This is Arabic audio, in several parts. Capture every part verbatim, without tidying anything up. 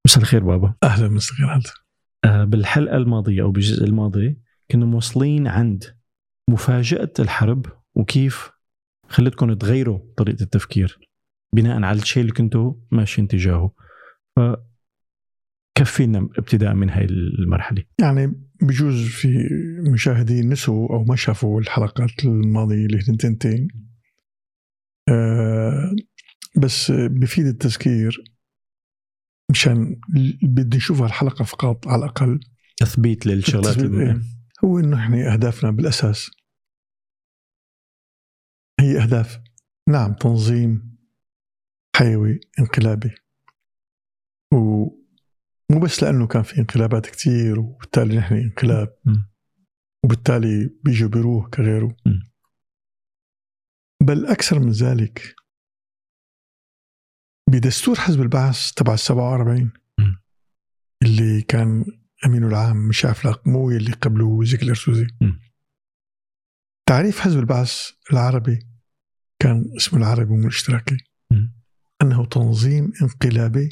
مساء الخير بابا. أهلا مساء الخير. أه بالحلقة الماضية أو بالجزء الماضي كنا موصلين عند مفاجأة الحرب وكيف خلتكم تغيروا طريقة التفكير بناء على الشيء اللي كنتوا ماشيين تجاهه. فكفينا ابتداء من هاي المرحلة. يعني بجوز في مشاهدين نسوا أو ما شافوا الحلقات الماضية اللي هي تنتين، أه بس بفيد التذكير مشان بدي نشوف الحلقة فقط على الأقل تثبيت للشغلات إيه؟ هو إنه إحنا أهدافنا بالأساس هي أهداف نعم تنظيم حيوي انقلابي، ومو بس لأنه كان في انقلابات كتير وبالتالي نحن انقلاب م. وبالتالي بيجوا بيروح كغيره، م. بل أكثر من ذلك بدستور حزب البعث تبع السبعة وأربعين اللي كان أمينه العام مش عفلاق مو اللي قبله زكي الأرسوزي. تعريف حزب البعث العربي كان اسمه العربي والاشتراكي م. أنه تنظيم انقلابي،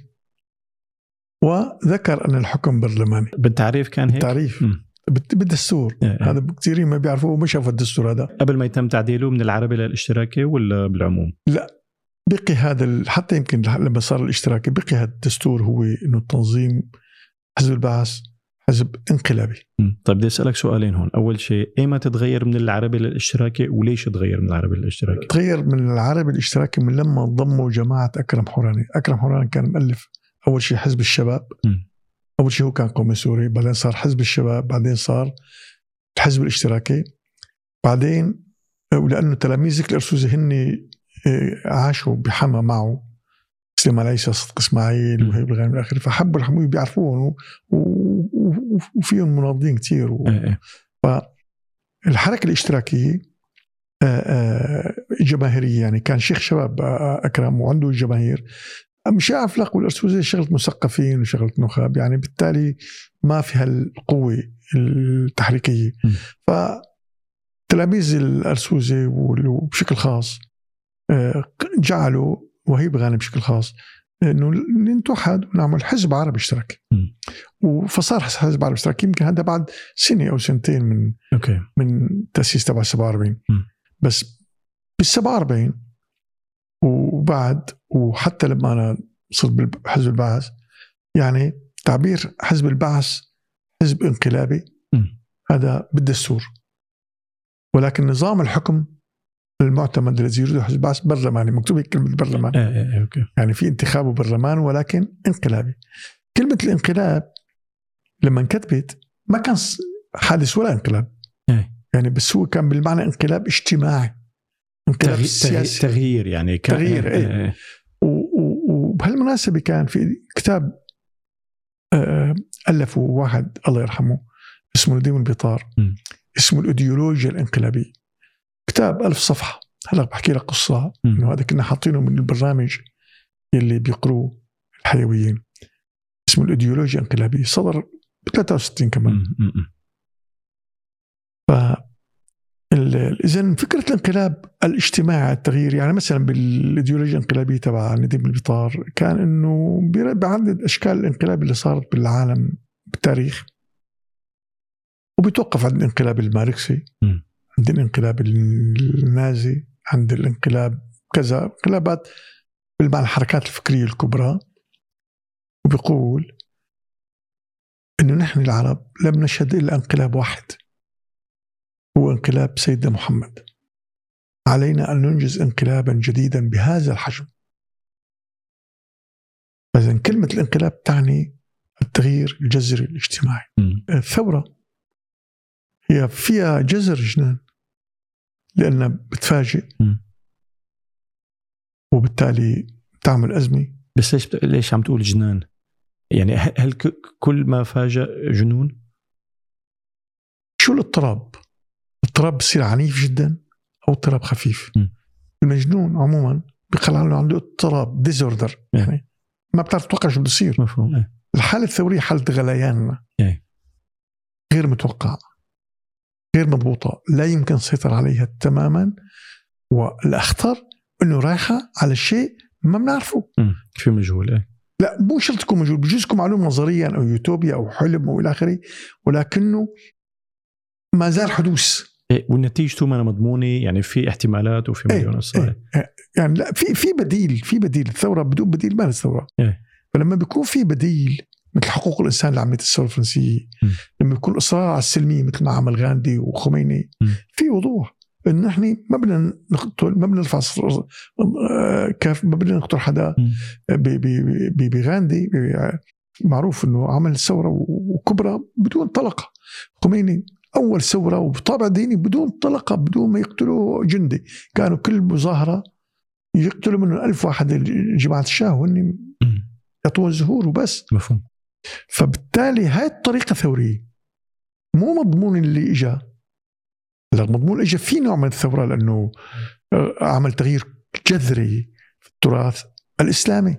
وذكر أن الحكم برلماني. بالتعريف كان هيك؟ بالتعريف م. بالدستور. اه اه. هذا كثيرين ما بيعرفوه وما شافوا الدستور هذا قبل ما يتم تعديله من العربي للاشتراكي ولا بالعموم؟ لا، بقي هذا حتى يمكن لما صار الاشتراكي بقي هذا الدستور هو إنه تنظيم حزب البعث حزب انقلابي. طيب بدي أسألك سؤالين هون. أول شيء أيما تتغير من العربي للاشتراكي وليش تغير من العربي للاشتراكي؟ تغير من العربي الاشتراكي من لما ضموا جماعة أكرم حوراني. أكرم حوراني كان مؤلف أول شيء حزب الشباب. م. أول شيء هو كان قومي سوري، بعدين صار حزب الشباب، بعدين صار الحزب الاشتراكي، بعدين ولأنه تلاميذ زكي الأرسوزي هن عاشوا بحما معه سليمان عيسى صدق إسماعيل وهيب الغانم الآخر، فحبوا الحموي بيعرفون وفيهم مناضلين كتير و... فالحركة الاشتراكية جماهيرية، يعني كان شيخ شباب أكرم وعنده الجماهير. مش أفلق والأرسوزي شغلت مثقفين وشغلت نخاب، يعني بالتالي ما فيها القوة التحريكية. فتلاميذ الأرسوزي وبشكل خاص جعلوا وهيب غانم بشكل خاص إنه نتوحد ونعمل حزب عربي اشتراكي. وفصار حزب عربي اشتراكي يمكن هذا بعد سنة أو سنتين من أوكي. من تأسيس تبع السبعة وأربعين. بس بالسبعة وأربعين وبعد وحتى لما أنا صرت بحزب البعث، يعني تعبير حزب البعث حزب انقلابي م. هذا بالدستور، ولكن نظام الحكم المعتمد الذي يريده حزب البعث برلماني، مكتوب كلمة برلمان. آه آه أوكي. يعني في انتخاب برلمان ولكن انقلابي. كلمة الانقلاب لما انكتبت ما كان حادث ولا انقلاب آه. يعني بس هو كان بالمعنى انقلاب اجتماعي، انقلاب تغي... سياسي، تغيير يعني كان تغيير. آه. ايه آه. وبهالمناسبة كان في كتاب آه ألفه واحد الله يرحمه اسمه نديم البطار م. اسمه الإيديولوجيا الانقلابية، كتاب ألف صفحة. هلا بحكي لك قصة إنه هذا كنا حاطينه من البرنامج اللي بيقروه الحيويين، اسمه الإيديولوجيا الانقلابية، صدر ب ثلاثة وستين كمان. ف إذن فكرة الانقلاب الاجتماعي التغيير، يعني مثلا بالإيديولوجيا الانقلابية تبع نديم البطار كان إنه بيعدد أشكال الانقلاب اللي صارت بالعالم بالتاريخ، وبيتوقف عند الانقلاب الماركسي، عند الانقلاب النازي، عند الانقلاب كذا انقلابات بالمعنى الحركات الفكرية الكبرى. وبيقول إنه نحن العرب لم نشهد إلا انقلاب واحد، هو انقلاب سيدنا محمد. علينا أن ننجز انقلابا جديدا بهذا الحجم. فإذن كلمة الانقلاب تعني التغيير الجذري الاجتماعي. م. الثورة هي فيها جذر جنان لأنها بتفاجئ م. وبالتالي تعمل أزمة. بس ليش ليش عم تقول جنان؟ يعني هل كل ما فاجأ جنون؟ شو الاضطراب؟ اضطراب بصير عنيف جدا أو اضطراب خفيف. م. المجنون عموما بيقال عنه عنده اضطراب ديزوردر، يعني ما بتعرف تتوقع شو بيصير. مفهوم. الحالة الثورية حالة غليان غير متوقع، غير مضبوطة، لا يمكن السيطرة عليها تماما، والأخطر أنه رايحة على شيء ما بنعرفه. في مجهول. لا مو شرط تكون موجود، بجوز تكون معلوم نظريا أو يوتوبيا أو حلم أو إلى آخره، ولكنه ما زال حدوث. إيه والنتيجة ما مضمونة، يعني في احتمالات وفي مليون إصرار. إيه يعني لا في في بديل، في بديل. الثورة بدون بديل ما الثورة. إيه. فلما بيكون في بديل مثل حقوق الإنسان اللي عملت الثورة الفرنسية، م. لما يكون إصرار على السلمية مثل ما عمل غاندي وخميني، م. في وضوح إن نحن ما بدنا نقتل، ما بدنا نرفع كاف، ما بدنا نقتل حدا. بغاندي معروف إنه عمل ثورة وكبرى بدون طلقة. خميني أول ثورة وبطابع ديني بدون طلقة، بدون ما يقتلوا جندي. كانوا كل مظاهرة يقتلوا منه ألف واحد جماعة الشاه وإني يطول الزهور وبس. مفهوم. فبالتالي هاي الطريقة ثورية، مو مضمون اللي إجا. المضمون إجا في نوع من الثورة لأنه عمل تغيير جذري في التراث الإسلامي،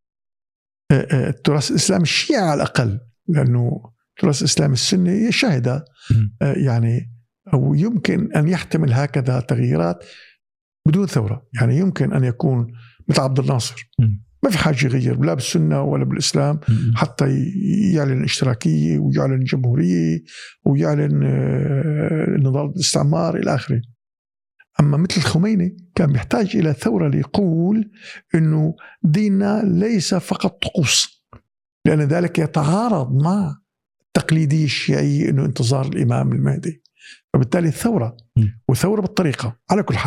التراث الإسلامي الشيعي على الأقل، لأنه التراث الإسلامي السني يشاهد يعني، أو يمكن أن يحتمل هكذا تغييرات بدون ثورة. يعني يمكن أن يكون مثل عبد الناصر، ما في حاجة يغير لا بالسنة ولا بالإسلام حتى يعلن اشتراكية ويعلن جمهورية ويعلن نضال الاستعمار إلى آخره. أما مثل الخميني كان يحتاج إلى ثورة ليقول إنه ديننا ليس فقط طقوس، لأن ذلك يتعارض مع التقليدية الشيعية إنه انتظار الإمام المهدي. فبالتالي الثورة وثورة بالطريقة. على كل حال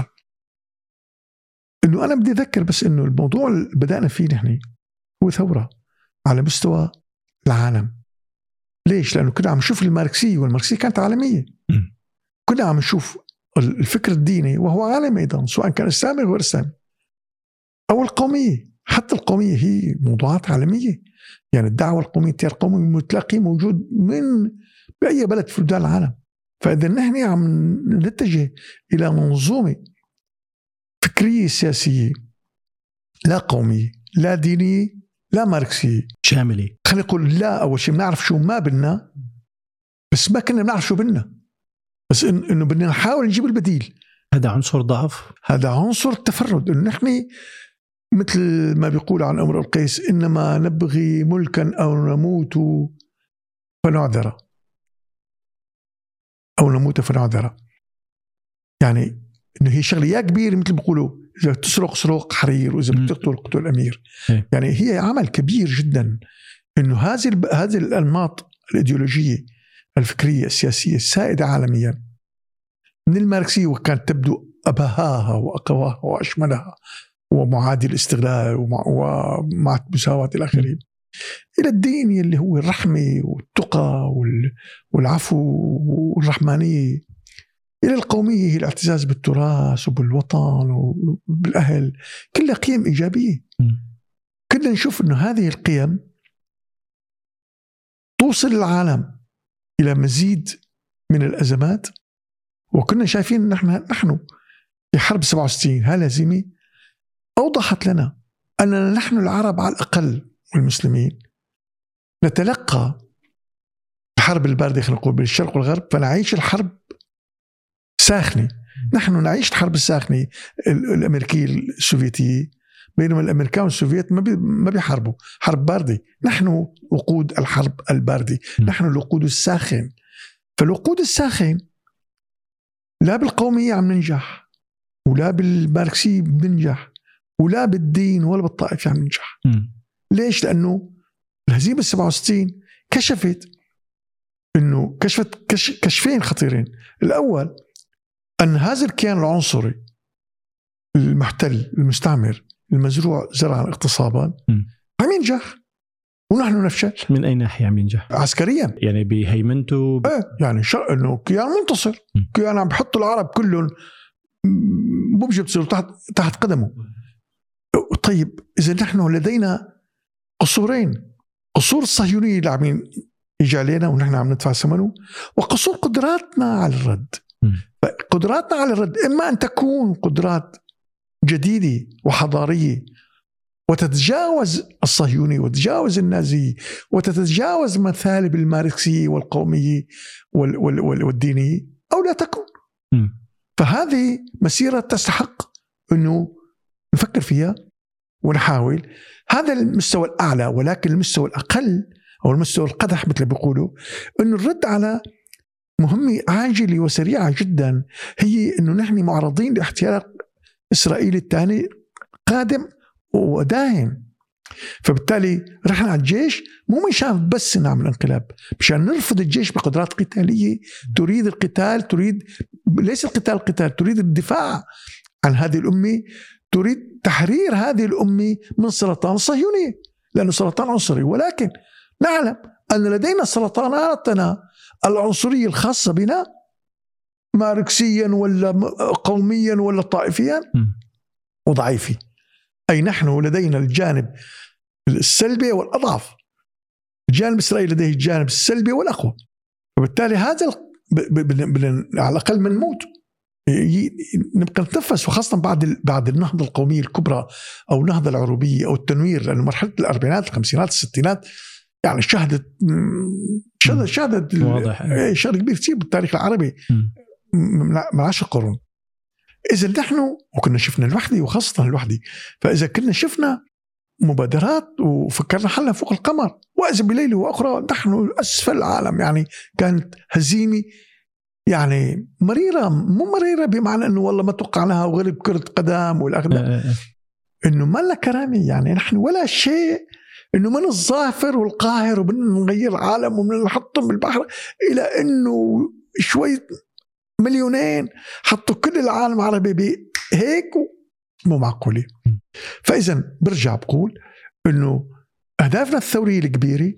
إنه أنا بدي أذكر بس إنه الموضوع اللي بدأنا فيه نحن هو ثورة على مستوى العالم. ليش؟ لأنه كنا عم نشوف الماركسية، والماركسية كانت عالمية. كنا عم نشوف الفكر الديني وهو عالمي أيضا، سواء كان إسلامي أو غير إسلامي، أو القومية. حتى القومية هي موضوعات عالمية. يعني الدعوة القومية، التيار القومي متلاقي موجود من بأي بلد في بلدان العالم. فإذا نحن عم نتجه إلى منظومة فكرية سياسية لا قومية لا دينية لا ماركسية، شاملة. خلينا نقول لا، أول شيء بنعرف شو ما بدنا، بس ما كنا بنعرف شو بدنا، بس إن إنه بدنا نحاول نجيب البديل. هذا عنصر ضعف، هذا عنصر التفرد. إنه نحن مثل ما بيقول عن امرؤ القيس: إنما نبغي ملكا أو نموت فنعذر، أو نموت فنعذر. يعني إنه هي شغلة يا كبير، مثل بيقولوا إذا تسرق سرق حرير، وإذا بتقتل قتل أمير. يعني هي عمل كبير جدا. إنه هذه هذه الأنماط الإيديولوجية الفكرية السياسية السائدة عالميا من الماركسية، وكانت تبدو أبهاها وأقواها وأشملها ومعادي الاستغلال ومع مساواة الآخرين، إلى الدين اللي هو الرحمة والتقى والعفو والرحمانية، إلى القومية هي الاعتزاز بالتراث وبالوطن وبالأهل، كلها قيم إيجابية. كنا نشوف أنه هذه القيم توصل العالم إلى مزيد من الأزمات. وكنا شايفين نحن نحن في حرب سبعة وستين هالهزيمة أوضحت لنا أننا نحن العرب على الأقل والمسلمين نتلقى الحرب الباردة، خلينا نقول بالشرق والغرب، فنعيش الحرب ساخنة. نحن نعيش الحرب الساخنة الأمريكية السوفيتية، بينما الأمريكان والسوفيت ما بي ما بيحاربوا حرب باردة. نحن وقود الحرب الباردة، نحن الوقود الساخن. فالوقود الساخن لا بالقومية عم ننجح، ولا بالماركسية بننجح، ولا بالدين ولا بالطائفة عم ننجح. ليش؟ لأنه الهزيمة السبعة وستين كشفت إنه كشفت كش كشفين خطيرين. الأول أن هذا الكيان العنصري المحتل المستعمر المزروع زرعا اغتصابا عم ينجح، ونحن نفشل. من أي ناحية عم ينجح؟ عسكريا، يعني بهيمنته ب... ايه يعني شو إنه كيان منتصر، كيان عم بحط العرب كلهم مبجب تصير تحت تحت قدمه. طيب إذا نحن لدينا قصورين: قصور الصهيونية اللي عم يجي علينا ونحن عم ندفع ثمنه، وقصور قدراتنا على الرد. قدراتنا على الرد إما أن تكون قدرات جديدة وحضارية وتتجاوز الصهيونية وتتجاوز النازية وتتجاوز مثالب الماركسية والقومية وال وال وال والدينية، أو لا تكون. فهذه مسيرة تستحق أنه نفكر فيها ونحاول. هذا المستوى الأعلى. ولكن المستوى الأقل أو المستوى القدح مثل بيقولوا إنه الرد على مهمة عاجلة وسريعة جدا هي إنه نحن معرضين لاحتلال إسرائيل الثاني قادم وداهم. فبالتالي رحنا على الجيش مو مشان بس نعمل انقلاب، مشان نرفض الجيش بقدرات قتالية تريد القتال، تريد ليس القتال القتال تريد الدفاع عن هذه الأمة، تريد تحرير هذه الأمة من سرطان الصهيونية، لأنه سرطان عنصري. ولكن نعلم أن لدينا سرطاناتنا العنصرية الخاصة بنا ماركسيا ولا قوميا ولا طائفيا وضعيفي. أي نحن لدينا الجانب السلبي والأضعف، الجانب الإسرائيلي لديه الجانب السلبي والأقوى. وبالتالي هذا ب... ب... ب... على الأقل من موت نبقى نتنفس، وخاصة بعد بعد النهضة القومية الكبرى أو النهضة العروبية أو التنوير، لأن مرحلة الأربعينات الخمسينات الستينات يعني شهدت شهدت شهدت شهد كبير كثير بالتاريخ العربي من عشر قرون. إذا نحن وكنا شفنا الوحدة وخاصة الوحدة، فإذا كنا شفنا مبادرات وفكرنا حلنا فوق القمر، وإذا بليلة وأخرى نحن أسفل العالم. يعني كانت هزيمة يعني مريرة، مو مريرة بمعنى أنه والله ما توقعناها وغلب كرة قدم والأغنى، إنه ما لنا كرامة. يعني نحن ولا شيء، إنه من الظافر والقاهر وبنغير العالم وبنحطهم بالبحر، إلى إنه شوية مليونين حطوا كل العالم العربي بهيك مو معقولة. فإذا برجع بقول إنه أهدافنا الثورية الكبيرة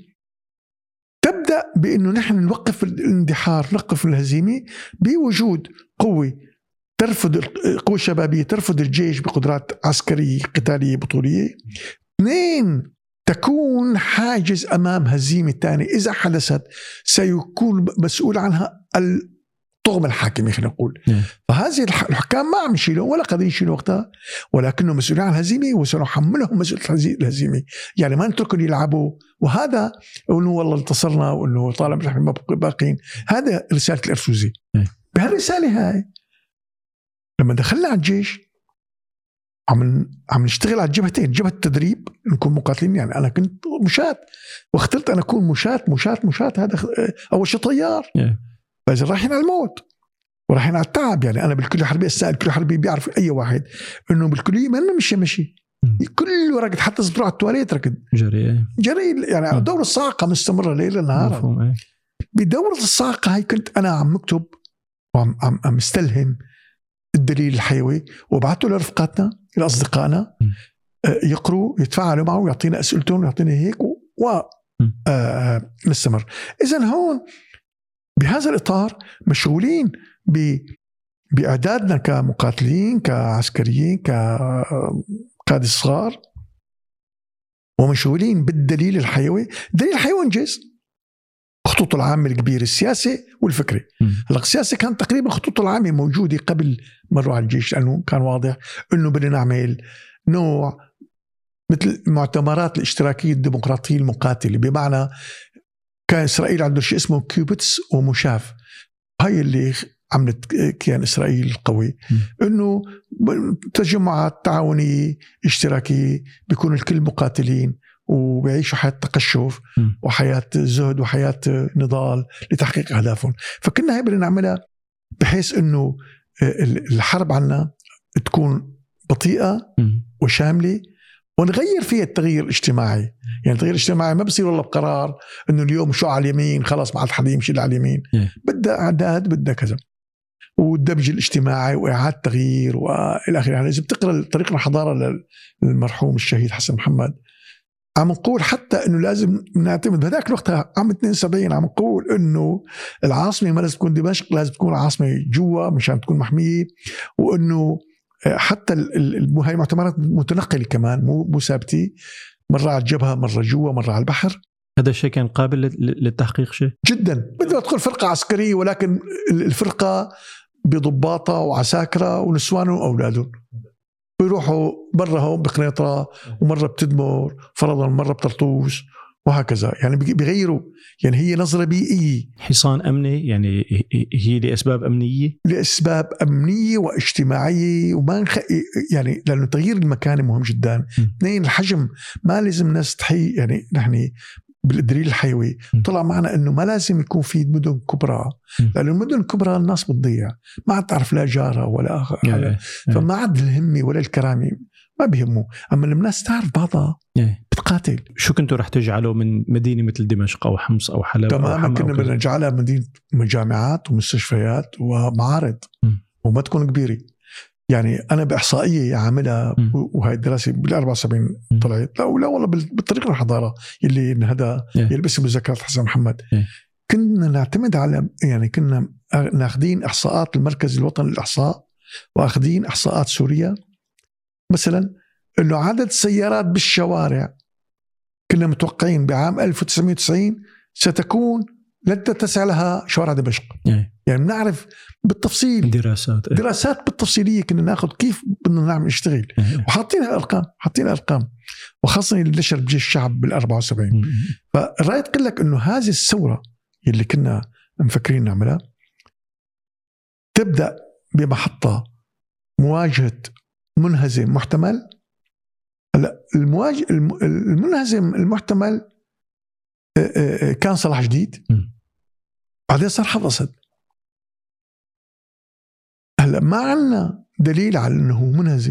تبدأ بأنه نحن نوقف الاندحار، نوقف الهزيمة بوجود قوة ترفض القوة الشبابية، ترفض الجيش بقدرات عسكرية قتالية بطولية. اثنين، تكون حاجز أمام هزيمة تانية إذا حدثت سيكون مسؤول عنها الطغم الحاكمي خلينا نقول. فهذه الحكام ما عم يشيلوا ولا قادرين يشيلوا وقتها، ولكنهم مسؤولين عن الهزيمة وسنحملهم مسؤولية الهزيمة. يعني ما نتركهم يلعبوا وهذا إنه والله انتصرنا وإنه طالما نحن ما باقين. هذا رسالة الأرسوزي. بهالرسالة هاي لما دخلنا على الجيش عم عم نشتغل على الجبهتين، جبهة التدريب نكون مقاتلين. يعني أنا كنت مشاة واخترت أنا أكون مشاة مشاة مشاة هذا أول شيء طيار. فإذا رايحين على الموت ورايحين على التعب. يعني أنا بالكلية الحربية السائل الكلية الحربية بيعرف أي واحد إنه بالكلية ما مشي مشي كله ركض، حتى صدروا على التواليت ركض جري جري. يعني دورة الصاعقة مستمرة ليل نهار. بدورة الصاعقة هاي كنت أنا عم مكتب وعم عم عم استلهم الدليل الحيوي وبعته لرفقاتنا لأصدقائنا يقروا يتفاعلوا معه ويعطينا أسئلتهم ويعطينا هيك ونستمر. إذن هون بهذا الإطار مشغولين بإعدادنا كمقاتلين كعسكريين كقادة صغار، ومشغولين بالدليل الحيوي. الدليل الحيوي انجز خطوط العامة الكبيرة السياسي والفكري. هلا السياسة كانت تقريبا خطوط العامة موجودة قبل مروا على الجيش، لأنه كان واضح أنه بدنا نعمل نوع مثل المعتمرات الاشتراكية الديمقراطية المقاتلة، بمعنى كان إسرائيل عنده شيء اسمه كيوبتس ومشاف. هاي اللي عملت كيان إسرائيل القوي، إنه تجمعات تعاونية اشتراكية بيكون الكل مقاتلين وبيعيشوا حياة تقشف وحياة زهد وحياة نضال لتحقيق أهدافهم. فكنا هاي بدنا نعملها بحيث إنه الحرب عنا تكون بطيئة وشاملة ونغير فيها التغيير الاجتماعي. يعني التغيير الاجتماعي ما بصير والله بقرار إنه اليوم شو على اليمين خلاص ما عاد حدا يمشي على اليمين، بدأ إعداد بدأ كذا والدمج الاجتماعي وإعادة تغيير وإلى آخره. يعني إذا بتقرأ طريق الحضارة للمرحوم الشهيد حسن محمد عم نقول حتى إنه لازم نعتمد بهذاك الوقت عام اثنين وسبعين عم نقول إنه العاصمة ما لازم تكون دمشق، لازم تكون العاصمة جوا مشان تكون محمية، وإنه حتى هاي المعتمرات متنقلة كمان مو مو ثابتة، مرة على الجبهة مرة جوا مرة على البحر. هذا الشيء كان قابل للتحقيق شيء جدا. بدنا تدخل فرقة عسكرية ولكن الفرقة بضباطة وعساكرة ونسوانهم وأولادهم بيروحوا برا هون بقنيطرة ومرة بتدمر فرضا مرة بطرطوس وهكذا. يعني بيغيروا، يعني هي نظرة بيئية، حصان أمني، يعني هي لأسباب أمنية لأسباب أمنية واجتماعية وما نخ... يعني لأنه تغيير المكان مهم جدا. اثنين، الحجم، ما لازم نستحي. يعني نحن بالدليل الحيوي طلع معنا أنه ما لازم يكون في مدن كبرى، لأن المدن الكبرى الناس بتضيع، ما عاد تعرف لا جارة ولا آخر، فما عاد الهمة ولا الكرامة، ما بيهمه. أما الناس تعرف بعضها بتقاتل. شو كنتوا رح تجعلوا من مدينة مثل دمشق أو حمص أو حلب؟ تماما كنا بدنا نجعلها مدينة جامعات ومستشفيات ومعارض م. وما تكون كبيرة. يعني أنا بإحصائية عاملها، وهي الدراسة بالأربعة وسبعين طلعت، لا ولا والله بالطريقة الحضارة اللي هذا يلبس بذكرة حسن محمد. يه. كنا نعتمد على، يعني كنا ناخدين إحصاءات المركز الوطني للإحصاء، وأخدين إحصاءات سوريا مثلا، إنه عدد السيارات بالشوارع كنا متوقعين بعام ألف وتسعمائة وتسعين ستكون لن تتسع لها شوارع دمشق. يه. يعني بنعرف بالتفصيل دراسات دراسات بالتفصيلية كنا ناخذ كيف بدنا نعمل نشتغل، وحاطين الأرقام حاطين الأرقام وخاصة اللي نشر بجيش الشعب بالأربعة وسبعين. فرأيت قل لك إنه هذه الثورة اللي كنا مفكرين نعملها تبدأ بمحطة مواجهة منهزم محتمل. المواجه المنهزم المحتمل كان صلاح جديد، بعدين صار حافظ أسد. هلا ما عنا دليل على انه منهزم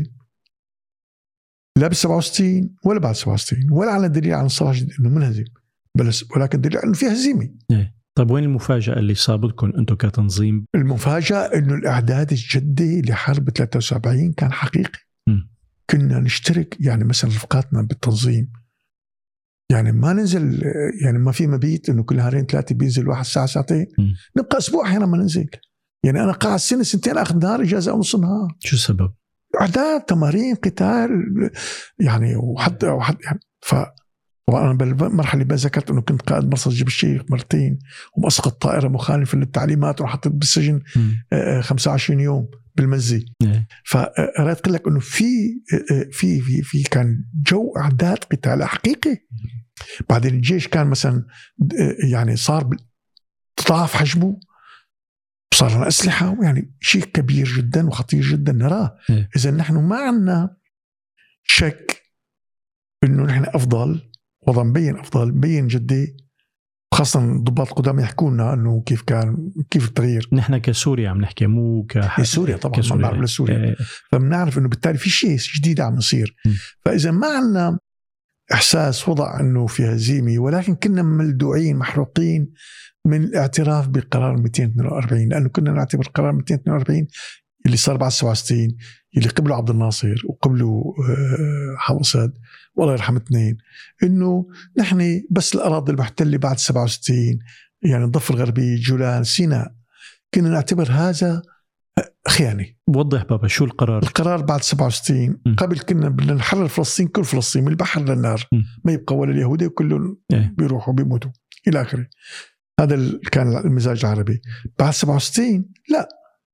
لا بالسبعة وستين ولا بعد سبعة وستين، ولا على دليل عن صلاح جديد انه منهزم، بس ولكن دليل انه في هزيمه. طيب وين المفاجاه اللي صابتكم انتم كتنظيم؟ المفاجاه انه الاعداد الجدي لحرب ثلاثة وسبعين كان حقيقي. م. كنا نشترك، يعني مثلا رفقاتنا بالتنظيم، يعني ما ننزل، يعني ما في مبيت انه كل نهارين ثلاثه بينزل واحد ساعه ساعتين، م. نبقى اسبوع احيانا ما ننزل. يعني انا قاعد سنه سنتين اخذ نهار اجازه او نص نهار. شو السبب؟ اعداد، تمارين، قتال، يعني وحتى وحتى يعني. ف وانا بالمرحله اللي ذكرت انه كنت قائد مرصد جبل الشيخ مرتين، ومسقط طائره مخالفه للتعليمات، وحطيت بالسجن خمسة وعشرين يوم بالمزي. فرأيت قل لك انه في في في في كان جو اعداد قتال حقيقي. بعدين الجيش كان مثلا يعني صار تضاعف حجمه، صار لنا أسلحة، يعني شيء كبير جدا وخطير جدا نراه. إذا نحن ما عنا شك إنه نحن أفضل، وضع مبين أفضل، مبين جدي، خاصة الضباط القدامى يحكوا لنا إنه كيف كان، كيف التغيير. نحن كسوريا عم نحكي، مو كسوريا طبعا، ما بعرف لسوريا، فبنعرف إنه بالتالي في شيء جديد عم يصير. فإذا ما عنا إحساس وضع إنه في هزيمة، ولكن كنا ملدوعين محروقين من الاعتراف بقرار مئتين واثنين وأربعين، لأنه كنا نعتبر قرار مئتين واثنين وأربعين اللي صار بعد سبعة وستين، اللي قبله عبد الناصر وقبله حافظ أسد والله يرحم اثنين، إنه نحن بس الأراضي المحتلة بعد سبعة وستين، يعني الضفة الغربية، جولان، سيناء، كنا نعتبر هذا خيانة. وضح بابا شو القرار؟ القرار بعد سبعة وستين م. قبل كنا بدنا نحرر فلسطين، كل فلسطين من البحر للنار، م. ما يبقى ولا اليهودي، وكلهم اه. بيروحوا بيموتوا إلى آخره. هذا كان المزاج العربي. بعد سبعة وستين لا،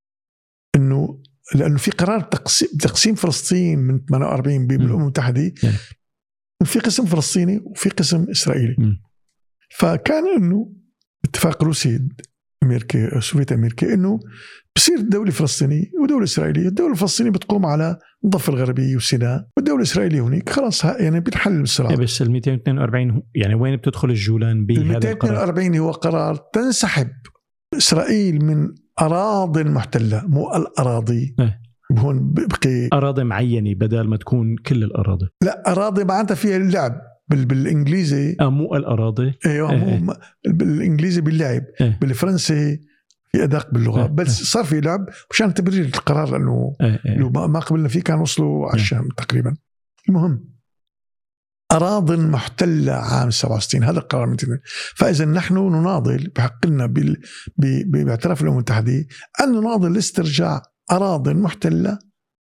إنه لأنه في قرار تقسيم, تقسيم فلسطين من ثمانية وأربعين بالأمم المتحدة، في قسم فلسطيني وفي قسم إسرائيلي. م. فكان إنه اتفاق روسي أمريكا سوفيت أمريكا إنه بصير دولة فلسطينية ودولة إسرائيلية. الدولة الفلسطينية بتقوم على الضفة الغربية وسيناء، والدولة الإسرائيلية هناك خلاص، يعني بتحل الصراع. بس ال مئتين واثنين وأربعين يعني وين بتدخل الجولان بهذا القرار؟ مئتين واثنين وأربعين هو قرار تنسحب إسرائيل من أراضي محتلة، مو الأراضي اه. هون بقي أراضي معينة بدل ما تكون كل الأراضي. لا، أراضي معناتها فيها اللعب بالإنجليزي، آه مو الأراضي. أيوة اه. مو بالإنجليزي باللعب اه. بالفرنسي في أدق باللغة اه. بس اه. صار في لعب مشان تبرير القرار، لأنه اه. اه. لو ما قبلنا فيه كان وصلوا على الشام اه. تقريبا. المهم أراضي محتلة عام سبعة وستين، هذا القرار من تنين. فإذا نحن نناضل بحقنا بال... ب... باعتراف الأمم المتحدة أن نناضل لاسترجاع أراضي محتلة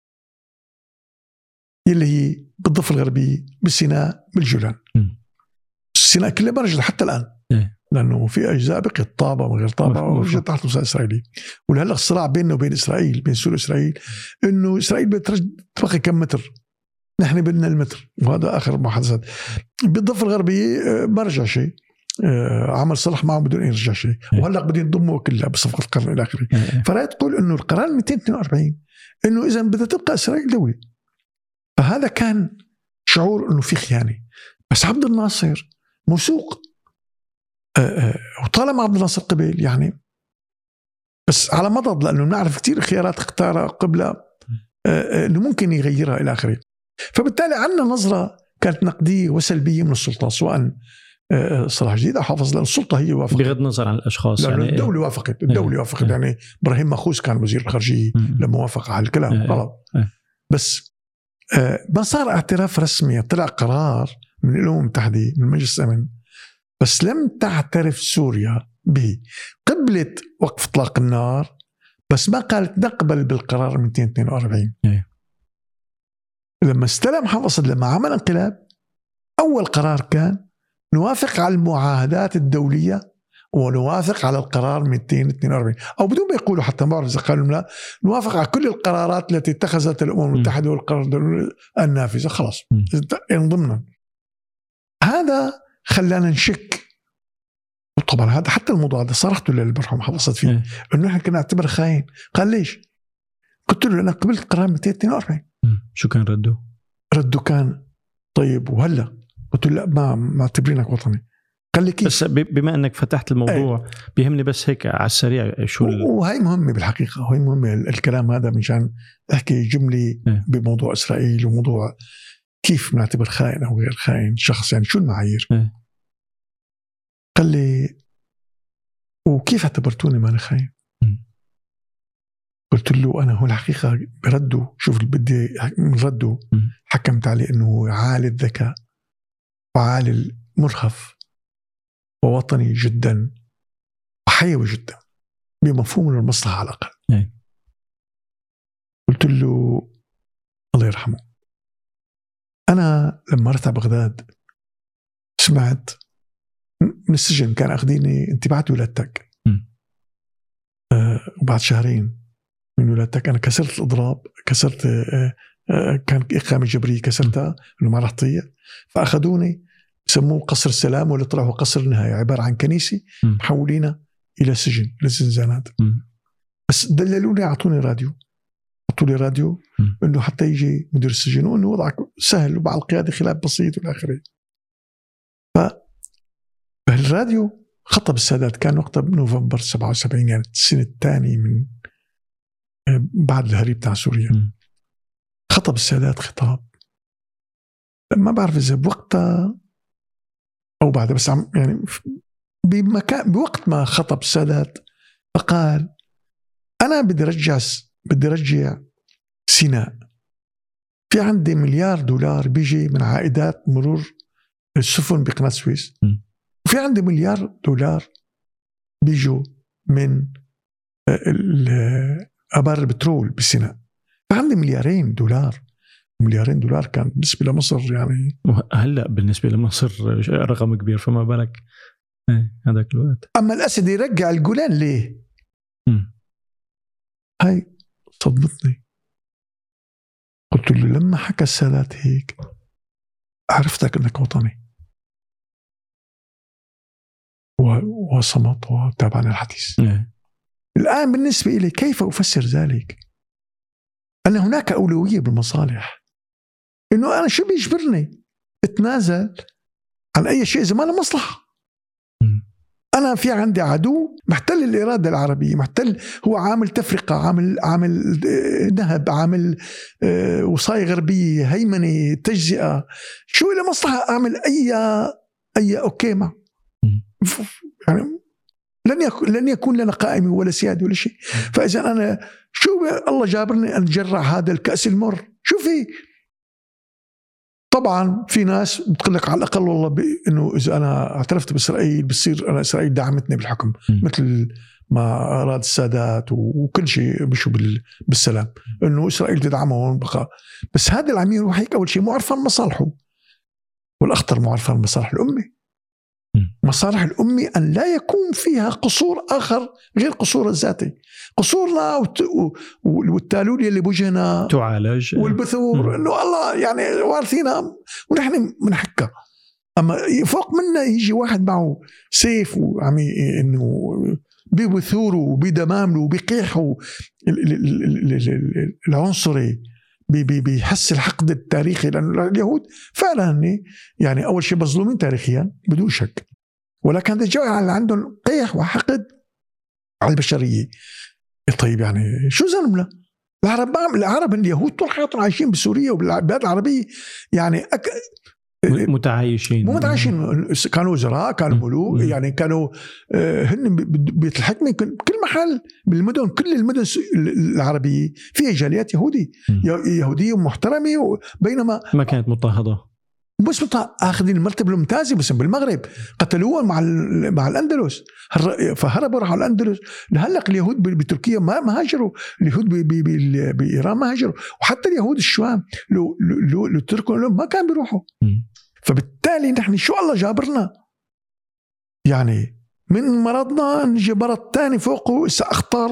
اللي هي بالضفة الغربية، بالسيناء، بالجولان. السيناء كلها برجل حتى الآن اه. لأنه في أجزاء بقيت طابة وغير طابة وجد تحت وسائل إسرائيلي. ولهلا الصراع بيننا وبين إسرائيل، بين سوريا وإسرائيل، إنه إسرائيل بترجع تبقى كم متر نحن بدنا المتر، وهذا آخر محادثات. بالضفة الغربية ما رجع شيء، عمل صلح معه بدون يرجع شيء، وهلا بدين يضموا كلها بصفقة القرن إلى آخره. فرأي تقول إنه القرار مئتين واثنين وأربعين إنه إذا بدها تبقى إسرائيل دولة، فهذا كان شعور إنه في خيانة. بس عبد الناصر موثوق، وطالما عبد الناصر قبل يعني بس على مضض، لأنه نعرف كتير خيارات اختارها قبل إنه ممكن يغيرها إلى آخره. فبالتالي عندنا نظرة كانت نقدية وسلبية من السلطة، سواء صلاح جديد أو حافظ، لأن السلطة هي وافقت بغض النظر عن الأشخاص، يعني الدولة وافقت الدولة إيه؟ وافقت إيه؟ يعني إبراهيم ماخوذ كان وزير الخارجية لما وافق على الكلام إيه؟ غلط إيه؟ بس ما صار اعتراف رسمي، طلع قرار من الأمم المتحدة من مجلس الأمن، بس لم تعترف سوريا به. قبلت وقف إطلاق النار بس ما قالت نقبل بالقرار مئتين واثنين وأربعين. إيه؟ لما استلم حافظ لما عمل انقلاب، أول قرار كان نوافق على المعاهدات الدولية ونوافق على القرار مئتين واثنين وأربعين، أو بدون ما يقولوا حتى ما بعرف إذا قالوا لا، نوافق على كل القرارات التي اتخذت الأمم المتحدة والقرار النافذة، خلاص ضمنا. هذا خلانا نشك. طبعا هذا حتى الموضوع هذا صرحته للمرحوم حفصت فيه إنه إحنا كنا نعتبر خاين. قال ليش؟ قلت له أنا قبلت قرار مئتين واثنين وأربعين. شو كان رده؟ رده كان طيب وهلا؟ قلت له لا، ما ما اعتبرينك وطني. قال لي كيف؟ بس بما انك فتحت الموضوع أي. بيهمني بس هيك على السريع شو ال... وهي مهمه بالحقيقه، وهي مهمه الكلام هذا مشان احكي جمله أي. بموضوع اسرائيل وموضوع كيف نعتبر خائن او غير خائن شخص، يعني شو المعايير. أي. قال لي وكيف اعتبرتوني ما انا خائن؟ قلت له أنا هو الحقيقة برده، شوف بدي من رده حكمت عليه أنه عالي الذكاء وعالي المرهف ووطني جدا وحيوي جدا بمفهوم المصلحة على الأقل. أي. قلت له الله يرحمه، أنا لما رحت بغداد سمعت من السجن كان أخذيني أنت بعد ولادتك آه وبعد شهرين من ولادتك أنا كسرت الإضراب، كسرت آه آه كان إقامة جبرية كسرتها إنه ما رح تضيع، فأخذوني سموه قصر السلام، واللي طلعوا قصر النهاية عبارة عن كنيسة محولينا إلى سجن للزنزانات. بس دللوني أعطوني راديو، أعطوني راديو إنه حتى يجي مدير السجن وإنه وضعك سهل ومع القيادة خلاف بسيط والآخرين. فالراديو خطب السادات، كان وقتها بنوفمبر سبعة وسبعين، يعني السنة الثانية من بعد الهريب تاع سوريا. خطب السادات خطاب ما بعرف إذا بوقتها أو بعد، بس عم يعني بمكان بوقت ما خطب السادات فقال أنا بدي رجع بدي رجع سيناء، في عندي مليار دولار بيجي من عائدات مرور السفن بقناة السويس، وفي عندي مليار دولار بيجوا من أبار البترول بسيناء، فعندي مليارين دولار. مليارين دولار كان بالنسبة لمصر يعني هلأ بالنسبة لمصر رقم كبير، فما بالك هذاك الوقت. أما الأسد يرجع الجولان ليه؟ م. هاي صدمتني. قلت له لما حكى السادات هيك عرفتك أنك وطني، وصمت وتابعنا الحديث. م. الآن بالنسبة إلي كيف أفسر ذلك؟ أن هناك أولوية بالمصالح، إنه أنا شو بيجبرني اتنازل عن أي شيء إذا ما له مصلحة. أنا في عندي عدو محتل الإرادة العربية، محتل، هو عامل تفرقة، عامل عامل نهب، عامل وصاية غربية، هيمنة، تجزئة، شو له مصلحة أعمل أي أي أوكي مع يعني لن يكون لن يكون لنا قائمة ولا سيادة ولا شيء. فإذا أنا شو الله جابرني أن جرع هذا الكأس المر؟ شو في؟ طبعا في ناس بتقول لك على الأقل والله إنه إذا أنا اعترفت بإسرائيل بصير أنا إسرائيل دعمتني بالحكم م. مثل ما أراد السادات وكل شيء بشو بالسلام، إنه إسرائيل تدعمه بقى. بس هذا العميل وحيك أول شيء معرفة مصالحه، والأخطر معرفة مصالح الأمة. مصالح الأمة أن لا يكون فيها قصور آخر غير قصور الذاتي. قصورنا والتالول اللي بوجهنا تعالج والبثور إنه الله يعني وارثينا ونحن منحكة. أما فوق منا يجي واحد معه سيف وعم إنه ببثوره وبدمامله وبقيحه العنصري بيحس الحقد التاريخي، لأن اليهود فعلا يعني أول شيء مظلومين تاريخيا بدون شك، ولكن هذا الجو عندهم قيح وحقد على البشرية. طيب يعني شو ذنبنا؟ العرب العرب اليهود طول حياتهم عايشين بسوريا وبالبلاد العربية يعني أك... متعايشين متعايشين كانوا وزراء كانوا ملوك يعني كانوا هن بيت الحكمة كل محل بالمدن، كل المدن العربية فيها جاليات يهودي يهودية محترمة، بينما ما كانت مضطهدة بس اخذين المرتبه الممتازه. بس بالمغرب قتلوهم مع مع الاندلس فهربوا راحوا الاندلس. لهلق اليهود بتركيا ما ما هاجروا، اليهود بايران ما هاجروا، وحتى اليهود الشوام لو لو لو تركوا لهم ما كان بيروحوا. فبالتالي نحن شو الله جابرنا يعني من مرضنا نجي مرض ثاني فوقه اخطر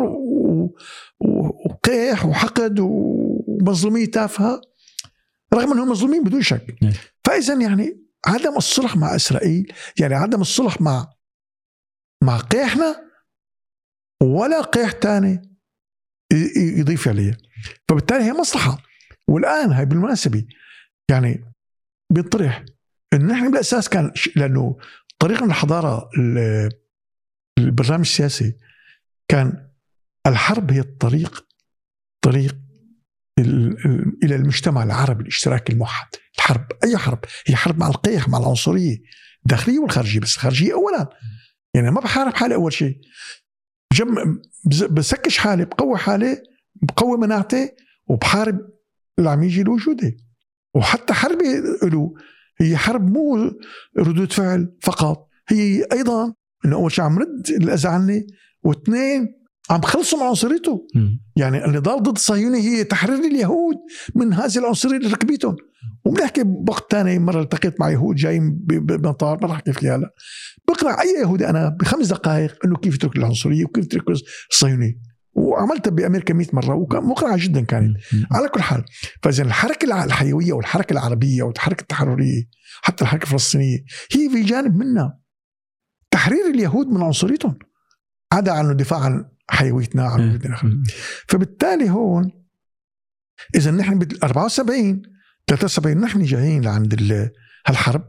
وقيح وحقد ومظلوميه تافهه، رغم أنهم مظلومين بدون شك. فإذا يعني عدم الصلح مع إسرائيل يعني عدم الصلح مع مع قيحنا ولا قيح تاني يضيف عليه، فبالتالي هي مصلحة. والآن هاي بالمناسبة يعني بيطرح إن نحن بالأساس كان لأنه طريقنا الحضارة البرنامج السياسي كان الحرب هي الطريق طريق إلى المجتمع العربي الاشتراكي الموحد. الحرب أي حرب هي حرب مع القيح مع العنصرية الداخلية والخارجية، بس الخارجية أولا يعني ما بحارب حالي أول شيء، جم بسكش حالي بقوي حالي بقوي مناعتي وبحارب العميجي الوجودي. وحتى حربي له هي حرب مو ردود فعل فقط، هي أيضا إنه أول شيء عم رد الأذى عني، واثنين عم خلصوا من عنصريته. يعني النضال ضد الصهيونية هي تحرير اليهود من هذه العنصرية اللي ركبتهم. وبنحكي بوقت تاني مرة التقيت مع يهود جايين بمطار، ما راح أحكي فيها هلا، بقرأ أي يهودي أنا بخمس دقائق إنه كيف يترك العنصرية وكيف يترك الصهيونية، وعملتها بأمريكا مئة مرة وكان مقنعة جدا كانت. على كل حال فإذا الحركة الحيوية والحركة العربية والحركة التحررية حتى الحركة الفلسطينية هي في جانب منا تحرير اليهود من عنصريتهم، عدا عنه دفاع عن حيويتنا عن ودنا. فبالتالي هون إذا نحن بال أربعة وسبعين ثلاثة وسبعين نحن جايين لعند هالحرب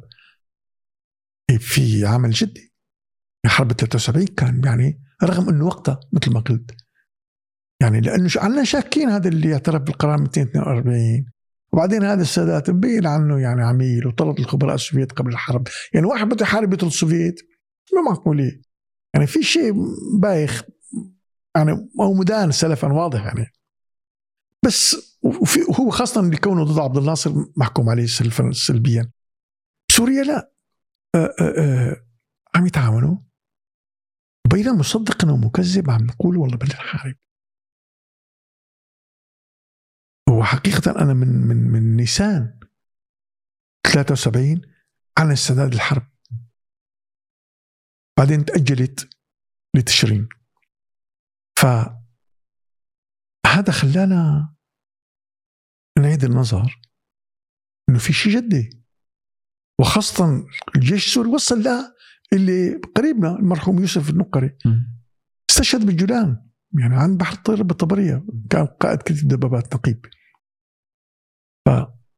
في عمل جدي. حرب ثلاثة وسبعين كان يعني رغم إنه وقتها مثل ما قلت يعني لأنه عنا شاكين هذا اللي اعترف بالقرار مئتين واثنين وأربعين، وبعدين هذا السادات مبين عنه يعني عميل وطرد الخبراء السوفيت قبل الحرب. يعني واحد بده يحارب ضد السوفيت ما معقولة، يعني في شيء بايخ يعني أو مدان سلفا واضح يعني. بس هو خاصة اللي كونه ضد عبد الناصر محكوم عليه سلفا سلبيا. سوريا لا أه أه أه عم يتعاونوا بين مصدق ومكذب، عم نقول والله بدنا نحارب. وحقيقة أنا من من من نيسان ثلاثة وسبعين على استعداد الحرب، بعدين تأجلت لتشرين. فهذا خلانا نعيد النظر إنه في شيء جدي، وخاصة الجيش السوري وصل له اللي قريبنا المرحوم يوسف النقري استشهد بالجولان يعني عن بحر الطير بالطبرية، كان قائد كتيب دبابات نقيب. ف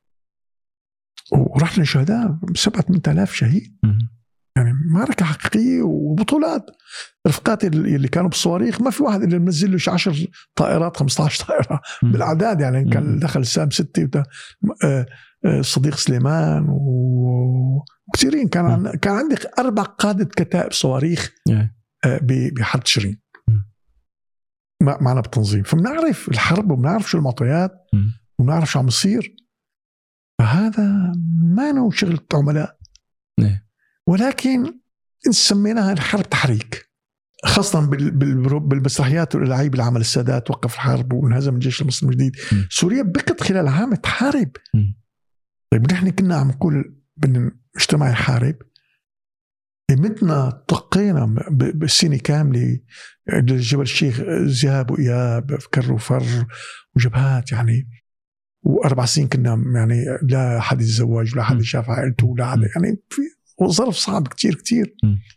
ورحنا شهداء سبعة من آلاف شهيد، يعني معركة حقيقية وبطولات. رفقاتي اللي كانوا بالصواريخ ما في واحد اللي منزل له عشر طائرات خمسة عشر طائرة بالأعداد، يعني كان دخل سام ستة صديق سليمان وكثيرين. كان كان عندي أربع قادة كتائب صواريخ بحرب تشرين معنا بالتنظيم، فبنعرف الحرب وبنعرف شو المعطيات وبنعرف شو عم يصير. فهذا ما نوع شغل عملاء، ولكن سميناها الحرب تحريك، خاصة بالمسرحيات والألعاب العمل السادات وقف الحرب وانهزم الجيش المصري الجديد. سوريا بقت خلال عام تحارب. طيب نحن كنا عم نقول بأن المجتمع يحارب، متنا طقينا بالسنة كاملة جبل الشيخ ذهاب وإياب فكر وفر وجبهات يعني، وأربع سنين كنا يعني لا حد يتزوج ولا حد شاف عائلته ولا حد يعني في ظرف صعب كتير كتير.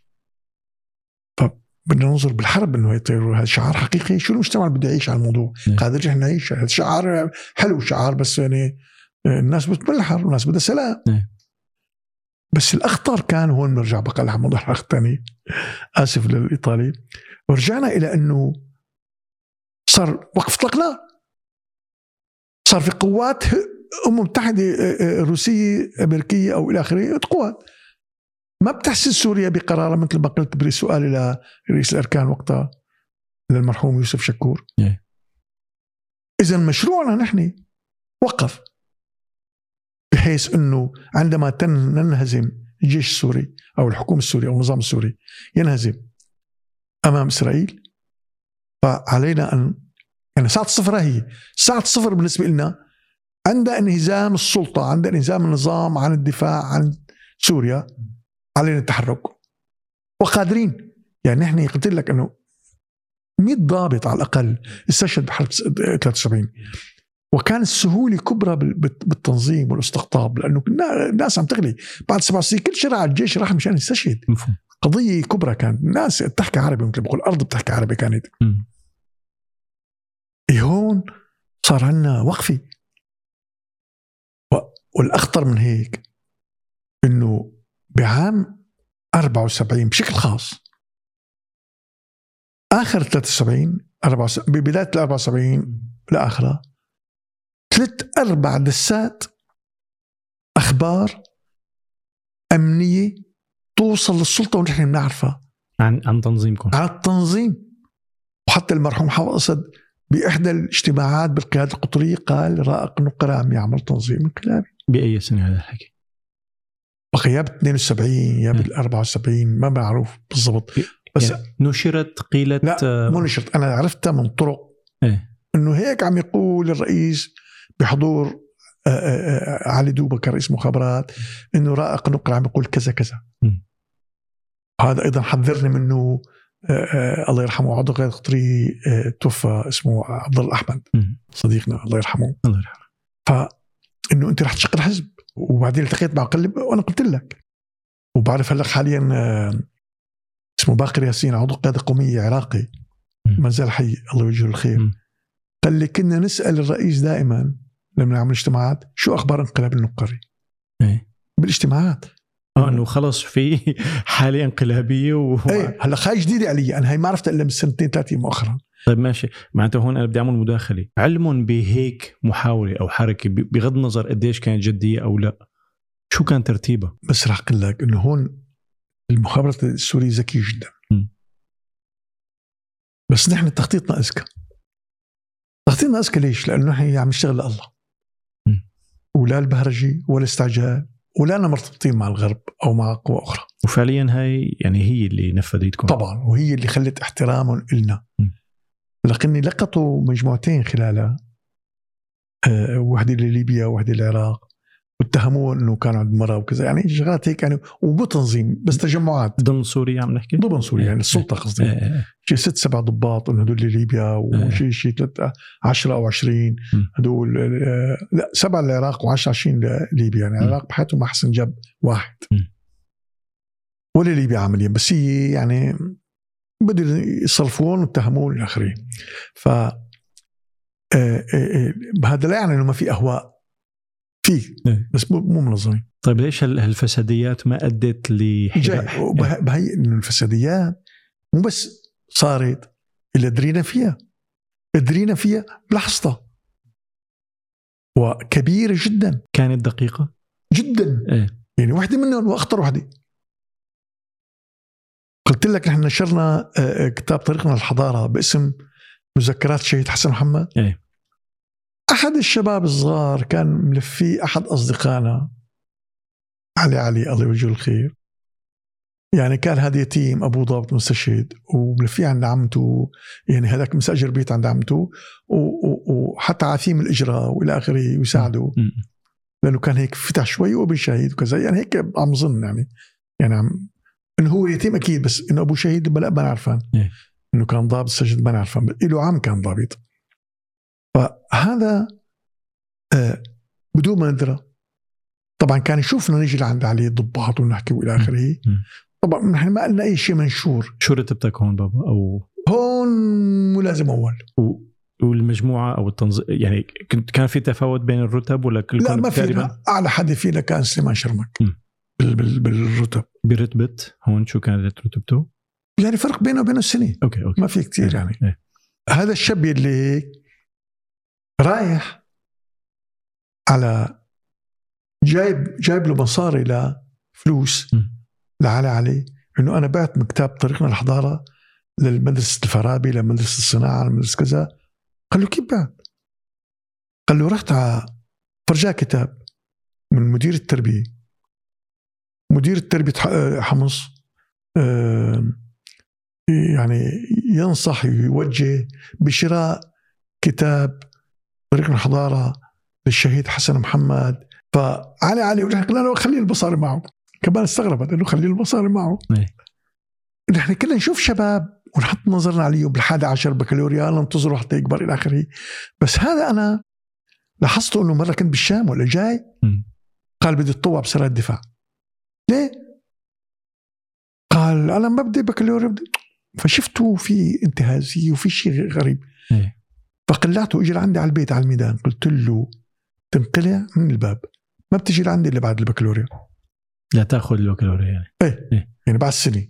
فبدنا ننظر بالحرب إنه يطير هذا شعار حقيقي. شو المجتمع اللي بده يعيش على الموضوع؟ قادر إحنا نعيش هذا شعار حلو شعار، بس يعني الناس بتمل الحرب والناس بدها سلام. بس الأخطر كان هون نرجع بقى لها موضوع الحلقة الثانية، آسف للإيطالي، ورجعنا إلى أنه صار وقف إطلاق نار، صار في قوات أمم متحدة روسية أمريكية أو إلى آخره قوات ما بتحسن سوريا بقرارها مثل ما قلت بالسؤال إلى رئيس الأركان وقتها للمرحوم يوسف شكور. إذن مشروعنا نحن وقف، بحيث أنه عندما تنهزم الجيش السوري أو الحكومة السورية أو النظام السوري ينهزم أمام إسرائيل، فعلينا أن يعني ساعة الصفر هي ساعة الصفر بالنسبة لنا، عند انهزام السلطة، عند انهزام النظام عن الدفاع عن سوريا، علينا التحرك وقادرين. يعني نحن قلت لك أنه مئة ضابط على الأقل استشهد بحرب ثلاثة وسبعين، وكان السهولة كبرى بالتنظيم والاستقطاب، لأنه الناس عم تغلي بعد سبعة وستين كل شرع الجيش راح مشان يستشهد. قضية كبرى كانت، الناس تحكي عربي مثل بقول الأرض بتحكي عربي كانت. هون صار عنا وقفة. والأخطر من هيك إنه بعام أربعة وسبعين بشكل خاص، آخر ثلاثة وسبعين أربعة وسبعين ببداية الأربعة وسبعين لآخرها ثلاث أربع دسات أخبار أمنية توصل للسلطة ونحن بنعرفها عن عن تنظيمكم، عن التنظيم. وحتى المرحوم حافظ أسد بإحدى الاجتماعات بالقيادة القطرية قال رائق نقرة عم يعمل تنظيم انقلابي. بأي سنة هذا الحكي؟ بقياب اثنين وسبعين يا بالأربعة وسبعين ما بعرف بالضبط، بس يعني نشرت قيلت لا مو نشرت، أنا عرفتها من طرق إيه؟ إنه هيك عم يقول الرئيس بحضور علي دوبك رئيس مخابرات إنه رائق نقرة عم يقول كذا كذا. م. هذا أيضا حذرني منه آه الله يرحمه عضو القيادة القطرية آه توفى اسمه عبد الله أحمد م. صديقنا الله يرحمه. الله يرحمه. فإنه أنت رح تشق الحزب، وبعدين التقيت مع قلب وأنا قلت لك، وبعرف هلأ حاليا آه اسمه باقر ياسين عضو القيادة القومية عراقي ما زال حي الله يوجهه الخير. م. قال لي كنا نسأل الرئيس دائما لما نعمل اجتماعات شو أخبار انقلاب النقري ايه؟ بالاجتماعات اه انه خلص في حالة انقلابية و... ايه هلا خاي جديدة علي أنا هاي ما عرفت إلا من سنتين ثلاثة مؤخرا. طيب ماشي، معناته هون أنا بدي أعمل مداخلة. علم بهيك محاولة أو حركة بغض النظر قديش كانت جدية أو لا، شو كان ترتيبها؟ بس رح أقول لك إنه هون المخابرات السورية ذكية جدا. م. بس نحن تخطيطنا أذكى. تخطيطنا أذكى ليش؟ لأنه نحن عم نشتغل لله، ولا البهرجي ولا استعجال ولا أنا مرتبطين مع الغرب أو مع قوى أخرى. وفعليا هاي يعني هي اللي نفذتكم طبعا، وهي اللي خلت احترامهم إلنا. لكني لقطوا مجموعتين خلالها، أه واحدة لليبيا وواحدة للعراق، واتهموه انه كانوا عند مرة وكذا، يعني شغلات هيك يعني، وبتنظيم بس تجمعات ضمن سوريا عم نحكي ضمن سوريا يعني السلطة قصدي شيء ست سبع ضباط انه هدول لليبيا وشيء شيء ثلاثة عشرة او عشرين هدول لا سبعة للعراق وعشرة عشرين لليبيا. يعني العراق بحياته ما حسن جاب واحد ولا ليبيا عمليا، بس هي يعني بدوا يصرفون واتهمون الآخرين. ف بهذا لا يعني انه ما في اهواء فيه بس مو منظمين. طيب ليش هالفساديات ما أدت ل بهي إنه الفساديات مو بس صارت اللي درينا فيها درينا فيها بلحظة وكبيرة جدا، كانت دقيقة جدا. إيه؟ يعني واحدة منهم وأخطر واحدة قلت لك نحن نشرنا كتاب طريقنا للحضارة باسم مذكرات الشهيد حسن محمد. إيه؟ أحد الشباب الصغار كان ملفي أحد أصدقائنا علي علي الله يوجهه الخير، يعني كان هذا يتيم أبو ضابط مستشهد وملفيه عند عمته، يعني هذاك مساجر بيت عند عمته وحتى عاثيم الإجراء وإلى آخره ويساعده لأنه كان هيك فتح شوي وابن شهيد وكذا، يعني هيك عم ظن يعني يعني عم انه هو يتيم اكيد، بس انه ابوه شهيد لا ما نعرفان. إيه. انه كان ضابط سجن ما نعرفان، له عم كان ضابط. فهذا آه بدون ما ندرى طبعا كان يشوفنا نيجي لعند عليه ضباط ونحكي والى اخره. طبعا نحن ما قلنا اي شيء منشور. شو رتبتك هون بابا؟ او هون ملازم اول و... والمجموعه او التنظيم يعني كنت كان في تفاوت بين الرتب ولا كل لا ما في. اعلى حد فينا كان سليمان شرمك بال... بال... بالرتب. برتبه هون شو كانت رتبته؟ يعني فرق بينه وبين السنه. اوكي اوكي ما في كتير يعني. ايه. هذا الشاب اللي هيك رايح على جايب جايب له مصاري لفلوس لعلي عليه انه انا بعت من كتاب طريقنا الحضاره للمدرسه الفارابي لمدرسه الصناعه لمدرسه كذا. قال له كيف بعت؟ قال له رحت على فرجاه كتاب من مدير التربيه. مدير التربيه حمص يعني ينصح يوجه بشراء كتاب طريقنا الحضاره للشهيد حسن محمد. فعلي علي قال له خلي البصاري معه. كمان استغربت انه خلي البصاري معه. نحن كنا نشوف شباب ونحط نظرنا عليهم بالحادي عشر بكالوريا ننتظره حتى يكبر الى اخره. بس هذا انا لاحظته انه مره كنت بالشام ولا جاي قال بدي اتطوع بسرايا الدفاع. ليه؟ قال انا ما بدي بكالوريا بدي. فشفته في انتهازيه وفي شيء غريب. فقلعته اجى عندي على البيت على الميدان. قلت له تنقلع من الباب ما بتجي لعندي الا بعد البكالوريا. لا تاخذ البكالوريا يعني ايه, إيه؟ يعني بعد السنه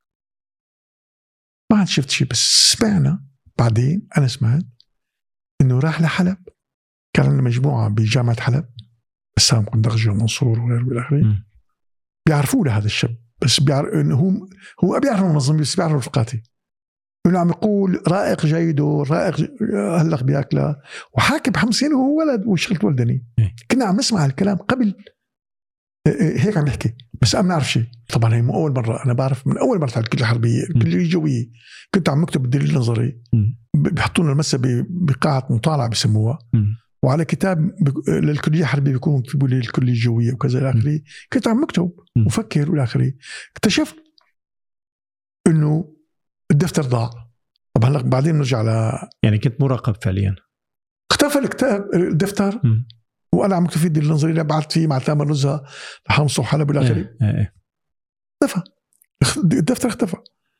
ما عاد شفت شيء. بس سمعنا بعدين انا سمعت انه راح لحلب. كان لنا مجموعه بجامعه حلب بسام قندقجي ومنصور وغيره بالاخره بيعرفوا له هذا الشاب. بس بيعرف انه هو هو بيعرف منظم بس بيعرف رفقاتي انه عم يقول رائق جيده رائق هلق بياكله وحاكي بحمسين وهو ولد وشغلت ولدني. كنا عم نسمع الكلام قبل هيك عم يحكي بس أنا ما نعرف شيء. طبعا هي مو أول مرة. أنا بعرف من أول مرة على الكلية الحربية الكلية الجوية كنت عم مكتب الدليل النظري بيحطونا المسا بقاعة مطالعة بسموها وعلى كتاب للكلية الحربية بيكون مكتوب لي الكلية الجوية وكذا إلى آخره. كنت عم مكتب وفكر والى آخره. اكتشفت إنه الدفتر ضاع. طب هلا بعدين نرجع ل يعني كنت مراقب فعليا. اختفى الكتاب الدفتر م. وانا عم اكتب فيه الدليل النظري اللي بعت فيه مع تامر نزهه لحمص وحلب والى اخره. اختفى الدفتر اختفى.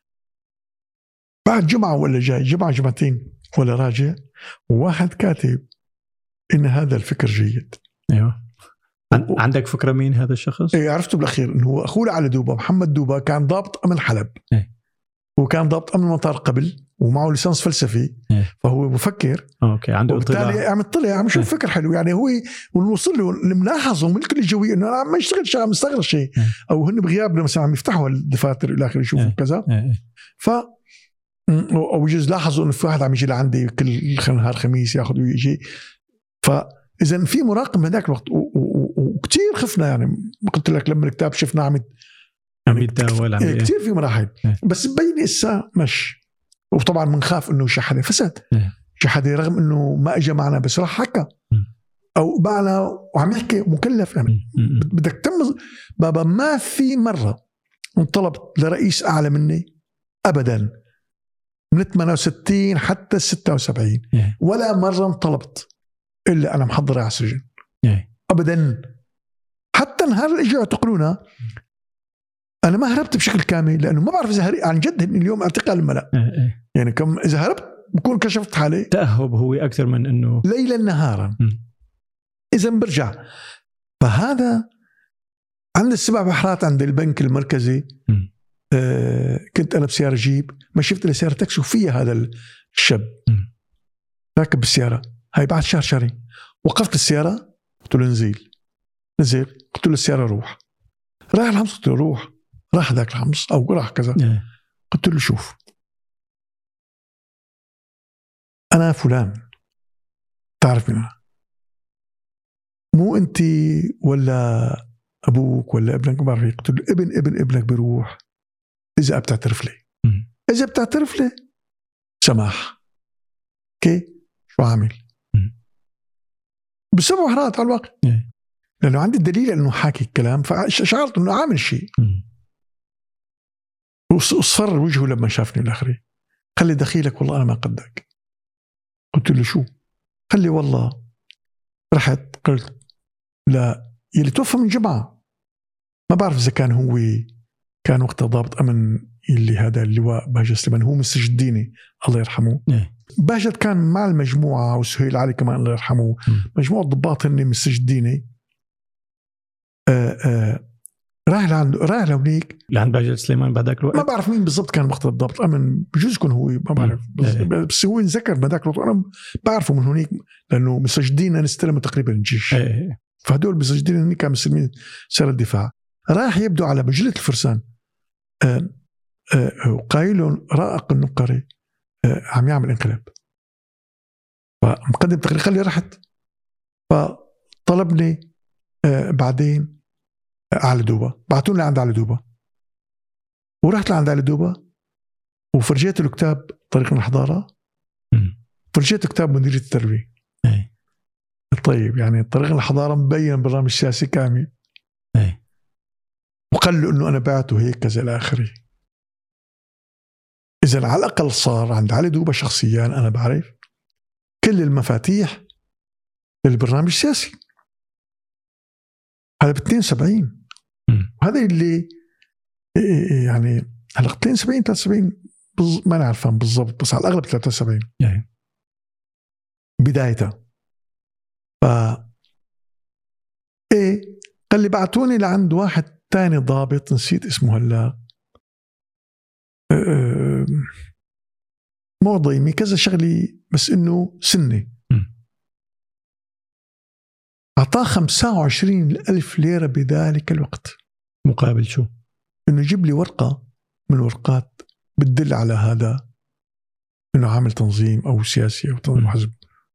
بعد جمعه ولا جاي جمعه جمعتين ولا راجع وواحد كاتب ان هذا الفكر جيد. ايوه و... عندك فكره مين هذا الشخص؟ ايه عرفته بالاخير انه هو اخوه علي دوبا محمد دوبا. كان ضابط امن حلب ايه. وكان ضابط امن المطار قبل ومعه ليسانس فلسفي. إيه. فهو مفكر. اوكي عنده اطلاع. عم يطلع عم يشوف فكر حلو يعني. هو ونوصل له الملاحظه من الكل الجويه انه انا ما اشتغل شيء عم استغرب شيء. إيه. او هن بغيابنا مثلا عم يفتحوا الدفاتر الى اخره يشوفوا. إيه. كذا. إيه. ف او يجوز لاحظوا انه في واحد عم يجي لعندي كل نهار خميس ياخذ ويجي. فاذا في مراقب هذاك الوقت وكثير خفنا يعني. قلت لك لما الكتاب شفنا عم عم يتداول عم إيه كثير في مراحل. إيه. بس بين إسا مش. وطبعا منخاف انه شي حدا فسد. إيه. شي حدا رغم انه ما اجى معنا بس راح حكى او معنا وعم يحكي مكلف يعني. بدك تم بابا. ما في مره انطلبت لرئيس اعلى مني ابدا من ثمانية وستين حتى ستة وسبعين. إيه. ولا مره انطلبت الا انا محضر على السجن. إيه. ابدا. حتى نهار اللي اجوا يعتقلونا أنا ما هربت بشكل كامل لأنه ما بعرف إذا هرب عن جد اليوم اعتقال الملأ. إيه. يعني كم إذا هربت بكون كشفت حالي. تأهب هو أكثر من إنه ليلا نهارا. إذا برجع. فهذا عند السبع بحرات عند البنك المركزي. آه كنت أنا بسيارة جيب ما شفت لسيارة تاكسي وفيها هذا الشاب راكب بالسيارة. هاي بعد شهر شهرين وقفت السيارة قلت له نزيل نزيل قلت له السيارة روح. راح الحمص قلت له روح. راح ذاك الحمص أو راح كذا. قلت له شوف أنا فلان تعرف مين أنا مو أنت ولا أبوك ولا ابنك ما بعرف. قلت له ابن ابن ابنك بيروح إذا بتعترف لي. إذا بتعترف لي سماح كي شو عامل بسبب حرات على الوقت لأنه عندي الدليل أنه حاكي الكلام فشعرت أنه عامل شيء. وصفر وجهه لما شافني الآخري. قال لي دخيلك والله أنا ما قدك. قلت له شو؟ قال لي والله رحت قلت لا يلي توفى من جمعة، ما بعرف إذا كان هو كان وقتها ضابط أمن اللي هذا اللواء بهجت سليمان، هو مستشفى الديني الله يرحمه. بهجت كان مع المجموعة وسهيل علي كمان الله يرحمه، مجموعة ضباط هني مستشفى الديني. آآ آآ راح لعند راح لهونيك لعند بهجت سليمان بعدك الوقت. ما بعرف مين بالضبط كان وقت الضابط أمن، بجوز يكون هو ما بعرف، بس, بس هو نذكر بعدك الوقت أنا بعرفه من هونيك لأنه مسجدين نستلموا تقريبا الجيش. أيه. فهدول مسجدين هني كانوا مسلمين سر الدفاع. راح يبدو على بجلة الفرسان وقايلون رائق النقري عم يعمل انقلاب، فمقدم تقرير قال لي رحت، فطلبني بعدين على دوبة، بعتوني عند على دوبة، ورحت لعند على دوبة وفرجيت له كتاب طريق الحضارة، فرجيت كتاب مديرية التربية. طيب يعني طريق الحضارة مبين برنامج سياسي كامل، وقال له انه انا بعته هيك كذا الى اخره. اذا على الاقل صار عند علي دوبة شخصيا انا بعرف كل المفاتيح للبرنامج السياسي. هذا ب اثنين وسبعين، هذا اللي يعني هلا اثنين وسبعين ثلاثة وسبعين ما نعرف بالضبط، بس على الاغلب ثلاثة وسبعين يعني بدايتها. ف ايه قال لي بعتوني لعند واحد تاني ضابط نسيت اسمه هلا، أه مو ضيمي كذا شغلي، بس انه سنة أعطاه خمسة وعشرين ألف ليرة بذلك الوقت. مقابل شو؟ إنه يجيب لي ورقة من ورقات بتدل على هذا إنه عامل تنظيم أو سياسي أو تنظيم حزب.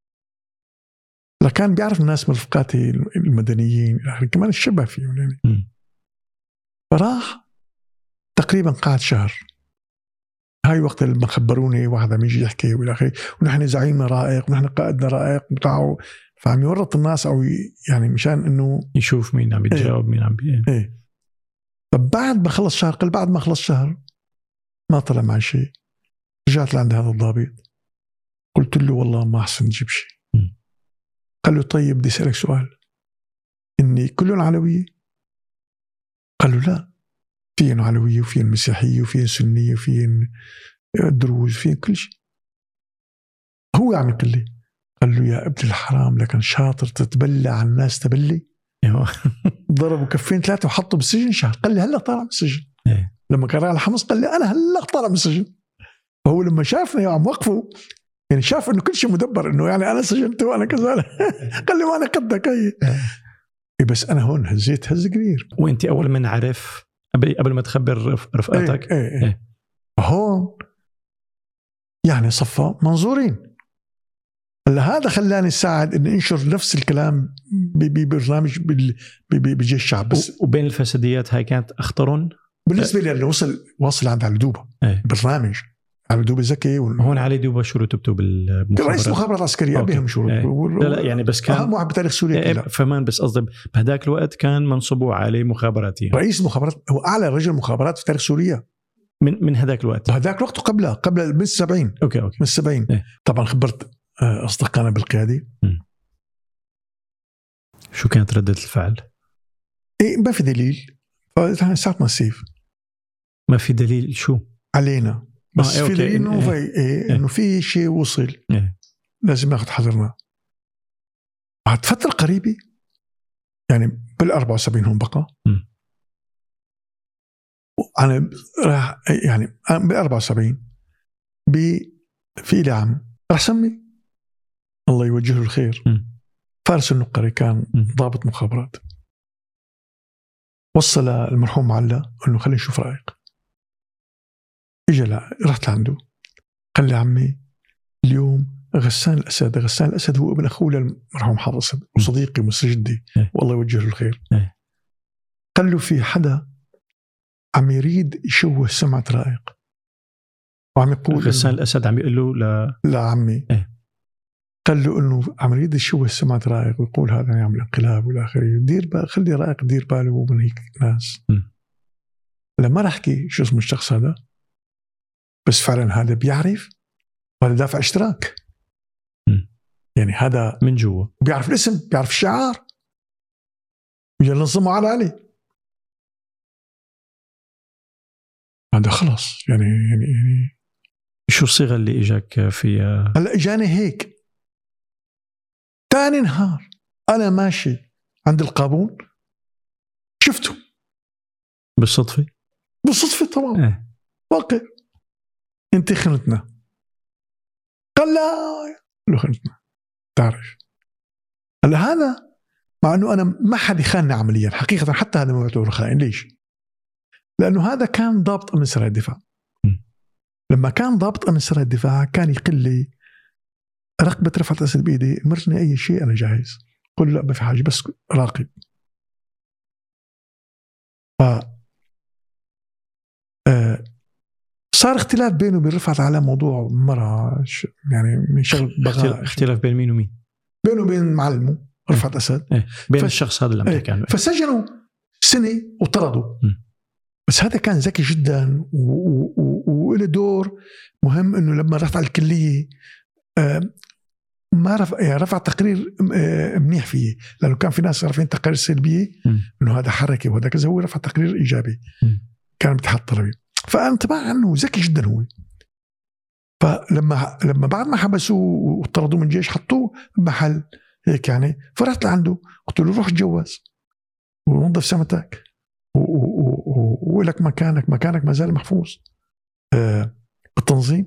لكان بيعرف الناس من رفقاتي المدنيين كمان الشبه فيهم يعني. م. فراح تقريبا قعد شهر. هاي وقت اللي خبروني واحد عم يجي يحكي والى اخره، ونحن زعيمنا رائق ونحن قائدنا رائق بتاعه، فعم يورط الناس او يعني مشان انه يشوف مين عم يتجاوب. ايه مين عم بي ايه. فبعد ما خلص شهر، قال بعد ما خلص شهر ما طلع معي شيء، رجعت لعند هذا الضابط قلت له والله ما أحسن نجيب شيء. قال له طيب بدي أسألك سؤال، إني كلهم علوية؟ قال له لا، فين علوية وفين مسيحية وفين سنية وفين دروز وفين كل شيء. هو عم يقول لي، قال له يا ابن الحرام لكن شاطر تتبلى عن الناس تبلي. ضربوا كفين ثلاثة وحطوا بالسجن شهر. قال لي هلا طالع من السجن. لما كان على الحمص قال لي أنا هلا طالع من السجن. فهو لما شافني عم وقفه يعني شاف إنه كل شيء مدبر، إنه يعني أنا سجنت وأنا كذا. قال لي ما أنا قدك أي. بس أنا هون هزيت هز كبير. وأنت أول من عرف قبل قبل ما تخبر رفقاتك. ايه ايه ايه. هون يعني صفى منظورين. هلا هذا خلاني ساعد إني انشر نفس الكلام ببرنامج بجيش الشعب. بس وبين الفساديات هاي كانت أخطرون بالنسبة لي اللي وصل واصل عند علي دوبة. ايه. برنامج علي دوبة ذكي و... هون علي دوبة شو رتبته بالمخابرات؟ رئيس مخابرات عسكرية بهم شو رتبته. لا لا يعني بس كان أهم واحد بتاريخ سوريا. ايه فمان، بس قصدي بهداك الوقت كان منصبه علي مخابراتي يعني. رئيس مخابرات، هو أعلى رجل مخابرات في تاريخ سوريا من من هداك الوقت. هداك الوقت قبله قبل من السبعين. أوكي أوكي من السبعين. ايه. طبعا خبرت أصدقائنا بالقيادة. م. شو كانت ردة الفعل؟ إيه ما في دليل، فإحنا ساعتنا السيف. ما في دليل شو؟ علينا بس آه. في دليل إنه إيه. في إيه. إيه. إنه في شيء وصل. إيه. لازم ناخد حذرنا. بعد فترة قريبة يعني بالأربعة وسبعين هم بقى. م. أنا راح يعني بالأربعة وسبعين في لي عم راح سمي الله يوجهه الخير. م. فارس النقري كان ضابط مخابرات، وصل المرحوم معلّى انه خلينا نشوف رايك. اجى لا رحت لعنده قال لي عمي اليوم غسان الاسد غسان الاسد هو ابن اخوه المرحوم حافظ وصديقي ومسجدي والله يوجهه الخير. قال له في حدا عم يريد يشوه سمعة رائق وعم يقول غسان الاسد عم يقول له لا لا عمي ايه. قال له انه عم يريد يشوه سمعة رائق ويقول هذا يعمل انقلاب والى اخره، دير بال خلي رائق دير باله من هيك ناس. م. لما راح احكي شو اسمه الشخص هذا، بس فعلا هذا بيعرف وهذا دافع اشتراك. م. يعني هذا من جوا بيعرف الاسم، بيعرف الشعار، يجي ننظمه على عليه. هذا خلاص يعني يعني, يعني شو الصيغة اللي اجاك فيها؟ هلا اجاني هيك تاني نهار انا ماشي عند القابون شفته بالصدفة بالصدفة طبعا. اه. واقع انت خنتنا. قال لا له خنتنا تعرف. هلا هذا مع انه انا ما حد يخانني عمليا حقيقة، حتى هذا ما بعتبره خائن. ليش؟ لانه هذا كان ضابط امن سرايا الدفاع. لما كان ضابط امن سرايا الدفاع كان يقول لي رقبة رفعت أسد بإيدي، مرني أي شيء أنا جاهز. قل لا ما في حاجة بس راقب. ف آه صار اختلاف بينه وبين رفعت على موضوع مرة يعني من شغل بغاء. اختلاف بين مين ومين؟ بينه وبين معلمه رفعت أسد. ايه. بين ف... الشخص هذا اللي عم تحكي عنه. فسجنوا سنة وطردوا. م. بس هذا كان ذكي جدا وله دور مهم، إنه لما رفع الكلية آه ما رفع يعني رفع تقرير منيح فيه، لأنه كان في ناس رافعين تقارير سلبية إنه هذا حركة وهذا كذا، هو رفع تقرير إيجابي م. كان باتحاد الطلبي. فأنا انتبه عنه ذكي جدا هو. فلما لما بعد ما حبسوه وطردوه من الجيش حطوه محل هيك يعني، فرحت لعنده قلت له روح اتجوز ونظف سمتك ولك مكانك مكانك ما زال محفوظ آه بالتنظيم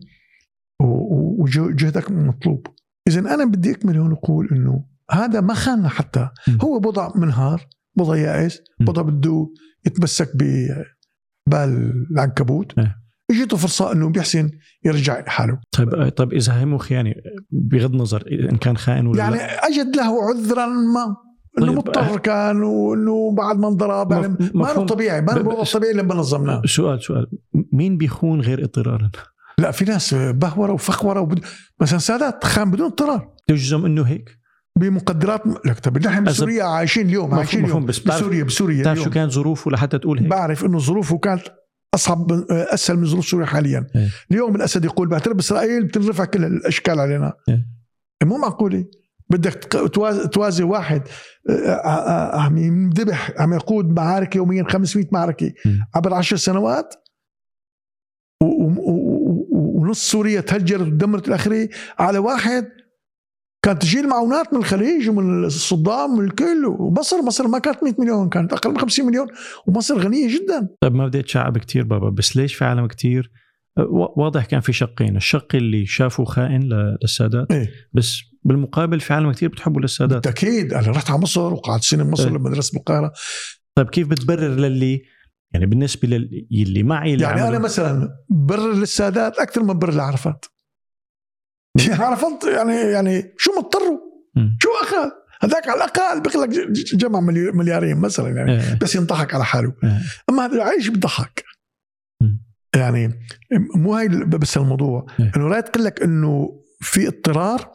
وجهدك مطلوب. إذا أنا بدي أكمل هون أقول إنه هذا ما خاننا، حتى هو بضع منهار، بضع يائس، بضع بده يتمسك ببال العنكبوت. اجيته فرصة إنه بيحسن يرجع حاله. طيب طيب إذا هي مو خيانة بغض النظر إن كان خائن ولا يعني لا. أجد له عذرا ما إنه طيب مضطر كان وإنه بعد ما انضرب يعني ما هو طبيعي، ما هو طبيعي لما نظمناه. سؤال سؤال مين بيخون غير اضطرارا؟ لا في ناس بهورة وفخورة وبد... مثلا سادات خان بدون اضطرار. تجزم إنه هيك بمقدرات م... لك طب نحن بسوريا عايشين اليوم عايشين اليوم بس بسوريا بسوريا تعرف شو كانت ظروفه لحتى تقول هيك؟ بعرف إنه ظروفه كانت أصعب أسهل من ظروف سوريا حاليا. إيه؟ اليوم الأسد يقول بعترف إسرائيل بتنرفع كل الأشكال علينا. إيه؟ مو معقولة بدك توازي, توازي واحد عم يذبح عم يقود معارك يوميا خمسمية معركة إيه؟ عبر عشر سنوات و... و... ونص سوريا تهجرت ودمرت الآخرية على واحد كانت تجي المعونات من الخليج ومن الصدام ومن الكل. ومصر مصر ما كانت مئة مليون، كانت أقل من خمسين مليون، ومصر غنية جدا. طيب ما بدي أتشعب كتير بابا، بس ليش في عالم كتير واضح كان في شقين، الشق اللي شافوا خائن للسادات إيه؟ بس بالمقابل في عالم كتير بتحبوا للسادات. بالتأكيد أنا رحت على مصر وقعدت سنة بمصر إيه؟ لما درست بالقاهرة. طيب كيف بتبرر للي يعني بالنسبة للي معي يعني أنا مثلا برر للسادات أكثر من برر لعرفات. يعني عرفت يعني يعني شو مضطروا شو أخذ هذاك على الأقل بيقول لك جمع مليارين مثلا يعني اه. بس ينضحك على حاله اه. أما هذا عايش بيضحك يعني مو هاي بس الموضوع اه. إنه رأيت تقول لك إنه في اضطرار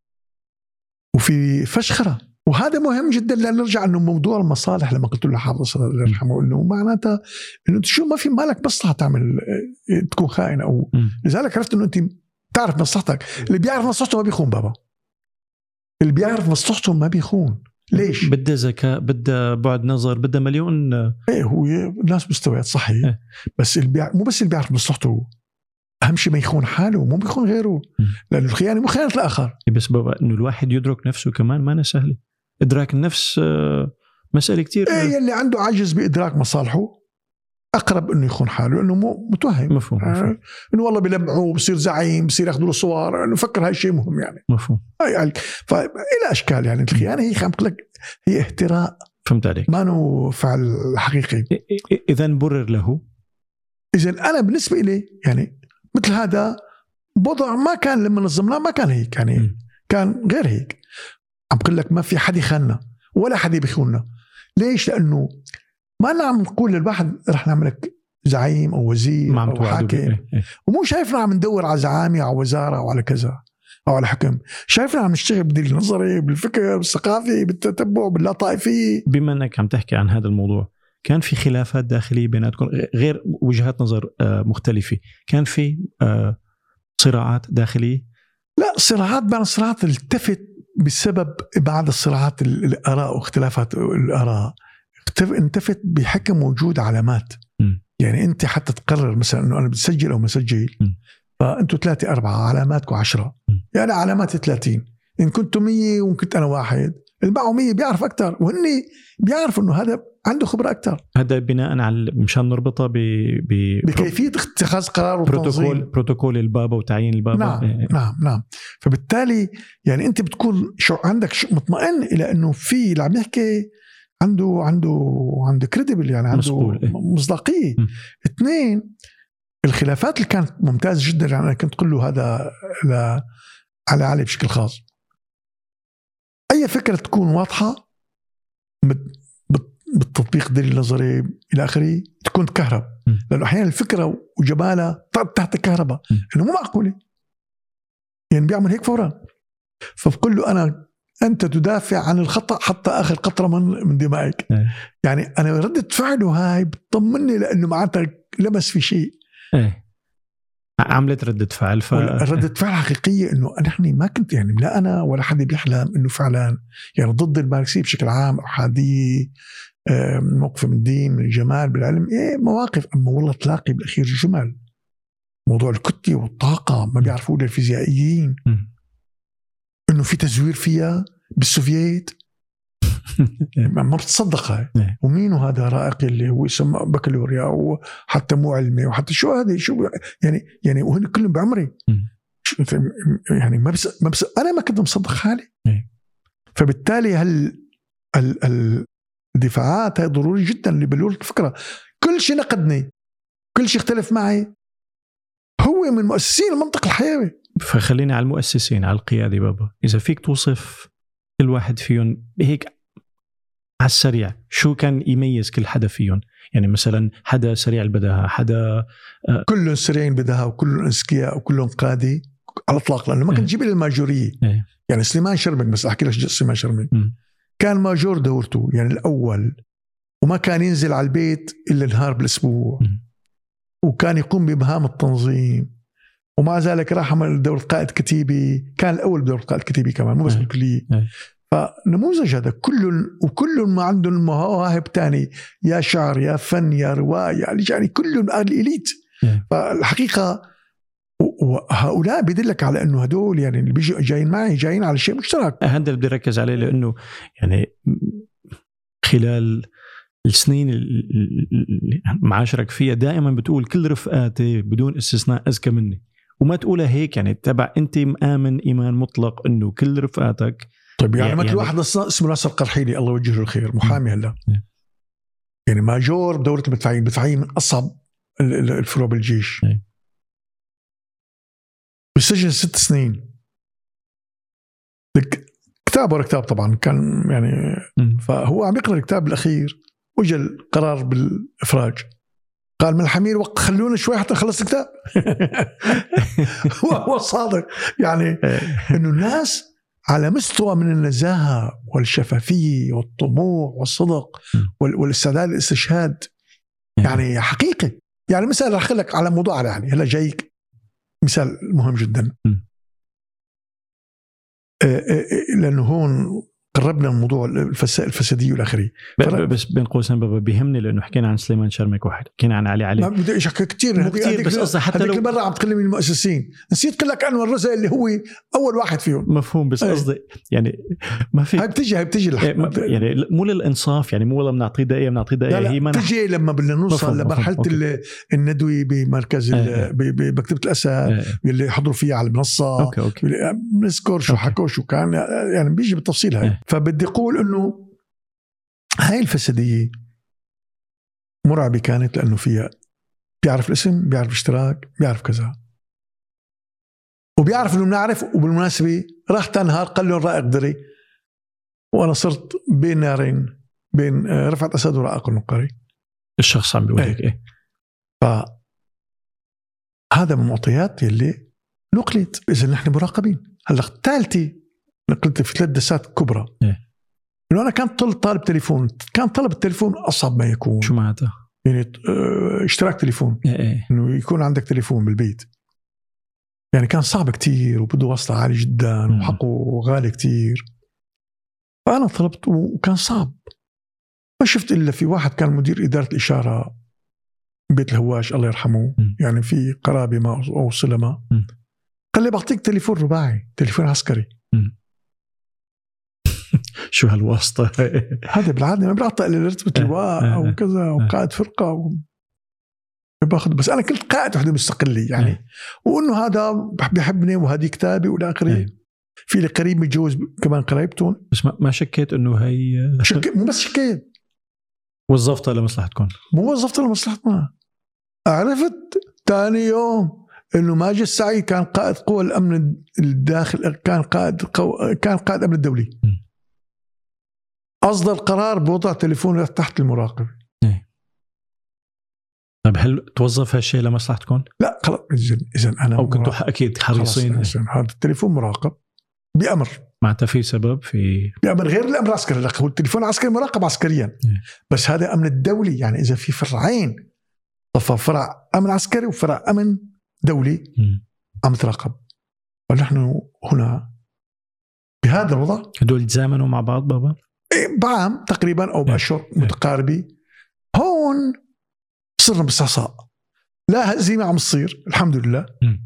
وفي فشخرة، وهذا مهم جدا. لأن نرجع إنه موضوع المصالح لما قلت له حافظ الله يرحمه إنه معناتها إنه شو ما في مالك مصلحة تعمل تكون خائن أو م. لذلك عرفت إنه أنت تعرف مصلحتك. اللي بيعرف مصلحته ما بيخون بابا، اللي بيعرف مصلحته ما بيخون. ليش؟ بده ذكاء، بده بعد نظر، بده مليون. ايه هو ناس مستويات صحيح إيه؟ بس اللي بيع... مو بس اللي بيعرف مصلحته، اهم شيء ما يخون حاله، مو بيخون غيره. لأن الخيانة مو خيانة الآخر. بس بابا إنه الواحد يدرك نفسه كمان ما سهل. إدراك النفس مسألة كتير. ايه اللي عنده عجز بإدراك مصالحه أقرب إنه يخون حاله، إنه مو متوهم. مفهوم. مفهوم. إنه والله بيلمعوه بصير زعيم، بصير ياخذوا له صور، إنه فكر هاي شيء مهم يعني. مفهوم. يعني فإلى أشكال يعني الخيانة هي خام لك هي اهتراء. فهمت عليك. ما نو فعل حقيقي. إذن برر له. إذن أنا بالنسبة إلي يعني مثل هذا بضع ما كان لما نظمناه ما كان هيك يعني م. كان غير هيك. عم بقول لك ما في حد يخاننا ولا حد بيخوننا. ليش؟ لأنه ما أنا عم نقول للواحد رح نعملك زعيم أو وزير أو حاكم إيه إيه. ومو شايفنا عم ندور على زعامة أو وزارة أو على كذا أو على حكم. شايفنا عم نشتغل بالنظري بالفكر بالثقافي بالتتبع باللا طائفية. بما أنك عم تحكي عن هذا الموضوع، كان في خلافات داخلية بيناتكم غير وجهات نظر مختلفة؟ كان في صراعات داخلية؟ لا، صراعات بين الصراعات التفت بسبب بعد الصراعات الآراء واختلافات الآراء انتفت بحكم وجود علامات. م. يعني أنت حتى تقرر مثلا أنه أنا بسجل أو مسجل، فأنتوا ثلاثة أربعة علاماتكم عشرة، م. يعني علامات ثلاثين، إن كنتوا مية وكنت أنا واحد، اللي معه مية بيعرف أكتر، وهني بيعرف أنه هذا عنده خبرة أكتر. هذا بناء على مشان نربطه ب... ب... بكيفية اتخاذ قرار وتنظيم بروتوكول بروتوكول البابا وتعيين البابا. نعم إيه. نعم نعم. فبالتالي يعني أنت بتكون شو عندك شو مطمئن إلى أنه في اللي عم يحكي عنده عنده عنده كريديبل، يعني عنده إيه. مصداقية. م. اثنين، الخلافات اللي كانت ممتازة جدا، يعني أنا كنت أقول له هذا ل... على علي بشكل خاص، أي فكرة تكون واضحة بالتطبيق دليل النظري إلى آخره تكون تكهرب، لأنه أحيانا الفكرة وجمالها تحت الكهرباء، إنه مو معقولة، يعني بيعمل هيك فورا. فبقول له أنا أنت تدافع عن الخطأ حتى آخر قطرة من من دمائك. يعني أنا ردة فعله هاي بتطمني لأنه معناتها لمس في شيء. عملت ردة فعل. ف... ردة فعل حقيقية، إنه نحن ما كنت يعني لا أنا ولا حد بيحلم إنه فعلا يعني ضد الماركسية بشكل عام، أحادية، موقف من الدين، من الجمال، بالعلم، إيه مواقف. أما والله تلاقي بالأخير جمال، موضوع الكتلة والطاقة ما بيعرفوه الفيزيائيين، إنه في تزوير فيها بالسوفييت ما بتصدق هاي. ومين هذا رائق اللي هو يسمى بكالوريا وحتى مو علمي وحتى شو هذا شو يعني يعني وهن كلهم بعمري يعني ما بس ما بس أنا ما كنت مصدق حالي. فبالتالي هل الدفاعات هي ضروري جدا لبلور الفكرة. كل شيء نقدني، كل شيء اختلف معي، هو من مؤسسين المنطق الحيوي. فخلينا على المؤسسين، على القيادة بابا، إذا فيك توصف كل واحد فيهم هيك على السريع، شو كان يميز كل حدا فيهم؟ يعني مثلا حدا سريع البداهة، حدا آه كلهم سريعين البداهة وكلهم أذكياء وكلهم قادة على الإطلاق، لأنه ما كان تجيب الماجورية. اه. يعني سليمان شرمك، بس أحكي لك سليمان شرمك م. كان ماجور دورته، يعني الأول، وما كان ينزل على البيت إلا نهار بالأسبوع، م. وكان يقوم بمهام التنظيم، ومع ذلك راح عمل دورة قائد كتيبي، كان الأول بدورة قائد كتيبي كمان، مو بس بالكلية. فنموذج هذا كل وكل ما عندهم مواهب تاني، يا شعر يا فن يا رواية، يعني كلهم الإليت. فالحقيقة وهؤلاء بيدلك على أنه هدول يعني اللي بيجوا جايين معي جايين على شيء مشترك. هذا اللي بدي ركز عليه، لأنه يعني خلال السنين اللي معاشرك فيها دائما بتقول كل رفقاتي بدون استثناء أذكى مني، وما تقولها هيك يعني تبع أنت مآمن إيمان مطلق أنه كل رفقاتك. طيب يعني, يعني مثل واحد اسمه ناصر قرحيلي الله يوجهه الخير، محامي هلا، يعني ماجور بدورة المدفعين، مدفعين من أصعب الفروع بالجيش، بالسجن ست سنين. كتاب ورا كتاب طبعا كان يعني م. فهو عم يقرأ الكتاب بالأخير وجا القرار بالإفراج، قال من الحمير وقت خلونا شوي حتى نخلص الكتاب. هو صادق يعني إنه الناس على مستوى من النزاهة والشفافية والطموح والصدق والاستعداد للاستشهاد، يعني حقيقة. يعني مثال رح أخلك على موضوع يعني هلا جايك مثال مهم جدا، لأنه هون قربنا الموضوع الفسادية والآخري. بس بين قوسين بابا بيهمني لأنه حكينا عن سليمان شرمك واحد، حكينا عن علي علي، ما بدي أحكي كتير كتير، بس قصة حتى لو مرة عم تكلم المؤسسين نسيت لك أنور رزق اللي هو أول واحد فيهم. مفهوم، بس قصدي يعني ما في هاي بتجي هاي بتجي يعني مو للإنصاف، يعني مو والله بنعطيه دقيقة بنعطيه دقيقة، لا لا بتجي لما بدنا نوصل لمرحلة الندوي بمركز اه بمكتبة الأسد اه اللي حضروا فيها على المنصة، أوكي أوكي. نذكر شو حكوا شو كان، يعني بيجي بالتفصيل هاي اه. فبدي أقول إنه هاي الفسادية مرعبة كانت، لأنه فيها بيعرف الاسم، بيعرف اشتراك، بيعرف كذا، وبيعرف إنه بنعرف. وبالمناسبة راح تنهار قال له رائق دري، وأنا صرت بين نارين، بين رفعت أسد ورائق النقري. الشخص عم بيقول لك إيه. فهذا من المعطيات اللي نقلت. إذا نحن مراقبين. هلا الثالثة نقلت في ثلاث دسات كبرى. إيه. انه انا كان طلب طالب تليفون، كان طلب التليفون اصعب ما يكون. شو معناته؟ يعني اشتراك تليفون، إيه إيه. انه يكون عندك تليفون بالبيت، يعني كان صعب كتير وبده وصلة عالي جدا وحقه غالي كتير. فانا طلبت وكان صعب. ما شفت الا في واحد كان مدير اداره الاشاره بيت الهواش الله يرحمه، م. يعني في قرابه ما اوصلها ما م. قال لي بعطيك تليفون رباعي، تليفون عسكري. شو هالواسطه؟ هذا بالعاده ما بيعطى الا رتبه لواء او كذا وقائد فرقه و... باخذ. بس انا كنت قائد وحده مستقلي يعني، وانه هذا بيحبني وهذه كتابي والى اخره. في لي قريب متجوز كمان قرايبتهم، بس ما شكيت انه هي شك... مو بس شكيت، وظفتها لمصلحتكم. مو وظفتها لمصلحتنا. عرفت ثاني يوم انه ماجد السعيد كان قائد قوى الامن الداخل، كان قائد قو... كان قائد الامن الدولي، اصدر قرار بوضع تليفون تحت المراقبه. طيب هل توظف هالشيء لمصلحتكم؟ لا خلاص، اذا انا او كنتوا اكيد حريصين. هذا التليفون مراقب بأمر، معناتها في سبب في بأمر غير الأمر العسكري. لا هو التليفون عسكري مراقب عسكريا، يه. بس هذا أمن الدولي، يعني إذا في فرعين، طفى فرع أمن عسكري وفرع أمن دولي يه. عم تراقب. ونحن هنا بهذا الوضع هدول تزامنوا مع بعض بابا بعام تقريبا أو بأشهر متقاربة. هون صرنا باستعصاء، لا هزيمة عم تصير الحمد لله، م.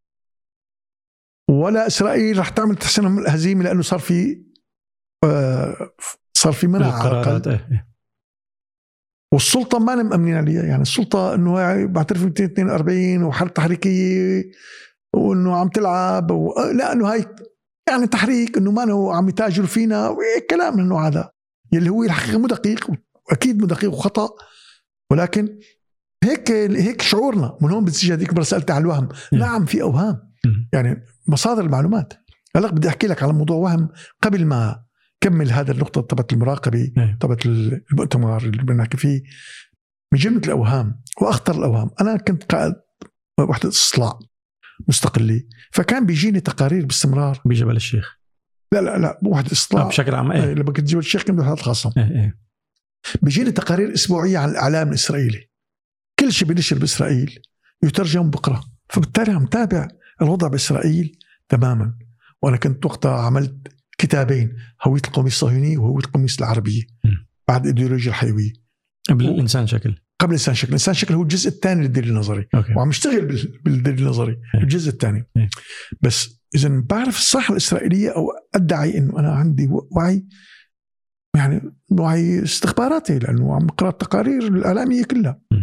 ولا إسرائيل رح تعمل تحسن الهزيمة، لأنه صار في آه صار في منع قرارات، والسلطة ما مأمنين عليها. يعني السلطة إنه يعني بعترف مئتين واثنين وأربعين وحرب تحريكية وإنه عم تلعب و... لا إنه هاي يعني تحريك، إنه ما هو عم يتاجر فينا كلام من النوع هذا، يلي هو الحقيقة مو دقيق، وأكيد مو دقيق وخطأ، ولكن هيك هيك شعورنا من هون. بتيجي هذيك مرة سألت عن الوهم. نعم في أوهام، يعني مصادر المعلومات. هلا بدي أحكي لك على موضوع وهم قبل ما كمل هذا النقطة تبعت المراقبة تبعت المؤتمر اللي بنحكي فيه. من جملة الأوهام وأخطر الأوهام، أنا كنت قائد وحدة إصلاع مستقلة، فكان بيجيني تقارير باستمرار بجبل الشيخ. لا لا لا مو وحدة إصلاع بشكل عام. ايه لما كنت جبل الشيخ كنت وحدات خاصة. ايه ايه. بيجيني تقارير أسبوعية عن الإعلام الإسرائيلي، كل شيء بنشر بإسرائيل يترجم بقرأ، فبالتالي عم تابع الوضع بإسرائيل تماما. وأنا كنت وقتها عملت كتابين، هوية القومية الصهيونية وهوية القومية العربية، م. بعد إيديولوجيا الحيوية قبل و... الإنسان شكل قبل الإنسان شكل. الإنسان شكل هو الجزء الثاني للدليل النظري، أوكي. وعم اشتغل بالدليل النظري م. الجزء الثاني م. بس إذا بعرف الصحة الإسرائيلية أو أدعي إنه أنا عندي وعي، يعني وعي استخباراتي، لأنه عم أقرأ التقارير الإعلامية كلها. م.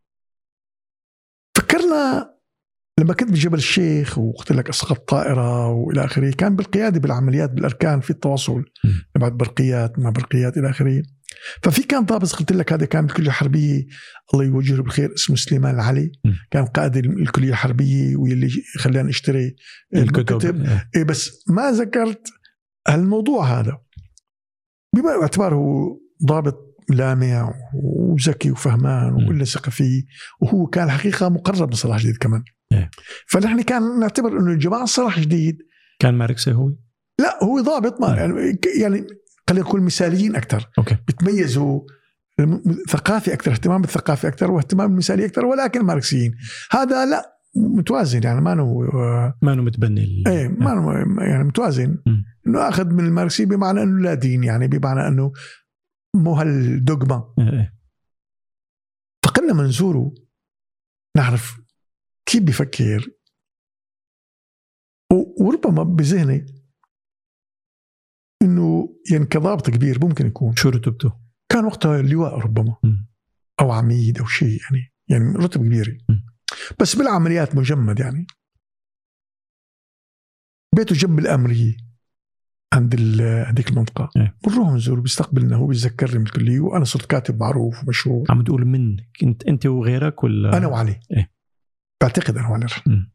فكرنا لما كنت بجبل الشيخ وقلت لك أسقط طائرة وإلى آخره، كان بالقيادة بالعمليات بالأركان في التواصل بعد برقيات مع برقيات إلى آخره. ففي كان ضابط قلت لك هذا كان بالكلية الحربية الله يوجهه بالخير، اسمه سليمان العلي، كان قائد الكلية الحربية واللي خلاني اشتري الكتب. إيه بس ما ذكرت الموضوع هذا بما باعتباره ضابط لامع وذكي وفهمان وإلا ثقة فيه، وهو كان الحقيقة مقرب من صلاح جديد كمان. فنحن كان نعتبر إنه الجماعة صلاح جديد كان ماركسي هو، لا هو ضابط ما يعني يعني خلينا نقول مثاليين أكتر، أوكي. بتميزوا ثقافي أكتر، اهتمام بالثقافة أكتر واهتمام بالمثالية أكتر، ولكن ماركسيين. هذا لا متوازن، يعني ما نو ما نو متبني ايه ما نو يعني متوازن، م. إنه أخذ من الماركسي بمعنى إنه لا دين، يعني بمعنى إنه مو هالدوغما. إيه. فقلنا منزوره نعرف كيف بيفكر، وربما بذهني إنه يعني كضابط كبير ممكن يكون. شو رتبته؟ كان وقتها اللواء ربما م. أو عميد أو شيء، يعني يعني رتب كبيرة، م. بس بالعمليات مجمد. يعني بيته جنب الأمرية عند هذيك المنطقة، إيه. بنروح نزور، بيستقبلنا، هو بيذكرني من الكلية، وأنا صرت كاتب معروف ومشهور. عم تقول من انت انت وغيرك ولا أنا وعلي؟ إيه؟ بعتقد أنا وعلي. م.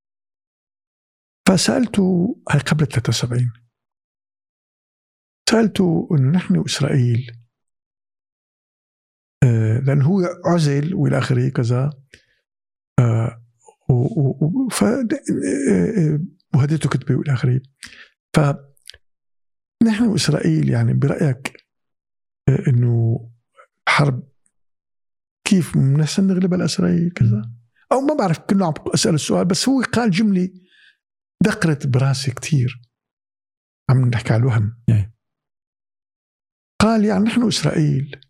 فسألته هاي قبل ثلاثة وسبعين، سألته إنه نحن وإسرائيل آه لأنه هو عزل والى آخره كذا، آه ف وهديته كتبه والى آخره. ف نحن وإسرائيل يعني برأيك إنه حرب كيف منحسن نغلب على إسرائيل كذا، أو ما بعرف، كنا عم أسأل السؤال بس هو قال جملة دقرت براسي كتير، عم نحكي على الوهم. قال يعني نحن إسرائيل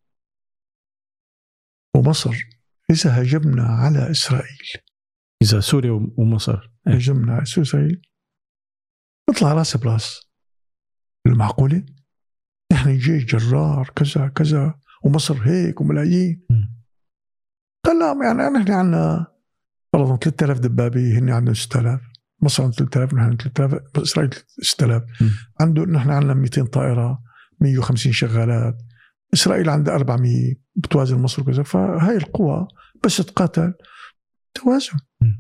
ومصر إذا هجمنا على إسرائيل، إذا سوريا ومصر هجمنا على إسرائيل نطلع راس براس. المعقولة نحن جيش جرار كذا كذا ومصر هيك وملايين. قال لا، يعني نحن عنا فرضاً ثلاثة آلاف دبابة، هن عندهم ستة آلاف، مصر عندهم ثلاثة آلاف، نحن ثلاثة آلاف، إسرائيل ستة آلاف. عنده نحن عنا مئتين طائرة، مئة وخمسين شغالات، إسرائيل عندها أربعمئة، بتوازن مصر وكذا. فهاي القوى بس تقاتل توازن.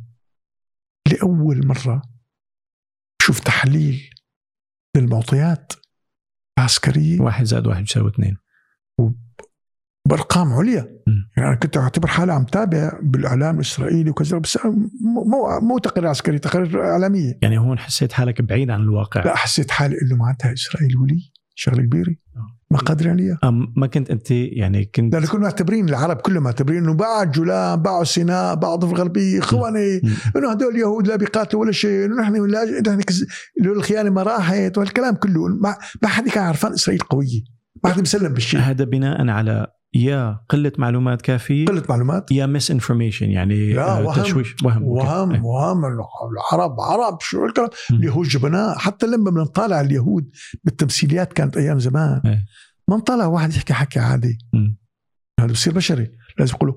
لأول مرة شوف تحليل للمعطيات العسكرية، واحد زائد واحد يساوي اثنين بأرقام عليا. م. يعني أنا كنت أعتبر حالي عم تابع بالإعلام الإسرائيلي وكذا، بس مو مو تقرير عسكري، تقرير إعلامية. يعني هون حسيت حالك بعيد عن الواقع؟ لا، حسيت حالي إنه معناتها إسرائيل ولي شغله كبيرة ما قادرين عليها. ما كنت أنت يعني كنت، لأن كنا معتبرين، العرب كلهم معتبرين إنه بعد جولان، بعد سيناء، بعد الغربية إخواني، إنه هدول اليهود لا بيقاتلوا ولا شيء، إنه نحن لا نحن كز... الخيانة ما راحت، والكلام كله ما ما حد كان عارفان إسرائيل قوية، ما حد مسلم بالشيء. هذا بناء على يا قلة معلومات كافية، قلة معلومات، يا مس انفورميشن، يعني وهم تشويش، وهم وهم وهم, وهم العرب عرب شو الكلام. اليهود جبناء، حتى لما بنطالع اليهود بالتمثيليات كانت أيام زمان اه. ما نطالع واحد يحكي حكي عادي، هذا بصير بشري، لازم يقولوا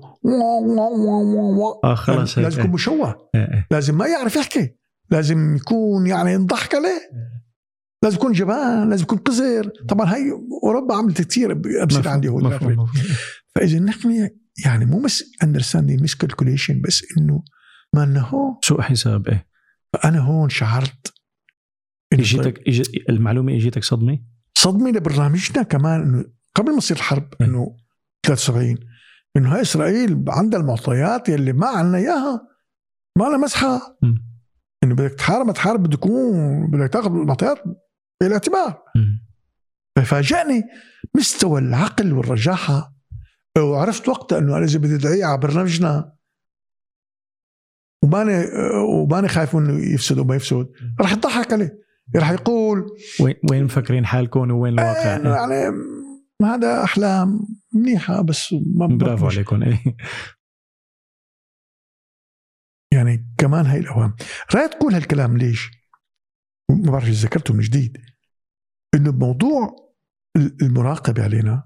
اه خلاص، لازم يكون مشوه، اه. لازم ما يعرف يحكي، لازم يكون يعني نضحك عليه، لازم يكون جبان، لازم يكون قزر. طبعا هاي أوروبا عملت كثير أمثلة عن اليهود. فإذا نحن يعني مو بس understanding miscalculation، بس إنه ما أنه سوء حساب. إيه فأنا هون شعرت إجيتك إجي المعلومة إجيتك صدمة صدمة لبرنامجنا كمان، إنه قبل ما يصير الحرب إيه؟ إنه ثلاثة وسبعين إنه هاي إسرائيل عندها المعطيات يلي ما عنا إياها، ما لها مسحة. م. إنه بدك تحارب تحارب بدك تكون بدك تاخذ المعطيات بالاعتبار. ففاجأني مستوى العقل والرجاحة، وعرفت وقتها انه انا اذا بدي ادعي على برنامجنا وماني وماني خايف انه يفسد وما يفسد، راح يضحك عليه، راح يقول وين وين مفكرين حالكم وين الواقع. يعني هذا احلام منيحه بس ما برافو عليكم. ايه يعني كمان هاي الاوهام راح تقول هالكلام ليش؟ ما بعرف اذا ذكرته من جديد، انه بموضوع المراقبه علينا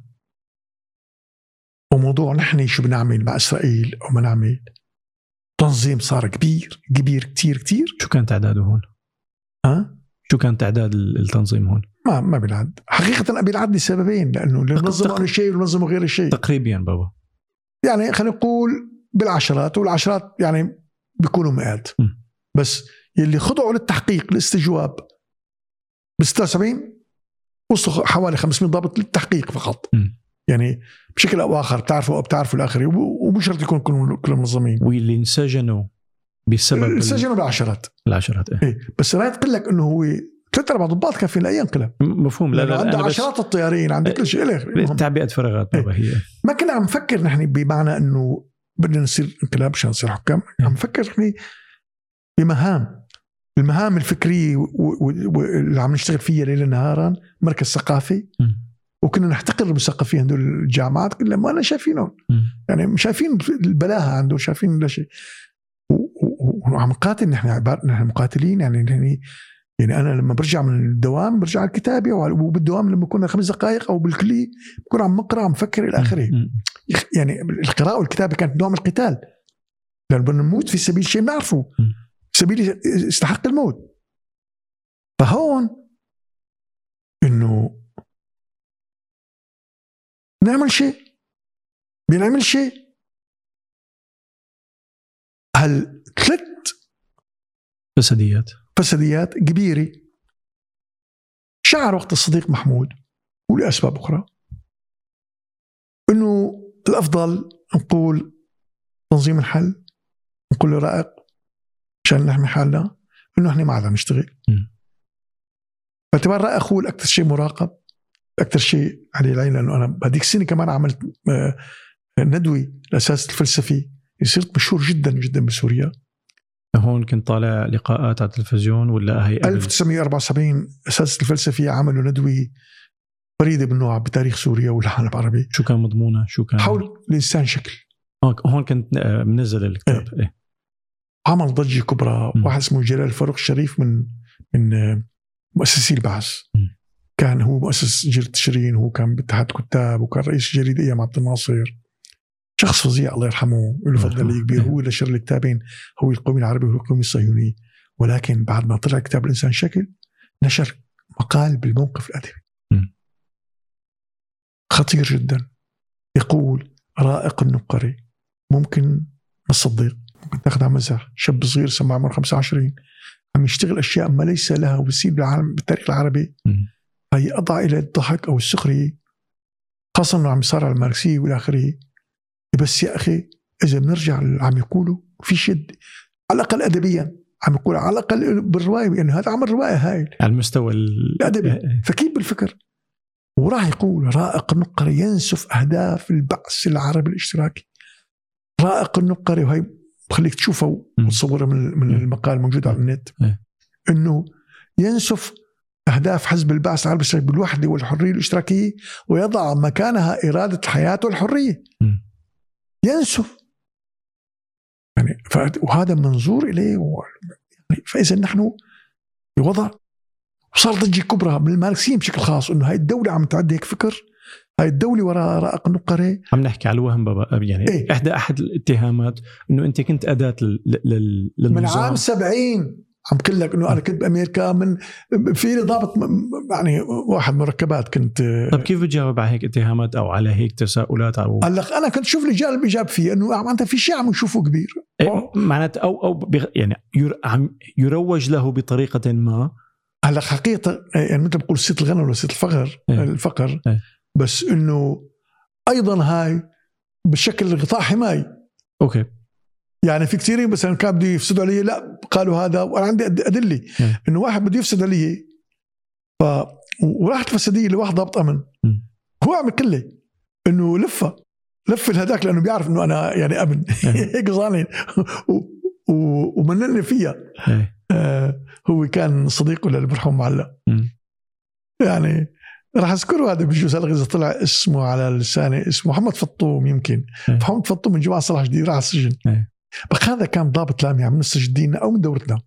وموضوع نحن شو بنعمل مع إسرائيل أو ما نعمل، تنظيم صار كبير كبير كتير كتير. شو كان تعداده هون؟ ها؟ شو كان تعداد التنظيم هون؟ ما ما بينعد حقيقة، بينعد لسببين، لأنه اللي نظموا شيء والنظموا غير الشيء تقريبا بابا. يعني خلينا نقول بالعشرات، والعشرات يعني بيكونوا مئات، بس يلي خضعوا للتحقيق الاستجواب ب ستة وسبعين وصلوا حوالي خمسمئة ضابط للتحقيق فقط. م. يعني بشكل أو آخر بتعرفوا أو بتعرفوا الآخر، ومش شرط يكون كلهم منظمين. واللي انسجنوا بسبب انسجنوا بالعشرات العشرات إيه. إيه. بس رأيت تقول لك إنه هو ثلاثة أربع ضباط كان في لا ينقلب. مفهوم. لا لا عنده عشرات الطيارين، عنده كل شيء إلى تعبئة فراغات بابا. إيه. هي ما كنا عم نفكر نحن بمعنى إنه بدنا نصير انقلاب عشان نصير حكام. إيه. عم نفكر نحن بمهام، المهام الفكرية واللي عم نشتغل فيها ليلا نهارا، مركز ثقافي. م. وكنا نحتقر المثقفين هذول الجامعات كلها ما أنا شايفينهم، يعني مش شايفين البلاهة عنده، شايفين لا شيء. وعم نقاتل نحن عبارة نحن مقاتلين. يعني يعني يعني أنا لما برجع من الدوام برجع على الكتابة، وبالدوام لما كنا خمس دقائق أو بالكلية بكون عم مقرأ عم فكر إلى آخره. يعني القراءة والكتابة كانت نوع من القتال، لأن بدنا نموت في سبيل شيء نعرفه، سبيل يستحق الموت. فهون إنه نعمل شيء بنعمل شيء. هل ثلاث فساديات فساديات كبيرة شعر وقت الصديق محمود ولأسباب أخرى إنه الأفضل نقول تنظيم الحل، نقول له رائق عشان نحمي حالنا، إنه إحنا ما عادنا نشتغل. باعتبار رائق هو اكثر شيء مراقب، اكثر شيء عليه العين، لانه انا بهذيك السنه كمان عملت ندوي الاساس الفلسفي، صرت مشهور جدا جدا بسوريا. هون كنت طالع لقاءات على التلفزيون ولا هي ألف وتسعمية وأربعة وسبعين اساس الفلسفي عملوا ندوي فريده من نوعها بتاريخ سوريا والعالم العربي. شو كان مضمونه؟ شو كان حول الانسان شكل. هون كنت منزل الكتاب. إيه. إيه. عمل ضجه كبرى. م. واحد اسمه جلال فاروق الشريف من من مؤسسي البعث، م. كان هو مؤسس جريدة تشرين، وهو كان باتحاد كتاب، وكان رئيس جريدة أيام عبد الناصر. شخص فظيع الله يرحمه، له فضل كبير. هو اللي نشر الكتابين، هو القومي العربي والقومي الصهيوني. ولكن بعد ما طلع كتاب الإنسان شكل، نشر مقال بالموقف الأدبي خطير جدا، يقول رائق النقري ممكن نصدق، ممكن تاخذ على مزح. شاب صغير سمع عمره خمسة وعشرين عم يشتغل أشياء ما ليس لها وسيل بالعالم بالتاريخ العربي، هي أضع إلى الضحك أو السخرية، خاصة أنه عم يصار على الماركسية والآخرية. بس يا أخي إذا بنرجع عم يقولوا في شد، على الأقل أدبيا عم يقول، على الأقل بالرواية، لأن يعني هذا عمل رواية هاي على المستوى الأدبي، فكيف بالفكر. وراح يقول رائق النقري ينسف أهداف البعث العربي الاشتراكي. رائق النقري، وهي بخليك تشوفها وتصورها من من المقال موجود على النت، إنه ينسف أهداف حزب البعث العربي الاشتراكي بالوحدة والحرية الاشتراكية، ويضع مكانها إرادة الحياة والحرية. م. ينسف يعني، وهذا منظور إليه و... يعني فإذا نحن بوضع، وصار ضجة كبرى من الماركسيين بشكل خاص، إنه هاي الدولة عم تعد هيك فكر، هاي الدولة وراء رائق النقري. عم نحكي على الوهم بابا، يعني إيه؟ إحدى أحد الاتهامات إنه أنت كنت أداة لل... للنظام من عام سبعين. عم قل لك انه انا كنت بامريكا، من في لي ضابط يعني واحد مركبات كنت. طب كيف بتجاوب على هيك اتهامات او على هيك تساؤلات؟ او قال لك انا كنت شوف لي جانب ايجابي فيه، انه انت في شيء عم نشوفه كبير معناته، او او بغ... يعني ير... عم يروج له بطريقه ما. هلا حقيقه يعني مثل بقول سيط الغنى ولا سيط الفقر ايه. الفقر ايه. بس انه ايضا هاي بالشكل الغطاء حماي. اوكي، يعني في كثيرين مثلا كان بده يفسدوا علي، لا قالوا هذا، وانا عندي ادله انه واحد بده يفسد علي، ف وراحت الفساديه لواحد ضابط امن، هو عمل كله انه لفه لف الهداك، لانه بيعرف انه انا يعني امن هيك ظانين، ومنني فيها. آه هو كان صديقه للمرحوم معلق، يعني راح اذكره هذا بجوز هلا اذا طلع اسمه على لساني، اسمه محمد فطوم، يمكن محمد فطوم من جماعه صلاح جديد، راح على السجن. بس هذا كان ضابط لامع من السجدين او من دورتنا.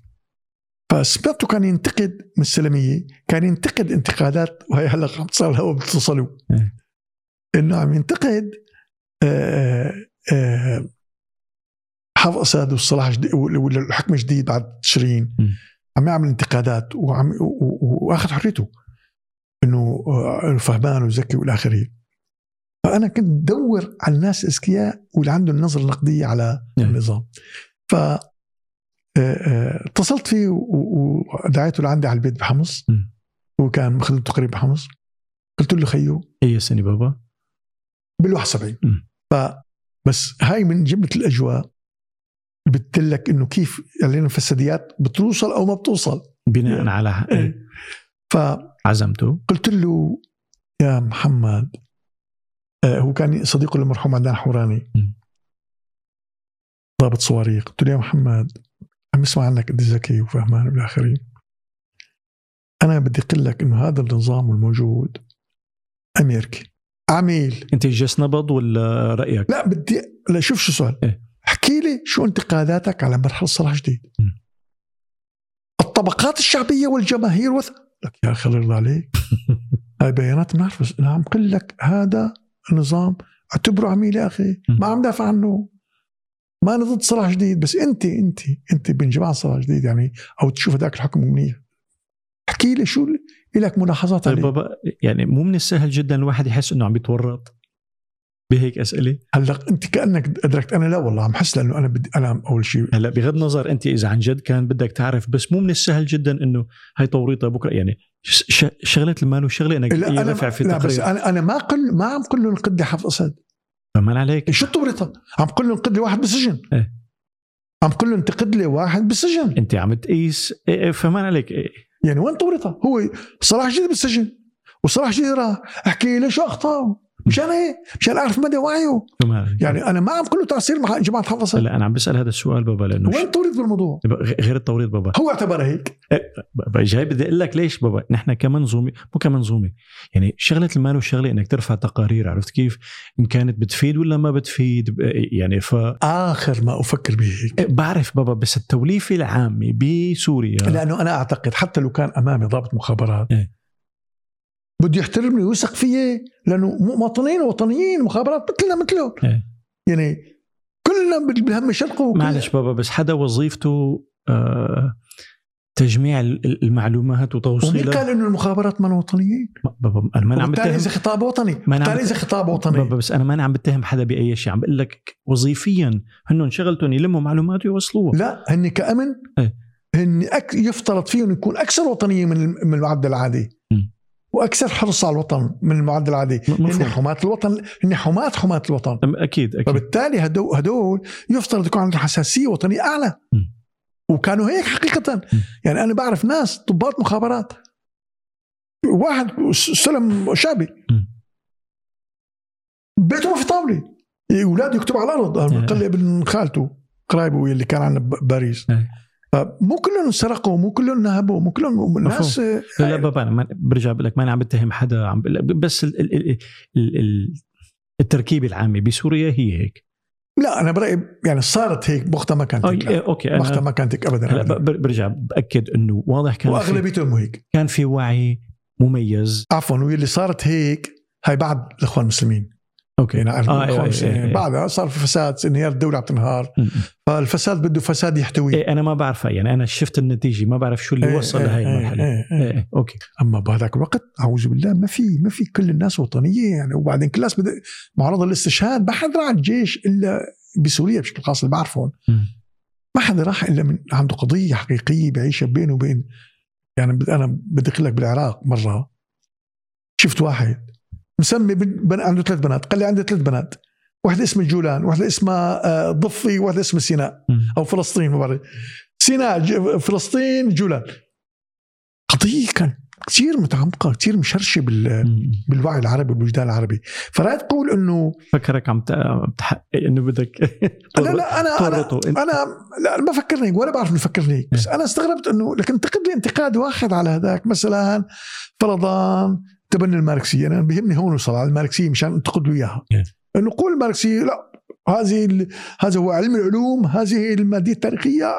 فسمعته كان ينتقد من السلميه، كان ينتقد انتقادات، وهي هلا عم تصير الهواء بتصلوا انه عم ينتقد آآ آآ حافظ اسد والصلاح جديد والحكم جديد بعد تشرين، عم يعمل انتقادات وعم واخذ حريته انه فهمان وذكي والاخرين. فانا كنت بدور على الناس اذكياء واللي عندهم النظره النقديه على النظام. ف اتصلت فيه ودعيته لعندي على البيت بحمص، وكان مخدمته قريب بحمص. قلت له خيو اي سنه بابا؟ بالواحد وسبعين. فبس هاي من جمله الاجواء بتقول انه كيف يعني الفساديات بتوصل او ما بتوصل بناء يعني على ايه. فعزمته قلت له يا محمد، آه هو كان صديقه المرحوم عدنان حوراني ضابط صواريخ. قلت له يا محمد، عم اسمع عنك قد ذكي وفهمان بالاخرين، انا بدي اقول لك انه هذا النظام الموجود امريكي عميل. انت جس نبض ولا رايك؟ لا بدي، لا شوف شو سؤال. إيه؟ احكي لي شو انتقاداتك على مرحله صلاح جديد. م. الطبقات الشعبيه والجماهير وث... لك يا اخي الله يرضى عليك هاي بيانات بنعرف، بس انا عم قل لك هذا النظام اعتبره عميل يا اخي، ما عم دافع عنه، ما انا ضد صلاح جديد، بس انت انت انت بين جماعه صلاح جديد يعني، او تشوف هذاك الحكم منيح، احكي لي شو لك ملاحظات طيب عليه. بابا، يعني مو من السهل جدا الواحد يحس انه عم بيتورط بهيك اسئله. هلا انت كانك ادركت، انا لا والله عم حس، لانه انا بدي انا اول شيء. هلا بغض النظر انت اذا عن جد كان بدك تعرف، بس مو من السهل جدا انه هاي توريطه بكره، يعني شغله المال وشغله انك يدفع في تقرير. بس انا انا ما قل ما عم قل له نقد حفظ اسد، فمان عليك شو التوريطه؟ عم قل له نقد لي واحد بالسجن. ايه؟ عم قل له انتقد لي واحد بالسجن. انت عم تقيس إيه فمان عليك إيه؟ يعني وين تورطها؟ هو صلاح جديد بالسجن وصلاح جديد راح احكي ليش اخطا مشان ايه؟ مشان اعرف مدى وعيه. يعني انا ما عم كله تاثير مع جماعه حفصه. لا انا عم بسال هذا السؤال بابا لانه وين تورط بالموضوع؟ غير التوريط بابا هو اعتبر هيك. بابا جاي بدي اقول لك ليش بابا. نحن كمنظومه مو كمنظومه يعني شغله المال والشغله انك ترفع تقارير، عرفت كيف؟ ان كانت بتفيد ولا ما بتفيد يعني. ف اخر ما افكر به هيك. بعرف بابا بس التوليفه العامه بسوريا، لانه انا اعتقد حتى لو كان امامي ضابط مخابرات إيه؟ بده يحترمني ويثق فيي لانه مواطنين وطنيين مخابرات مثلنا مثله. إيه؟ يعني كلنا بهم شرقه. معلش بابا بس حدا وظيفته آه تجميع المعلومات وتوصيلها. ومين قال انه المخابرات ما وطنيين؟ بابا انا ما عم بتهم. اذا خطاب وطني بالتالي اذا خطاب وطني بابا بس انا ما عم بتهم حدا باي شيء، عم بقول لك وظيفيا هن شغلتهم يلموا معلومات ويوصلوها. لا هن كأمن إيه؟ هن أك... يفترض فيهم يكون اكثر وطنيه من من المعدل العادي م. واكثر حرص على الوطن من المعدل العادي. هن حماة الوطن، هن حماة حماة الوطن. اكيد اكيد. فبالتالي هدول هدول يفترض يكون عندهم حساسيه وطنيه اعلى. م. وكانوا هيك حقيقه. م. يعني انا بعرف ناس ضباط مخابرات، واحد سلم شابي م. بيته ما في طاوله، اولاده يكتب على الارض. قال لي ابن خالته قرايبه اللي كان عندنا بباريس. مو كلهم سرقوا، مو كلهم نهبوا، مو كلهم الناس. لا لا بابا انا برجع بقول لك ما انا عم بتهم حدا، عم بس ال ال ال ال التركيبه العامه بسوريا هي هيك. لا انا برايي يعني صارت هيك بوقتها ما كانت هيك. اوكي وقتها ما كانت هيك ابدا. لا برجع باكد انه واضح كان واغلبيتهم هيك، كان في وعي مميز. عفوا واللي صارت هيك هاي بعد الاخوان المسلمين. اوكي يعني آه أيوة أيوة أيوة. بعدها صار في فساد، انهيار الدوله عم تنهار. م- فالفساد بده فساد يحتوي. إيه انا ما بعرفها يعني، انا شفت النتيجه ما بعرف شو اللي إيه وصل إيه لهي المرحله. إيه إيه إيه. اوكي اما بهذاك الوقت اعوذ بالله ما في ما في كل الناس وطنيه يعني. وبعدين كل الناس بد... معرضه للاستشهاد. ما حد راح الجيش الا بسوريا بشكل خاص اللي بعرفهم. ما حد راح الا من عنده قضيه حقيقيه بعيشها بينه وبين. يعني انا بدي اقول لك بالعراق مره شفت واحد مسمي بن... عنده ثلاث بنات. قال لي عندي ثلاث بنات، واحدة اسمها جولان، واحدة اسمها ضفي، واحدة اسمها سيناء أو فلسطين. ما بعرف سيناء فلسطين جولان. قضية كان كتير متعمقة، كتير مشرشة بال... بالوعي العربي بالوجدان العربي. فرأي تقول إنه فكرك عم تحقق إنه بدك لا لا أنا أنا, أنا لا ما فكرني ولا بعرف إنه فكرني هيك. بس أنا استغربت إنه لكن انتقد لي انتقاد واحد على هذاك. مثلا فرضان تبني الماركسية، أنا بيهمني هون وصل على الماركسية مشان انتقد له إياها. إنه قول الماركسية لا هذه هذا هو علم العلوم، هذه المادية التاريخية.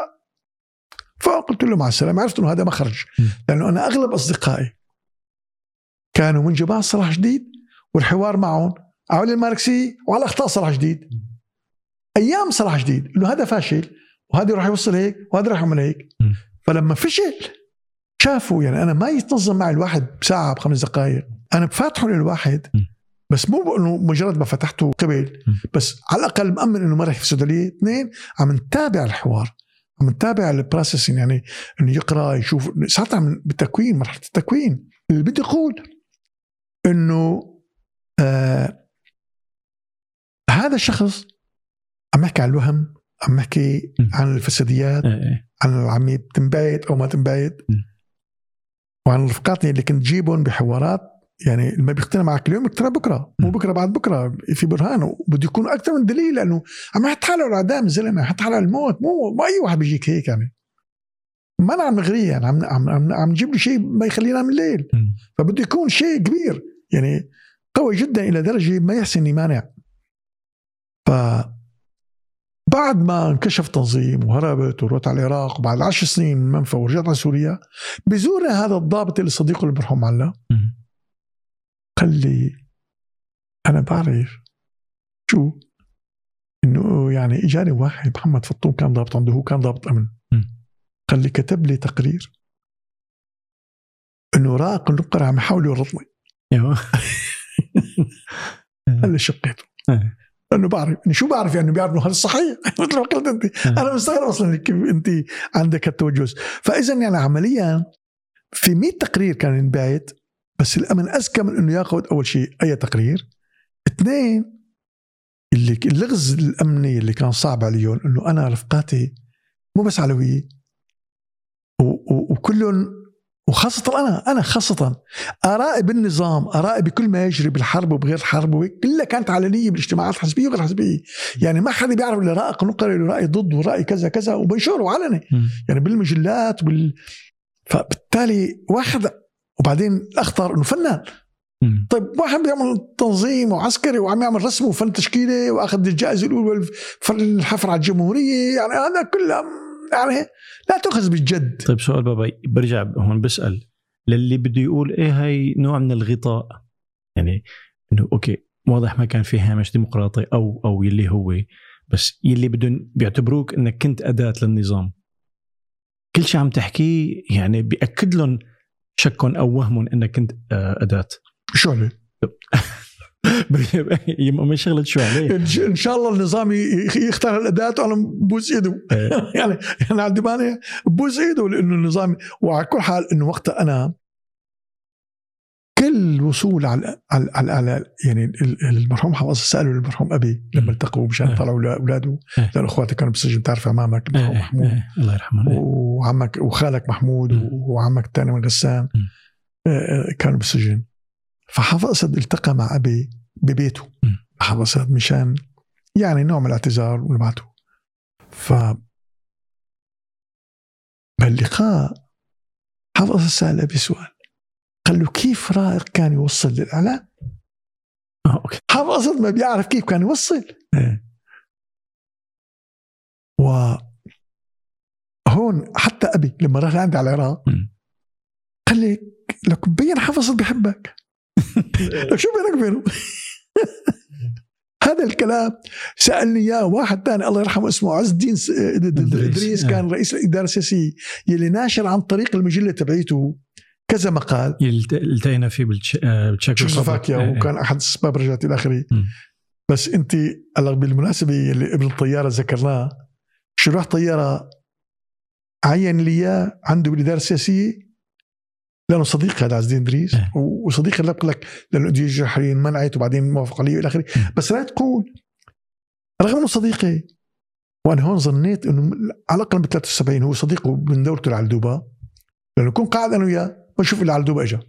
فقلت له مع السلامة. عرفت إنه هذا مخرج، لأنه أنا أغلب أصدقائي كانوا من جماعة صلاح جديد والحوار معهم على الماركسية وعلى أخطاء صلاح جديد أيام صلاح جديد، إنه هذا فاشل وهذا راح يوصل هيك وهذا راح يعمل هيك. فلما فشل شافوا يعني أنا ما يتنظم معي الواحد بساعة بخمس دقائق، أنا بفاتحه للواحد بس مو انه مجرد ما فتحته قبل، بس على الاقل مأمن انه ما راح يفسد عليه. اثنين عم نتابع الحوار، عم نتابع البروسيسنج، يعني انه يقرا يشوف ساعتها بالتكوين مرحله التكوين. اللي بدي اقول انه آه هذا الشخص عم يحكي عن الوهم، عم يحكي عن الفساديات، عن عم تنبعت او ما تنبعت، وعن الرفقات اللي كنت تجيبهم بحوارات. يعني ما بيقتنع معك اليوم يقتنع بكره، مو بكره بعد بكره في برهان، وبده يكون اكثر من دليل لانه عم يحط حاله على الاعدام الزلمه، يحط حاله على الموت. مو ما اي واحد بيجيك هيك يعني. ما انا عم نغريه يعني، عم عم عم, عم نجيب له شيء ما يخلينا من الليل. فبده يكون شيء كبير يعني قوي جدا الى درجه ما يحسن يمانع. ف بعد ما انكشف تنظيم وهربت ورحت على العراق، وبعد عشر سنين من منفى ورجعت على سوريا، بزورنا هذا الضابط اللي صديقه المرحوم علا، قال لي أنا بعرف شو إنه يعني إجاني واحد محمد فطوم كان ضابط عنده، هو كان ضابط أمن. قال لي كتب لي تقرير إنه راق النقرة عم يحاول يورطني. قال لي شقيته لأنه بعرف إني شو بعرف يعني بيعرف إنه هذا صحيح. مثل ما قلت أنت أنا مستغرب أصلاً كيف أنت عندك التوجس. فإذا يعني عملياً في مئة تقرير كان ينبعت، بس الأمن أذكى من إنه يأخذ أول شيء أي تقرير. اثنين اللي اللغز الأمني اللي كان صعب عليهم إنه أنا رفقاتي مو بس علوية وكلهم وخاصة أنا أنا خاصة آرائي بالنظام، آرائي بكل ما يجري بالحرب وبغير الحرب كلها كانت علنية بالاجتماعات الحزبية وغير الحزبية. يعني ما حدا بيعرف اللي رأي قنقري اللي رأي ضد ورأي كذا كذا، وبنشره علني يعني بالمجلات وبال... فبالتالي واحد. وبعدين الأخطر إنه فنان. طيب واحد بيعمل تنظيم وعسكري وعم يعمل رسم وفن تشكيلي وأخذ الجائزة الأولى والحفر على الجمهورية، يعني هذا كله يعني لا تأخذ بالجد. طيب سؤال بابا، برجع هون بسأل للي بده يقول إيه هاي نوع من الغطاء، يعني إنه أوكي واضح ما كان في هامش ديمقراطي أو أو يلي هو، بس يلي بدون بيعتبروك إنك كنت أداة للنظام. كل شيء عم تحكيه يعني بيأكد لهم شكهم أو وهمهم إنك كنت أداة. شو عليه؟ يبقى ما شغلت شو عليه. ان شاء الله النظام يختار الاداه وانا بوز ايده. يعني انا عندي مانع بوز ايده لانه النظام. وعلى كل حال انه وقتها انا كل وصول على على, على يعني المرحوم حافظ سالوا المرحوم ابي لما التقوا مشان طلعوا اولاده، لان اخواتي كانوا بالسجن تعرف امامك المرحوم محمود الله يرحمه وعمك وخالك محمود وعمك الثاني من غسان كانوا بالسجن. فحافظ أسد التقى مع أبي ببيته حافظ أسد مشان يعني نوع من الاعتذار ونبعته. ف باللقاء حافظ أسد سأل أبي سؤال، قال له كيف رائق كان يوصل للإعلام؟ حافظ أسد ما بيعرف كيف كان يوصل. وهون حتى أبي لما راح عندي على العراق قال لي لك بين حافظ أسد بيحبك. لك شو بينك بينه؟ هذا الكلام سألني إياه واحد تاني الله يرحمه اسمه عز الدين إدريس، كان رئيس الإدارة السياسية يلي ناشر عن طريق المجلة تبعيته كذا مقال التقينا فيه بالتشيكوسلوفاكيا وكان أحد الأسباب رجعت إلى آخره. بس أنت بالمناسبة اللي ابن الطيارة ذكرناه شروح طيارة عين لي عنده بالإدارة السياسية لأنه صديق هذا عز الدين إدريس وصديق اللي بقول لك لأنه أدي جحرين منعت وبعدين موافق عليه إلى آخره. بس لا تقول رغم أنه صديقي، وأنا هون ظنيت أنه على الأقل بثلاثة وسبعين هو صديقه من دولته العلدوبة، لأنه كون قاعد أنا وياه بنشوف اللي علدوبة إجا.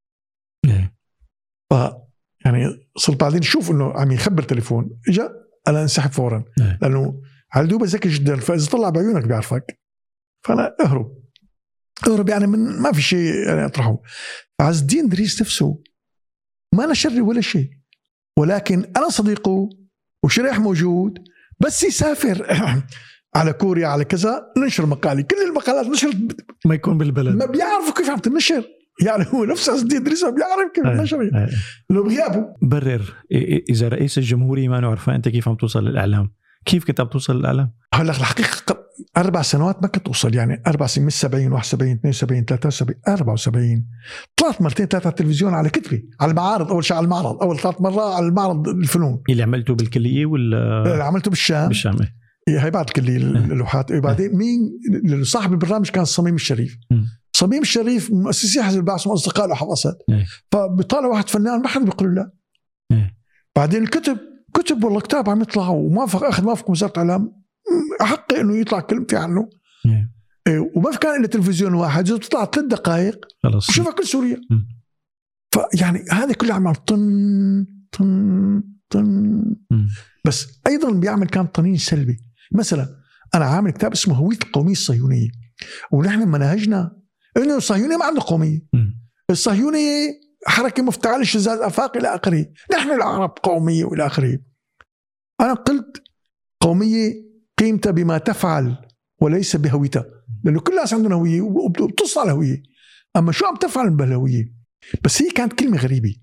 ف يعني صرت بعدين شوف إنه عم يخبر تليفون إجا أنا انسحب فورا لأنه علدوبة ذكي جدا، فإذا طلع بعيونك بيعرفك فأنا أهرب أهرب يعني من ما في شيء يعني أطرحه. عز الدين إدريس نفسه ما نشر ولا شيء، ولكن أنا صديقه وشريح موجود بس يسافر على كوريا على كذا ننشر مقالي، كل المقالات نشرت ما يكون بالبلد ما بيعرفوا كيف عم تنشر. يعني هو نفسه عز الدين إدريس ما بيعرف كيف نشر لو بغيابه. برر إذا رئيس الجمهورية ما نعرفه أنت كيف عم توصل للإعلام؟ كيف كنت عم توصل للإعلام؟ هلا الحقيقة أربع سنوات ما كنت أوصل، يعني أربع سنين مش سبعين واحد وسبعين اثنين وسبعين ثلاثة وسبعين أربعة وسبعين طلعت مرتين ثلاثة على التلفزيون على كتبي على المعارض. أول شيء على المعرض، أول ثلاث مرة على المعرض الفنون اللي عملته بالكلية ولا اللي عملته بالشام. بالشام إيه هاي بعد الكلية اللوحات. بعدين مين صاحب البرنامج كان صميم الشريف. م. صميم الشريف مؤسسي حزب البعث وأصدقاء له حافظ أسد. فبيطالع واحد فنان ما حد بيقول له لا. بعدين الكتب كتب والله كتاب عم يطلع وموافق أخذ موافق وزارة الإعلام أحق إنه يطلع كلمتي عنه. إيه وما في كان إلا تلفزيون واحد إذا تطلع ثلاث دقائق وشوفها كل سوريا. م. فيعني هذا كله عمل طن طن طن. م. بس أيضا بيعمل كان طنين سلبي. مثلا أنا عامل كتاب اسمه هوية القومية الصهيونية، ونحن مناهجنا إنه الصهيونية ما عنده قومية. م. الصهيونية حركة مفتعلة شذاذ آفاق إلى آخره، نحن العرب قومية وإلى آخره. أنا قلت قومية قيمتها بما تفعل وليس بهويتها، لأنه كل الناس عندنا هوية وبتصل على هوية، أما شو عم تفعل بالهوية. بس هي كانت كلمة غريبة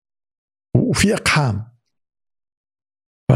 وفي أقحام. ف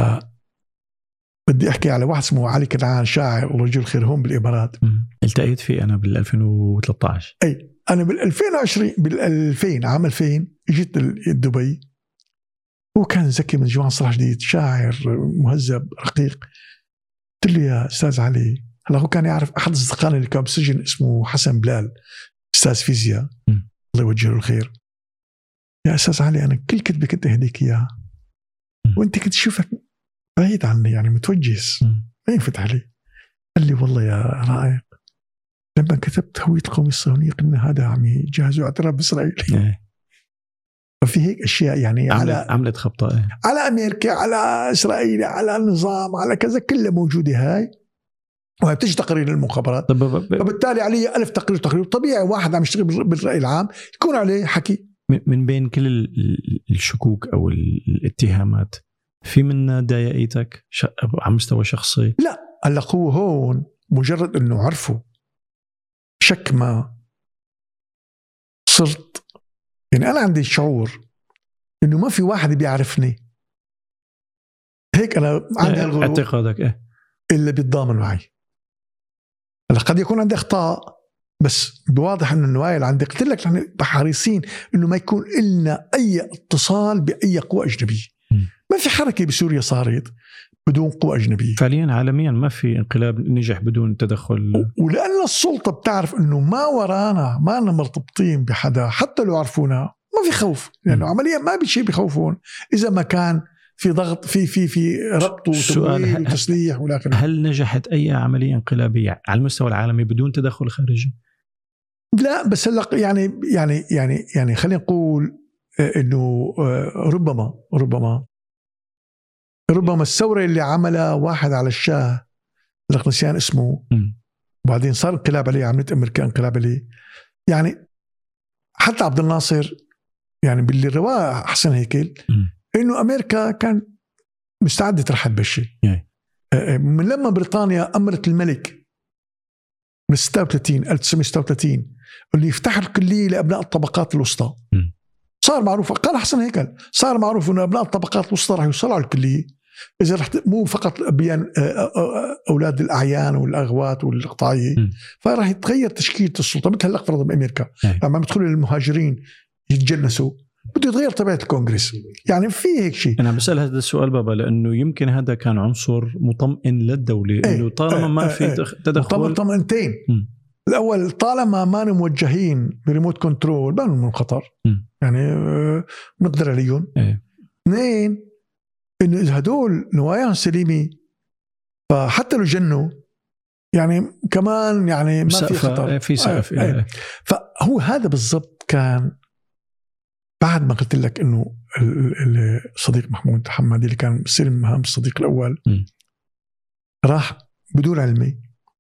بدي أحكي على واحد اسمه علي كنعان شاعر ورجل خير هون بالإمارات. التقيت فيه أنا بالألفين وثلاثة عشر. أي أنا بالألفين وعشرين بالألفين عام ألفين جيت دبي، وكان زكي من جوان صلاح جديد شاعر مهذب رقيق. قلت له يا أستاذ علي، هلا هو كان يعرف أحد أصدقائنا اللي كان بالسجن اسمه حسن بلال أستاذ فيزياء الله يوجه له الخير. يا أستاذ علي أنا كل كتبة كنت أهديك إياها وأنت كنت تشوفك بعيد عني يعني متوجس ما ينفتح لي. قال لي والله يا رائق لما كتبت هوية القومية الصهيونية قلنا هذا عم يجهزوا اعتراف بإسرائيل. ففي هيك أشياء يعني عملت على عملت خبطة على أمريكا، على إسرائيل، على النظام، على كذا، كلها موجودة هاي، وهي بتجي تقارير المخابرات. فبالتالي عليه ألف تقرير تقرير طبيعي واحد عم يشتغل بالرأي العام يكون عليه حكي. من بين كل الشكوك أو الاتهامات في منا ضايقتك على مستوى شخصي؟ لا، هلا هو هون مجرد انه عرفوا شك ما صرت يعني انا عندي شعور انه ما في واحد بيعرفني هيك، انا عندي هالغرور اعتقادك ايه اللي بيتضامن معي. هلا قد يكون عندي اخطاء، بس بواضح انه النوايا اللي عندي، قلت لك نحن حريصين انه ما يكون لنا اي اتصال باي قوى اجنبيه. ما في حركه بسوريا صارت بدون قوى أجنبية فعليا عالميا، ما في انقلاب نجح بدون تدخل. ولأن السلطة بتعرف أنه ما ورانا، ما أنا مرتبطين بحدا، حتى لو عرفونا ما في خوف، لأنه يعني عمليا ما بشيء بيخوفون إذا ما كان في ضغط، في في في ربط وتمويل وتسليح ولا آخره. هل نجحت أي عملية انقلابية على المستوى العالمي بدون تدخل خارجي؟ لا، بس هلا يعني يعني يعني يعني خلينا نقول إنه ربما ربما ربما الثورة اللي عملها واحد على الشاه لقنسيان اسمه، وبعدين صار انقلاب عليه، عملت أمريكا انقلاب عليه. يعني حتى عبد الناصر يعني باللي رواه حسن هيكل إنه أمريكا كان مستعدة ترحب بالشيء من لما بريطانيا أمرت الملك من ستة وثلاثين ألف وتسعمية وستة وثلاثين اللي يفتح الكلية لأبناء الطبقات الوسطى. صار معروف، قال حسن هيكل، صار معروف إنه أبناء الطبقات الوسطى راح يوصلوا على الكلية إذا رحت، مو فقط بين أولاد الأعيان والأغوات والإقطاعية، فراح يتغير تشكيلة السلطة. مثل هلا فرضا بأمريكا لما يدخلوا المهاجرين يتجنسوا بده يتغير طبيعة الكونغرس. يعني في هيك شيء. أنا بسأل هذا السؤال بابا لأنه يمكن هذا كان عنصر مطمئن للدولة، ايه إنه طالما ما في ايه تدخل. مطمئنتين. الأول طالما ما موجهين بريموت كنترول ما من خطر، يعني نقدر عليهم. اثنين، إنه إذا هدول نواياهم سليمة فحتى لو جنوا يعني كمان يعني ما في خطر، في سقف. آه آه. فهو هذا بالضبط كان بعد ما قلت لك إنه الصديق محمود حمادي اللي كان بيصير مهام الصديق الأول م. راح بدون علمي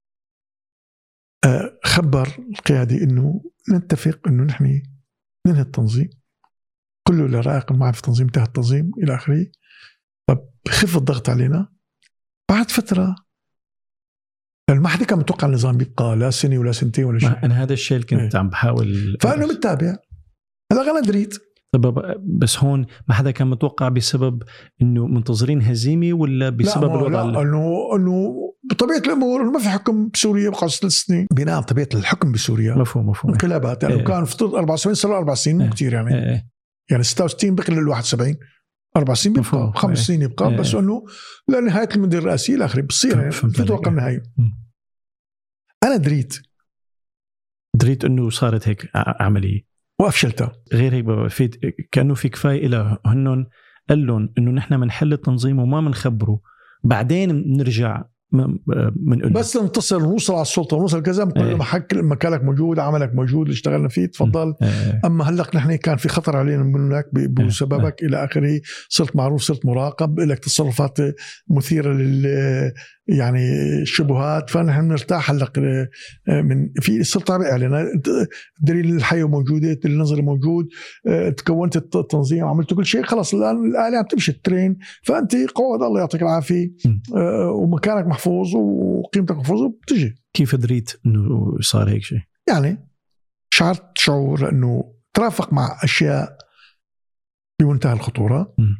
آه خبر القيادي إنه نتفق إنه نحن ننهي التنظيم كله لرائق معه في التنظيم، انتهى التنظيم إلى آخره. فبخف الضغط علينا. بعد فترة ما حدا كان متوقع النظام يبقى لا سنة ولا سنتين ولا شيء. أنا هذا الشيء اللي كنت ايه. عم بحاول فأنا متابع. هلا أنا دريت. بس هون ما حدا كان متوقع بسبب إنه منتظرين هزيمة ولا بسبب لا الوضع؟ لا، إنه إنه بطبيعة الأمور إنه ما في حكم بسوريا بقى ثلاث سنين بناء طبيعة الحكم بسوريا. مفهوم مفهوم. انقلابات يعني ايه. كان افترض أربع سنين صار أربع سنين مو كتير يعني ايه. يعني ستة وستين بقي للواحد سبعين، أربع سنين بيبقى، خمس سنين يبقى ايه. بس إنه لنهاية المدير الرئاسي الآخر بصير يعني في توقع النهاية. أنا دريت دريت إنه صارت هيك عملية وأفشلتها. غير هيك بابا، في كأنه في كفاية إله هنن قال لهم إنه نحن منحل التنظيم وما منخبره، بعدين نرجع من بس نتصل نوصل على السلطة ونوصل كذا ايه. محك مكانك موجود، عملك موجود، اللي اشتغلنا فيه تفضل ايه. أما هلا نحن كان في خطر علينا منك بسببك ايه. إلى آخره، صرت معروف، صرت مراقب، لك تصرفات مثيرة لل يعني الشبهات، فنحن نرتاح هلا من في صرت عم علينا دليل الحياة موجودة، دليل النظر موجود، تكونت التنظيم، عملت كل شيء، خلاص الآن الآلة عم تمشي الترين، فأنت قوة الله يعطيك العافية ومكانك محفوظ وقيمتك محفوظة بتجي. كيف دريت إنه صار هيك شيء؟ يعني شعرت شعور إنه ترافق مع أشياء بمنتهى الخطورة م.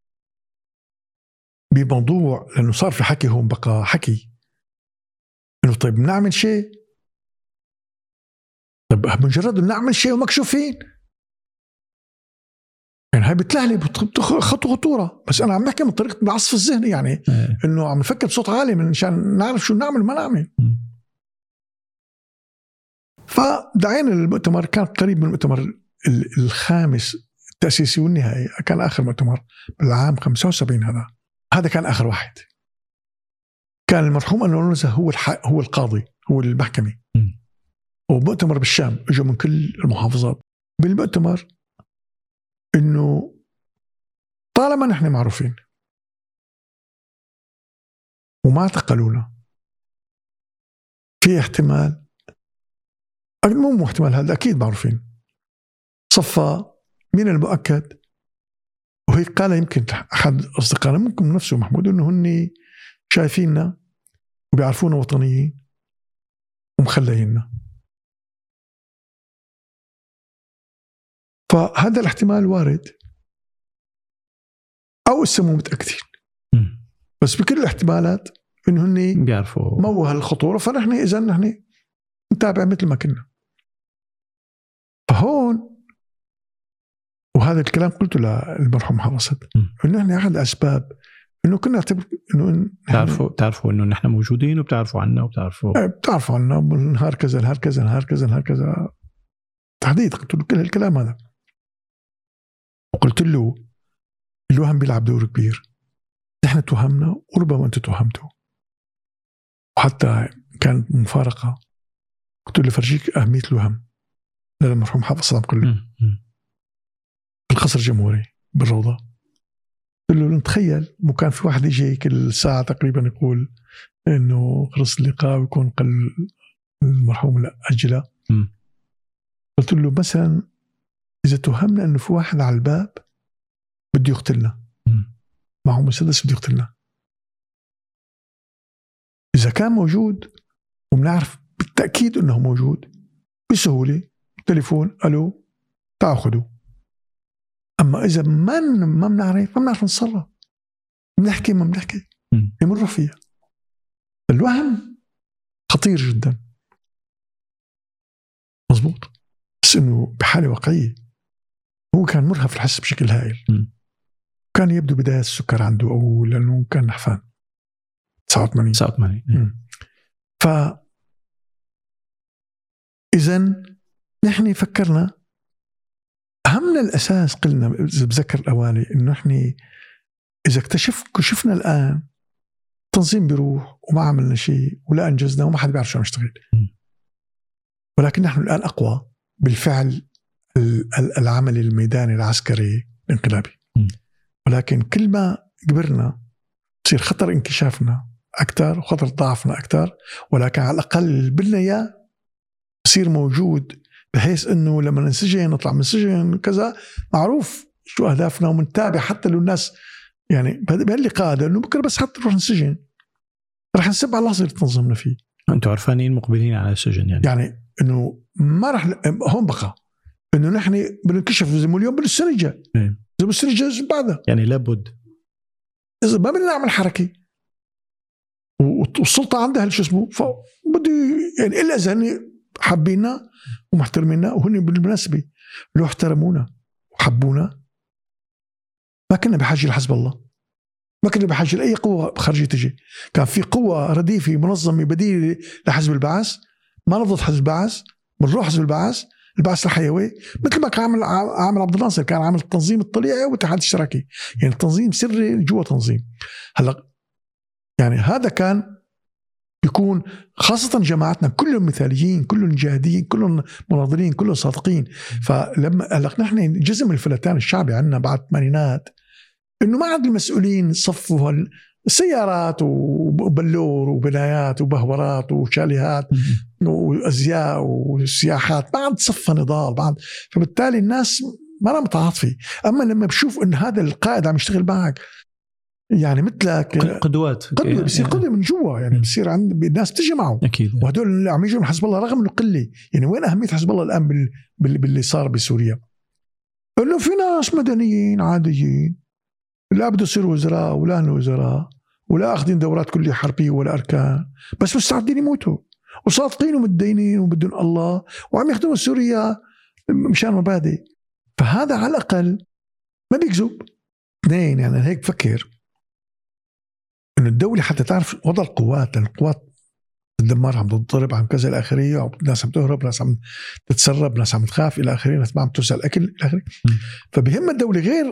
بموضوع، لأنه صار في حكي هون، بقى حكي إنه طيب نعمل شيء، طيب مجرد نعمل شيء ومكشوفين، يعني هاي بتلهلي خطوة خطورة. بس أنا عم بحكي من طريقة العصف الذهني، يعني إنه عم نفكر بصوت عالي من عشان نعرف شو نعمل ما نعمل. فدعينا المؤتمر، كان قريب من المؤتمر الخامس التأسيسي والنهائي، كان آخر مؤتمر بالعام خمسة وسبعين. هذا هذا كان آخر واحد. كان المرحوم أنور نزه هو الح... هو القاضي، هو المحكمة. ومؤتمر بالشام اجوا من كل المحافظات. بالمؤتمر انه طالما نحن معروفين وما اعتقلونا في احتمال، مو مو احتمال، هذا اكيد معروفين، صفى من المؤكد. وهي قال يمكن احد اصدقائنا ممكن نفسه محمود انه هن شايفيننا وبيعرفونا وطنيين ومخلينا. فهذا الاحتمال وارد، او اسمه متاكدين، بس بكل الاحتمالات انه هن بيعرفوا موه الخطوره. فنحن اذا نحن نتابع مثل ما كنا. فهون، وهذا الكلام قلته للمرحوم حافظ، انه نحن احد اسباب انه كنا نعتبر انه تعرفوا تعرفوا انه نحن موجودين وبتعرفوا عنا وبتعرفوا بتعرفوا عنا نهار كذا نهار كذا نهار كذا نهار كذا تحديد. قلت له كل الكلام هذا، وقلت له الوهم بيلعب دور كبير. نحن توهمنا وربما انتم توهمتوا، وحتى كانت مفارقه. قلت له فرجيك اهميه الوهم للمرحوم حافظ صدام كله بالقصر الجمهوري بالروضه. قلت له نتخيل مو كان في واحد يجي كل ساعه تقريبا يقول انه خلص اللقاء ويكون قل المرحوم لا اجله. قلت له مثلا اذا توهمنا انه في واحد على الباب بده يقتلنا، معه مسدس بده يقتلنا، اذا كان موجود وبنعرف بالتاكيد انه موجود بسهوله تليفون الو تعالوا خذوا. اما اذا ما ما بنعرف ما بنعرف نتصرف، بنحكي ما بنحكي بنروح فيها. الوهم خطير جدا مزبوط، بس انه بحاله واقعيه. هو كان مرهف الحس بشكل هائل. م. كان يبدو بداية السكر عنده، او لانه كان نحفان تسعة وثمانين تسعة وثمانين. ف اذن نحن فكرنا أهمنا الأساس. قلنا بذكر الأواني إنه إحنا إذا اكتشف كشفنا الآن تنظيم بيروح وما عملنا شيء ولا أنجزنا وما حد بيعرف شو نشتغل، ولكن نحن الآن أقوى بالفعل العمل الميداني العسكري الانقلابي. ولكن كل ما كبرنا تصير خطر انكشافنا أكثر وخطر ضعفنا أكثر، ولكن على الأقل بدنا إياه يصير موجود، بحيث انه لما ننسجن نطلع من السجن كذا معروف شو اهدافنا ومنتابع. حتى لو الناس يعني بهاللقاء هذا انه بكره بس حتى نروح نسجن رح نسب على اللحظه اللي تنظمنا فيه. انتم عرفانين مقبلين على السجن يعني يعني انه ما رح هون بقى انه نحن بنكشف زي اليوم بالسنه الجايه زي بالسنه الجايه بعدها، يعني لابد اذا ما بدنا نعمل حركه والسلطه عندها شو اسمه فبده يعني الا اذا حابينا ومحترمينا. وهن بالمناسبة لو احترمونا وحبونا ما كنا بحاجة لحزب الله، ما كنا بحاجة لأي قوة خارجية تجي. كان في قوة رديفة منظمة بديلة لحزب البعث، ما نضد حزب البعث، بنروح حزب البعث، البعث الحيوي، مثل ما كان عامل عامل عبد الناصر، كان عامل التنظيم الطليعي والاتحاد الاشتراكي، يعني تنظيم سري جوا تنظيم. هلا يعني هذا كان يكون خاصة جماعتنا كلهم مثاليين، كلهم جاهدين، كلهم مناضلين، كلهم صادقين. فلما هلا نحن جزم الفلتان الشعبي عندنا بعد الثمانينات انه ما عاد المسؤولين صفوا السيارات وبلور وبنايات وبهورات وشاليهات وازياء وسياحات، ما عاد صفى نضال بعد. فبالتالي الناس ما أنا متعاطفة. اما لما بشوف ان هذا القائد عم يشتغل معك يعني مثلك قدوات قدوة، بصير قدوة من جوا، يعني بصير عند الناس بتجي معه أكيد. وهدول اللي عم يجوا من حزب الله رغم انه قلة. يعني وين أهمية حزب الله الآن بال... بال... باللي صار بسوريا؟ انه في ناس مدنيين عاديين لا بده يصيروا وزراء ولا هن وزراء ولا أخذين دورات كلية حربية ولا أركان، بس مستعدين يموتوا وصادقين ومتدينين وبدون الله وعم يخدموا سوريا مشان مبادئ. فهذا على الأقل ما بيكذب. اثنين يعني هيك بفكر إنه الدولة حتى تعرف وضع القوات، لأن القوات تدمر، عم تضرب، عم كذا إلى آخره، ناس عم تهرب، ناس عم تتسرب، ناس عم تخاف إلى آخره، ناس ما عم توصل أكل إلى آخره. فبهم الدولة غير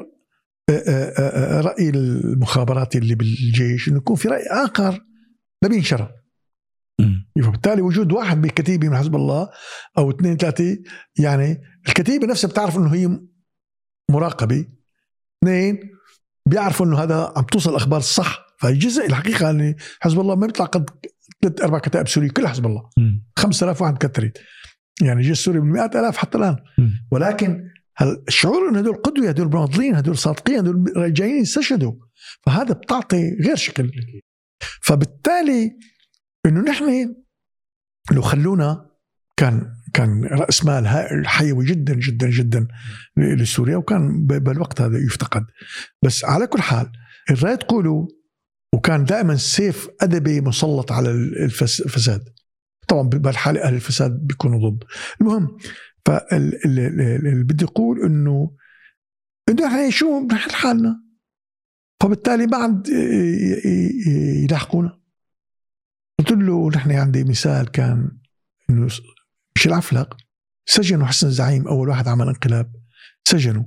رأي المخابرات اللي بالجيش إنه يكون في رأي آخر ما بينشرب. فبالتالي وجود واحد بكتيبة من حزب الله أو اثنين ثلاثة، يعني الكتيبة نفسها بتعرف إنه هي مراقبة، اثنين بيعرفوا إنه هذا عم توصل الأخبار الصح. فهي جزء الحقيقة أن حزب الله ما بيطلع قد ثلاث أربع كتائب سورية كل حزب الله خمسة آلاف واحد كتريت، يعني جيش سوري بالمئات آلاف حتى الآن. ولكن الشعور إنه هدول قدوة، هدول مناضلين، هدول صادقين، هدول جايين يستشهدوا، فهذا بتعطي غير شكل. فبالتالي إنه نحن لو خلونا كان كان رأس مال حيوي جدا جدا جدا لسوريا، وكان بالوقت هذا يفتقد. بس على كل حال الراية تقولوا، وكان دائما سيف أدبي مسلط على الفساد. طبعا بالحالة أهل الفساد بيكونوا ضد. المهم فاللي بدي أقول إنه إنه إحنا شو بنحل حالنا، فبالتالي بعد يلاحقونا. قلت له نحن عندي مثال كان إنه مش العفلق سجنوا حسن الزعيم، أول واحد عمل انقلاب سجنوا،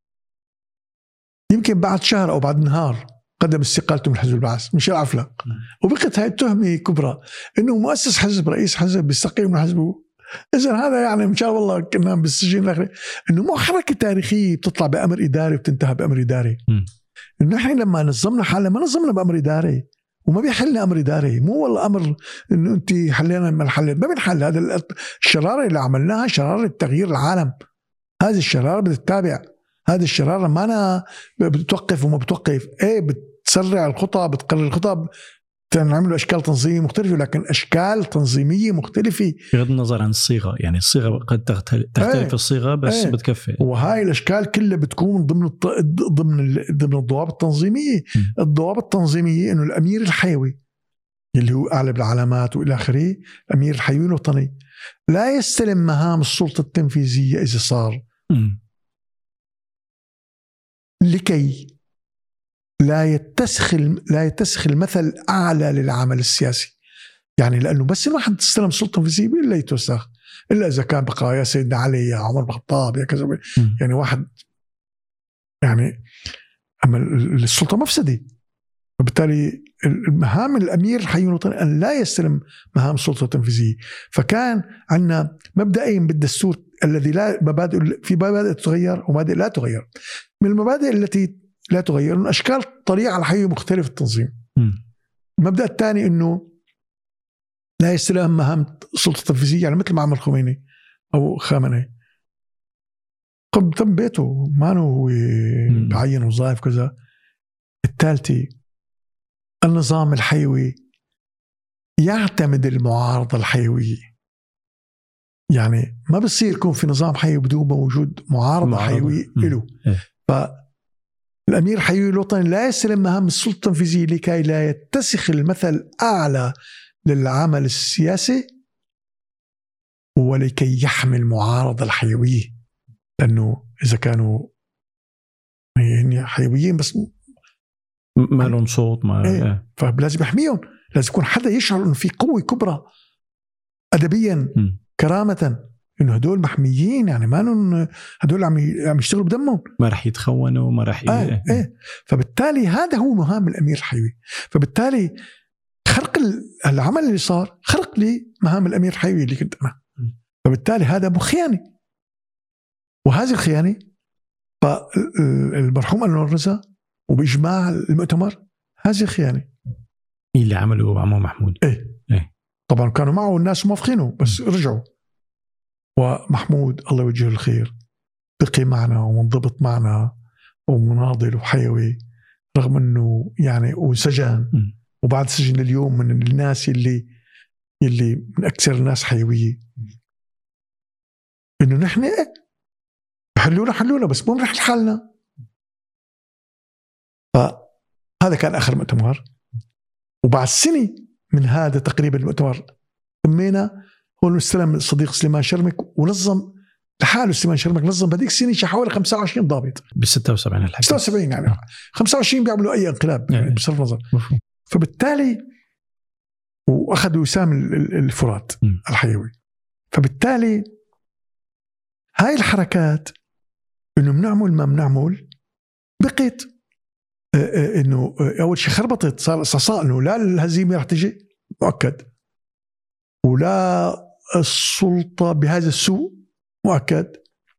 يمكن بعد شهر أو بعد نهار قدم استقالته من حزب البعث، مش العفلق. وبقت هاي التهمة كبرى إنه مؤسس حزب، رئيس حزب بيستقيل من حزبه. إذن هذا يعني إن شاء الله كنا بالسجن الآخر، إنه مو حركة تاريخية بتطلع بأمر إداري وبتنتهي بأمر إداري. إنه إحنا لما نظمنا حالنا ما نظمنا بأمر إداري، وما بيحلنا أمر إداري. مو والله أمر إنه أنت حلينا ما حلينا، ما بنحل. هذا الشرارة اللي عملناها شرارة تغيير العالم، هذه الشرارة بتتابع، هذه الشرارة ما أنا بتوقف وما بتوقف، إيه بتسرع الخطى، بتقرر الخطى، نعمل أشكال تنظيمية مختلفة، لكن أشكال تنظيمية مختلفة بغض النظر عن الصيغة. يعني الصيغة قد تختلف ايه الصيغة بس ايه بتكفي. وهاي الأشكال كلها بتكون ضمن الط... ضمن ضمن الضوابط التنظيمية. م. الضوابط التنظيمية إنه الأمير الحيوي اللي هو أعلى بالعلامات وإلى آخره، الأمير الحيوي الوطني لا يستلم مهام السلطة التنفيذية إذا صار م. لكي لا يتسخ لا يتسخ المثل أعلى للعمل السياسي. يعني لأنه بس الواحد تستلم السلطة التنفيذية إلا يتوسخ، إلا إذا كان بقى يا سيدنا علي يا عمر بن الخطاب يا كذا، يعني واحد يعني أما السلطة مفسدة. وبالتالي المهام الأمير الحيوي الوطني أن لا يستلم مهام السلطة التنفيذية. فكان عندنا مبدئين بالدستور الذي لا مبادئ، في مبادئ تتغير ومبادئ لا تغير. من المبادئ التي لا تغير من أشكال طريقة على حيوي مختلف التنظيم. م. المبدأ الثاني إنه لا يستلم مهام السلطة التنفيذية، يعني مثل ما عمل خميني أو خامنئي قم تم بيته ما هو بعين وظائف كذا. الثالثي النظام الحيوي يعتمد المعارضة الحيوية، يعني ما بصير يكون في نظام حيوي بدون وجود معارضة حيوية له. فالأمير الحيوي الوطني لا يستلم مهام السلطة التنفيذية لكي لا يتسخ المثل أعلى للعمل السياسي ولكي يحمي المعارضة الحيوية، لأنه إذا كانوا يعني حيويين بس ما لهم صوت ما إيه. فلازم يحميهم، لازم يكون حدا يشعر إنه في قوة كبرى أدبيا م. كرامة، إنه هدول محميين، يعني ما نون هدول عم عم يشتغلوا بدمهم، ما رح يتخونوا ما رح ي... آه. إيه. فبالتالي هذا هو مهام الأمير الحيوي. فبالتالي خرق العمل اللي صار خرق لي مهام الأمير الحيوي اللي كنت أنا. فبالتالي هذا مخيانة، وهذه الخيانة فالمرحوم أنور رضا وبإجماع المؤتمر هذه خيانة اللي عمله عمو محمود. إيه. إيه. طبعا كانوا معه الناس موافقينه بس رجعوا. ومحمود الله يوجهه الخير بقي معنا ومنضبط معنا ومناضل وحيوي رغم أنه يعني وسجن، وبعد سجن اليوم من الناس اللي اللي من أكثر الناس حيوية. إنه نحن إيه حلونا حلونا بس مو بنحل حالنا. فهذا كان آخر مؤتمر، وبعد سنة من هذا تقريبا المؤتمر تمينا هو استلم الصديق سليمان شرمك ونظم لحاله. سليمان شرمك نظم بهذيك السنة حوالي خمسة وعشرين ضابط ب ستة وسبعين الحكي ستة وسبعين يعني خمسة وعشرين بيعملوا أي انقلاب يعني بصرف نظر. فبالتالي وأخذوا وسام الفرات م. الحيوي. فبالتالي هاي الحركات إنه بنعمل ما بنعمل بقيت إنه أول شيء خربطت، صار صار إنه لا الهزيمة رح تجي مؤكد، ولا السلطة بهذا السوء مؤكد،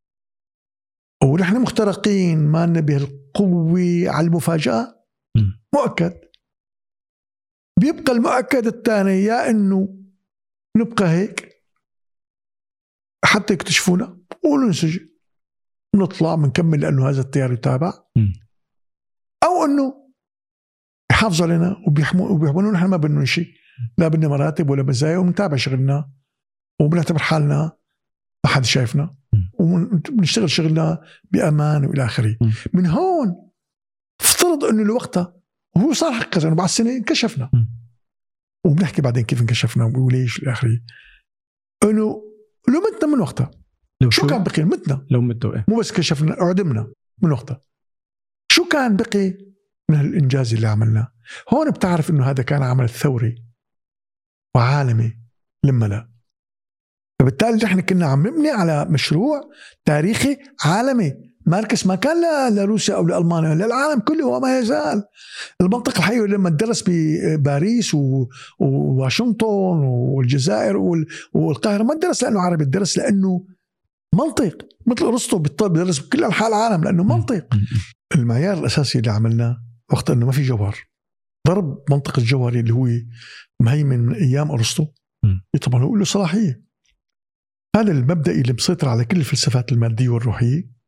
ونحن مخترقين ما لنا به القوة على المفاجأة مؤكد. بيبقى المؤكد الثاني يا إنه نبقى هيك حتى يكتشفونا وننسجن نطلع منكمل لأنه هذا التيار يتابع، أو أنه يحافظوا علينا وبيحملون نحن ما بدنا شيء، لا بدنا مراتب ولا مزايا، ونتابع شغلنا وبنعتبر حالنا ما حد شايفنا وبنشتغل شغلنا بأمان وإلى آخره. من هون افترض أنه لوقتها وهو صار حقيقة أنه بعد سنة انكشفنا، وبنحكي بعدين كيف انكشفنا وليش إلى آخره. أنه لو متنا من وقتها شو, شو كان بقي؟ متنا لو متوا إيه؟ مو بس كشفنا عدمنا من وقتها، شو كان بقي من الإنجاز اللي عملناه؟ هون بتعرف إنه هذا كان عمل ثوري وعالمي لما لا. فبالتالي نحن كنا عم نبني على مشروع تاريخي عالمي. ماركس ما كان لروسيا أو لألمانيا، للعالم كله وما يزال. المنطقة الحيوي لما درس بباريس وواشنطن والجزائر والقاهرة ما درس لأنه عربي، درس لأنه منطق، مثل أرسطو بالطب درس بكل أنحاء العالم لأنه منطق. المعيار الأساسي اللي عملناه وقت أنه ما في جوهر، ضرب منطق الجوهري اللي هو مهيمن من أيام أرسطو، طبعا هو له صلاحية. هذا المبدأ اللي مسيطر على كل الفلسفات المادية والروحية،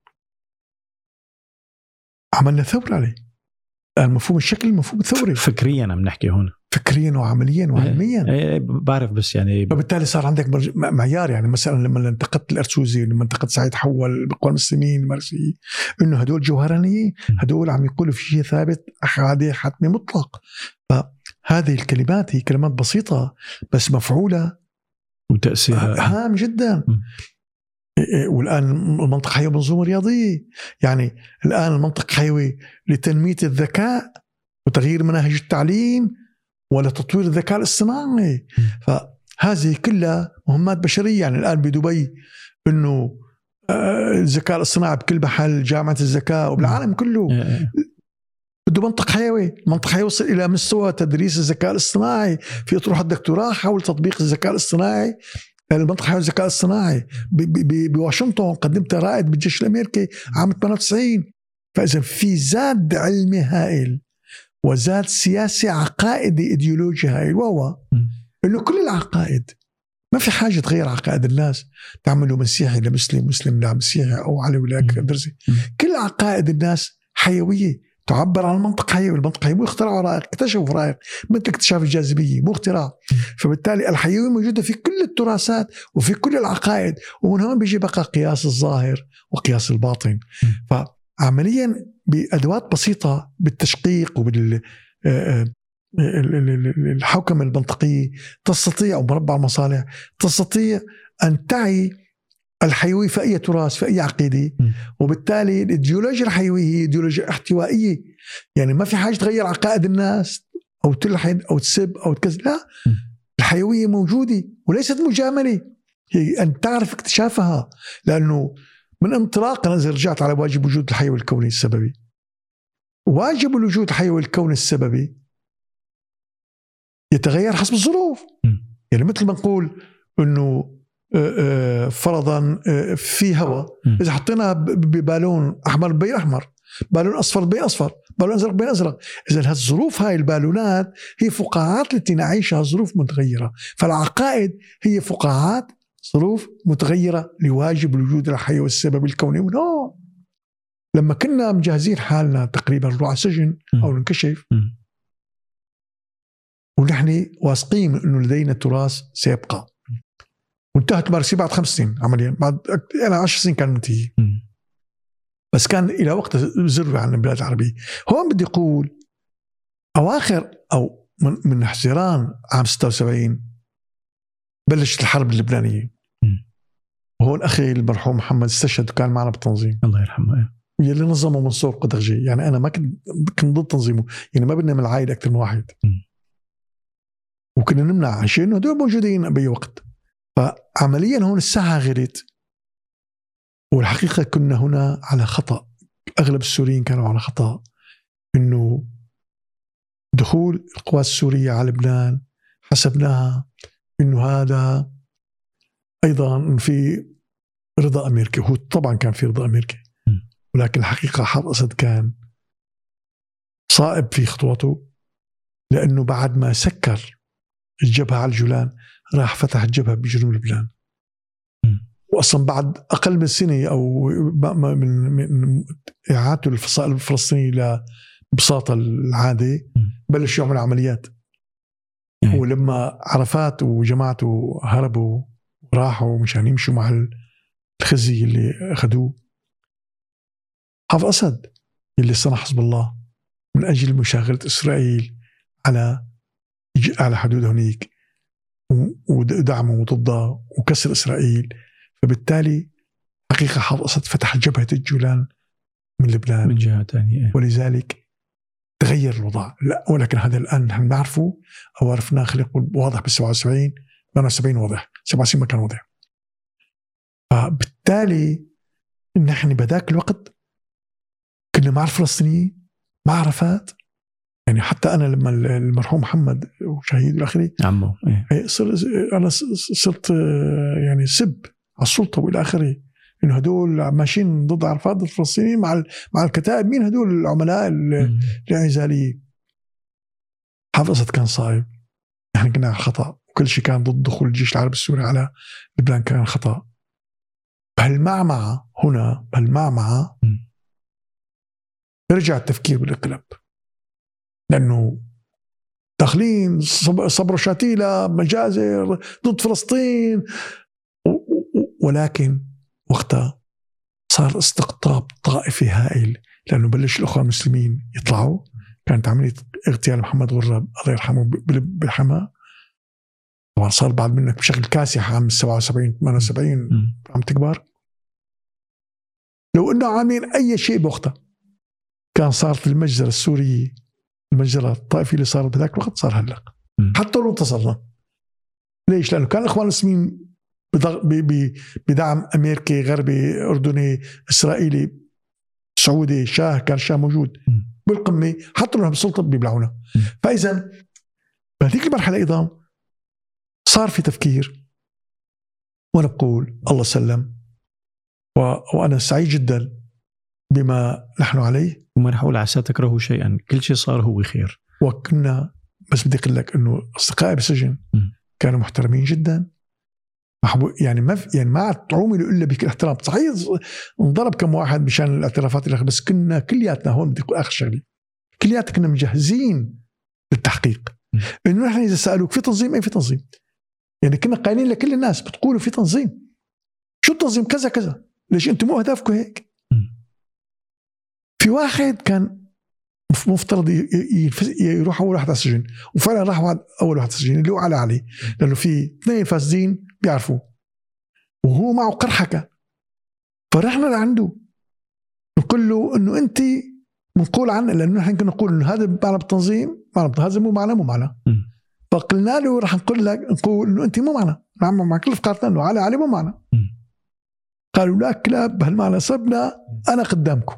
عملنا ثورة عليه. المفهوم الشكل المفهوم الثوري فكريا عم نحكي هون، فكريا وعمليا وعلميا. ايه بعرف بس يعني فبالتالي صار عندك معيار. يعني مثلا لما انتقدت الأرسوزي، لما انتقدت سعيد حول بقوى المسلمين الماركسيين، انه هدول جوهرانيين، هدول عم يقولوا في شيء ثابت أحادي حتمي مطلق. فهذه الكلمات هي كلمات بسيطة بس مفعولة وتأثيرها هام جدا. والآن المنطق حيوي منظومة رياضية، يعني الآن المنطق حيوي لتنمية الذكاء وتغيير مناهج التعليم ولا تطوير الذكاء الاصطناعي. فهذه كلها مهمات بشرية. يعني الآن بدبي إنه الذكاء الاصطناعي بكل محل، جامعة الذكاء وبالعالم كله بده منطق حيوي. منطق حيوي يوصل إلى مستوى تدريس الذكاء الاصطناعي، في أطروحة دكتوراه حول تطبيق الذكاء الاصطناعي، المنطقة حول الذكاء الاصطناعي. بواشنطن قدمت رائد بالجيش الأمريكي عام ثمانية وتسعين. فإذا في زاد علمي هائل وزاد سياسي عقائدي إيديولوجي هائل، وهو إنه كل العقائد ما في حاجة تغير عقائد الناس، تعملوا مسيحي لمسلم، مسلم لمسيحي، أو علي ولا درزي. كل عقائد الناس حيوية تعبر عن المنطق حيوي. المنطق حيوي مو اختراع رائق، اكتشفوا رائق مثل اكتشاف الجاذبية، مو اختراع. فبالتالي الحيوية موجودة في كل التراثات وفي كل العقائد. ومن هون بيجي بقى قياس الظاهر وقياس الباطن. فعمليا بأدوات بسيطة بالتشقيق وبال الحوكمة المنطقية تستطيع، أو مربع المصالح تستطيع أن تعي الحيوي في أي تراث في أي عقيدة. وبالتالي الإيديولوجيا الحيوية هي إيديولوجيا احتوائية. يعني ما في حاجة تغير عقائد الناس أو تلحد أو تسب أو تكذب، لا، الحيوية موجودة وليست مجاملة، هي أن تعرف اكتشافها. لأنه من انطلاق أنا رجعت على واجب وجود الحيوي الكوني السببي. واجب الوجود الحيوي الكوني السببي يتغير حسب الظروف. يعني مثل ما نقول إنه فرضا في هواء، إذا حطينا ببالون أحمر بين أحمر، بالون أصفر بين أصفر، بالون أزرق بين أزرق، إذا هالظروف هاي البالونات هي فقاعات التي نعيشها ظروف متغيرة. فالعقائد هي فقاعات ظروف متغيرة لواجب الوجود الحيوي السبب الكوني. ونو لما كنا مجهزين حالنا تقريبا نروح على سجن أو ننكشف، ونحن واثقين إنه لدينا تراث سيبقى. وانتهت مارسي بعد خمس سنين عمليا، بعد أنا عشر سنين كان منتهي، بس كان إلى وقت زر عن البلاد العربية. هون بدي أقول أواخر أو من, من حزيران عام ستة وسبعين بلشت الحرب اللبنانية. وهون أخي المرحوم محمد استشهد وكان معنا بالتنظيم، الله يرحمه، يلي نظمه منصور قدرجي. يعني أنا ما كنت كنت ضد تنظيمه، يعني ما بدنا من العائلة أكثر من واحد، وكنا نمنع عشان إنه دول موجودين بأي وقت. فعمليا هون الساعة غيرت، والحقيقة كنا هنا على خطأ. أغلب السوريين كانوا على خطأ، إنه دخول القوات السورية على لبنان حسبناها إنه هذا أيضا في رضا أمريكي. هو طبعا كان في رضا أمريكي، ولكن الحقيقة حافظ أسد كان صائب في خطوته، لأنه بعد ما سكر الجبهة على الجولان راح فتح الجبهة بجنوب لبنان. وأصلا بعد أقل من سنة أو من, من إعادته الفصائل الفلسطينية لبساطة العادة بلش يعمل عمليات. ولما عرفات وجماعته هربوا وراحوا مشان يمشوا مع الخزي اللي أخذوه، حافظ أسد اللي صنع حزب الله من أجل مشاغلة إسرائيل على على حدود هنيك ودعمه ضده وكسر إسرائيل. فبالتالي حقيقة حافظ أسد فتح جبهة الجولان من لبنان من جهة ثانية، ولذلك تغير الوضع. لا ولكن هذا الآن نحن نعرفه أو عرفناه خلق واضح بالسبعة وسبعين ثمانية وسبعين واضح، سبعة وسبعين ما كان واضح. فبالتالي نحن بذاك الوقت كنا مع الفلسطينيين مع عرفات. يعني حتى أنا لما المرحوم محمد وشهيد والآخرين عمو إيه. أنا صرت يعني سب على السلطة والى اخره، انه هدول ماشيين ضد عرفات ضد الفلسطينيين مع مع الكتائب. مين هدول العملاء الانعزاليين؟ حافظ أسد كان صائب، نحن كنا على خطأ، وكل شيء كان ضد دخول الجيش العربي السوري على لبنان كان خطأ. بهالمعمعة هنا بهالمعمعة رجع التفكير بالانقلاب، لأنه داخلين صبروا شاتيلة مجازر ضد فلسطين، ولكن وقتها صار استقطاب طائفي هائل، لأنه بلش الأخوة المسلمين يطلعوا. كانت عملية اغتيال محمد غراب الله يرحمه بالحما، طبعا صار بعد منك بشكل كاسح عام سبعة وسبعين ثمانية وسبعين عم تكبر. لو إنه عاملين أي شيء بوقتها كان صارت المجزرة السورية المجزرة الطائفية اللي صارت بذاك الوقت صار هلق. حتى لو انتصرنا، ليش؟ لأنه كان الإخوان المسلمين بدعم أمريكي غربي أردني إسرائيلي سعودي شاه، كان شاه موجود بالقمة، حتى لو بالسلطة بيبلعونا. فإذا بهذيك المرحلة أيضا صار في تفكير، وأنا بقول الله سلم، و... وأنا سعيد جدا بما نحن عليه. وما رح أقول عسى تكرهوا شيئا، كل شيء صار هو خير. وكنا بس بدي أقول لك إنه أصدقائي بالسجن كانوا محترمين جدا، يعني ما في يعني ما تعومي له إلا بك الاحترام. صحيح انضرب كم واحد مشان الاعترافات اللي بس كنا كلياتنا هون بدي أقول آخر شغلة، كلياتنا كنا مجهزين للتحقيق. إنه نحن إذا سألوك في تنظيم، أي في تنظيم، يعني كنا قايلين لكل الناس بتقولوا في تنظيم، شو التنظيم؟ كذا كذا، ليش أنتم مو أهدافكم هيك؟ في واحد كان مفترض يروح أول واحد على السجن، وفعلا راح واحد أول واحد على السجن اللي هو على علي، لأنه في اثنين فاسدين بيعرفوا وهو معه قرحكة. فرحنا لعنده نقول له إنه أنت منقول عنه، لأنه نحن كنا نقول إنه هذا معنى بالتنظيم، معنى هذا مو معنى مو معنى. فقلنا له رح نقول لك نقول إنه أنت مو معنى، نعم مع كل فقرتنا إنه على علي مو معنى. قالوا لا كلاب بهالمعنى صبنا أنا قدامكم.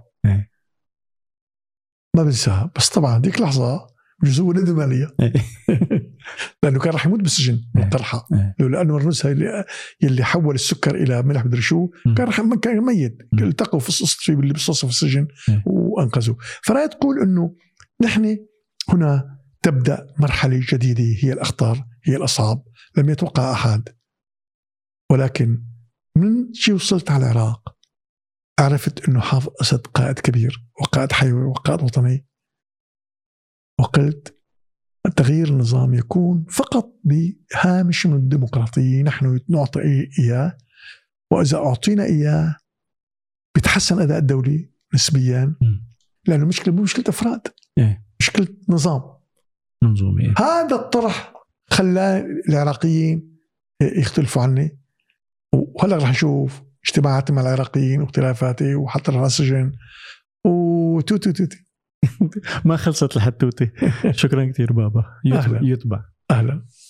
ما بنساها، بس طبعا ديك لحظة جزوة ندم عليها لأنه كان رح يموت بالسجن من قرحة، لأنه الرنسها اللي, اللي حول السكر إلى ملح بدري شو كان رح كان ميت. التقوا في الصصف اللي بالصصف في السجن وأنقذوا. فرأي تقول إنه نحن هنا تبدأ مرحلة جديدة، هي الأخطر هي الأصعب لم يتوقع أحد. ولكن من شي وصلت على العراق عرفت أنه حافظ أسد قائد كبير وقائد حيوي وقائد وطني، وقلت التغيير النظام يكون فقط بهامش من الديمقراطية نحن نعطي إياه، وإذا أعطينا إياه بيتحسن أداء الدولي نسبيا، لأنه مشكلة مو مشكلة أفراد، مشكلة نظام منظومي. هذا الطرح خلى العراقيين يختلفوا عني، وهلأ رح نشوف اجتماعاتي مع العراقيين واختلافاتي وحتى على السجن وتوتي توتي ما خلصت لحد توتي. شكرا كثير بابا. يتبع, يتبع. أهلا.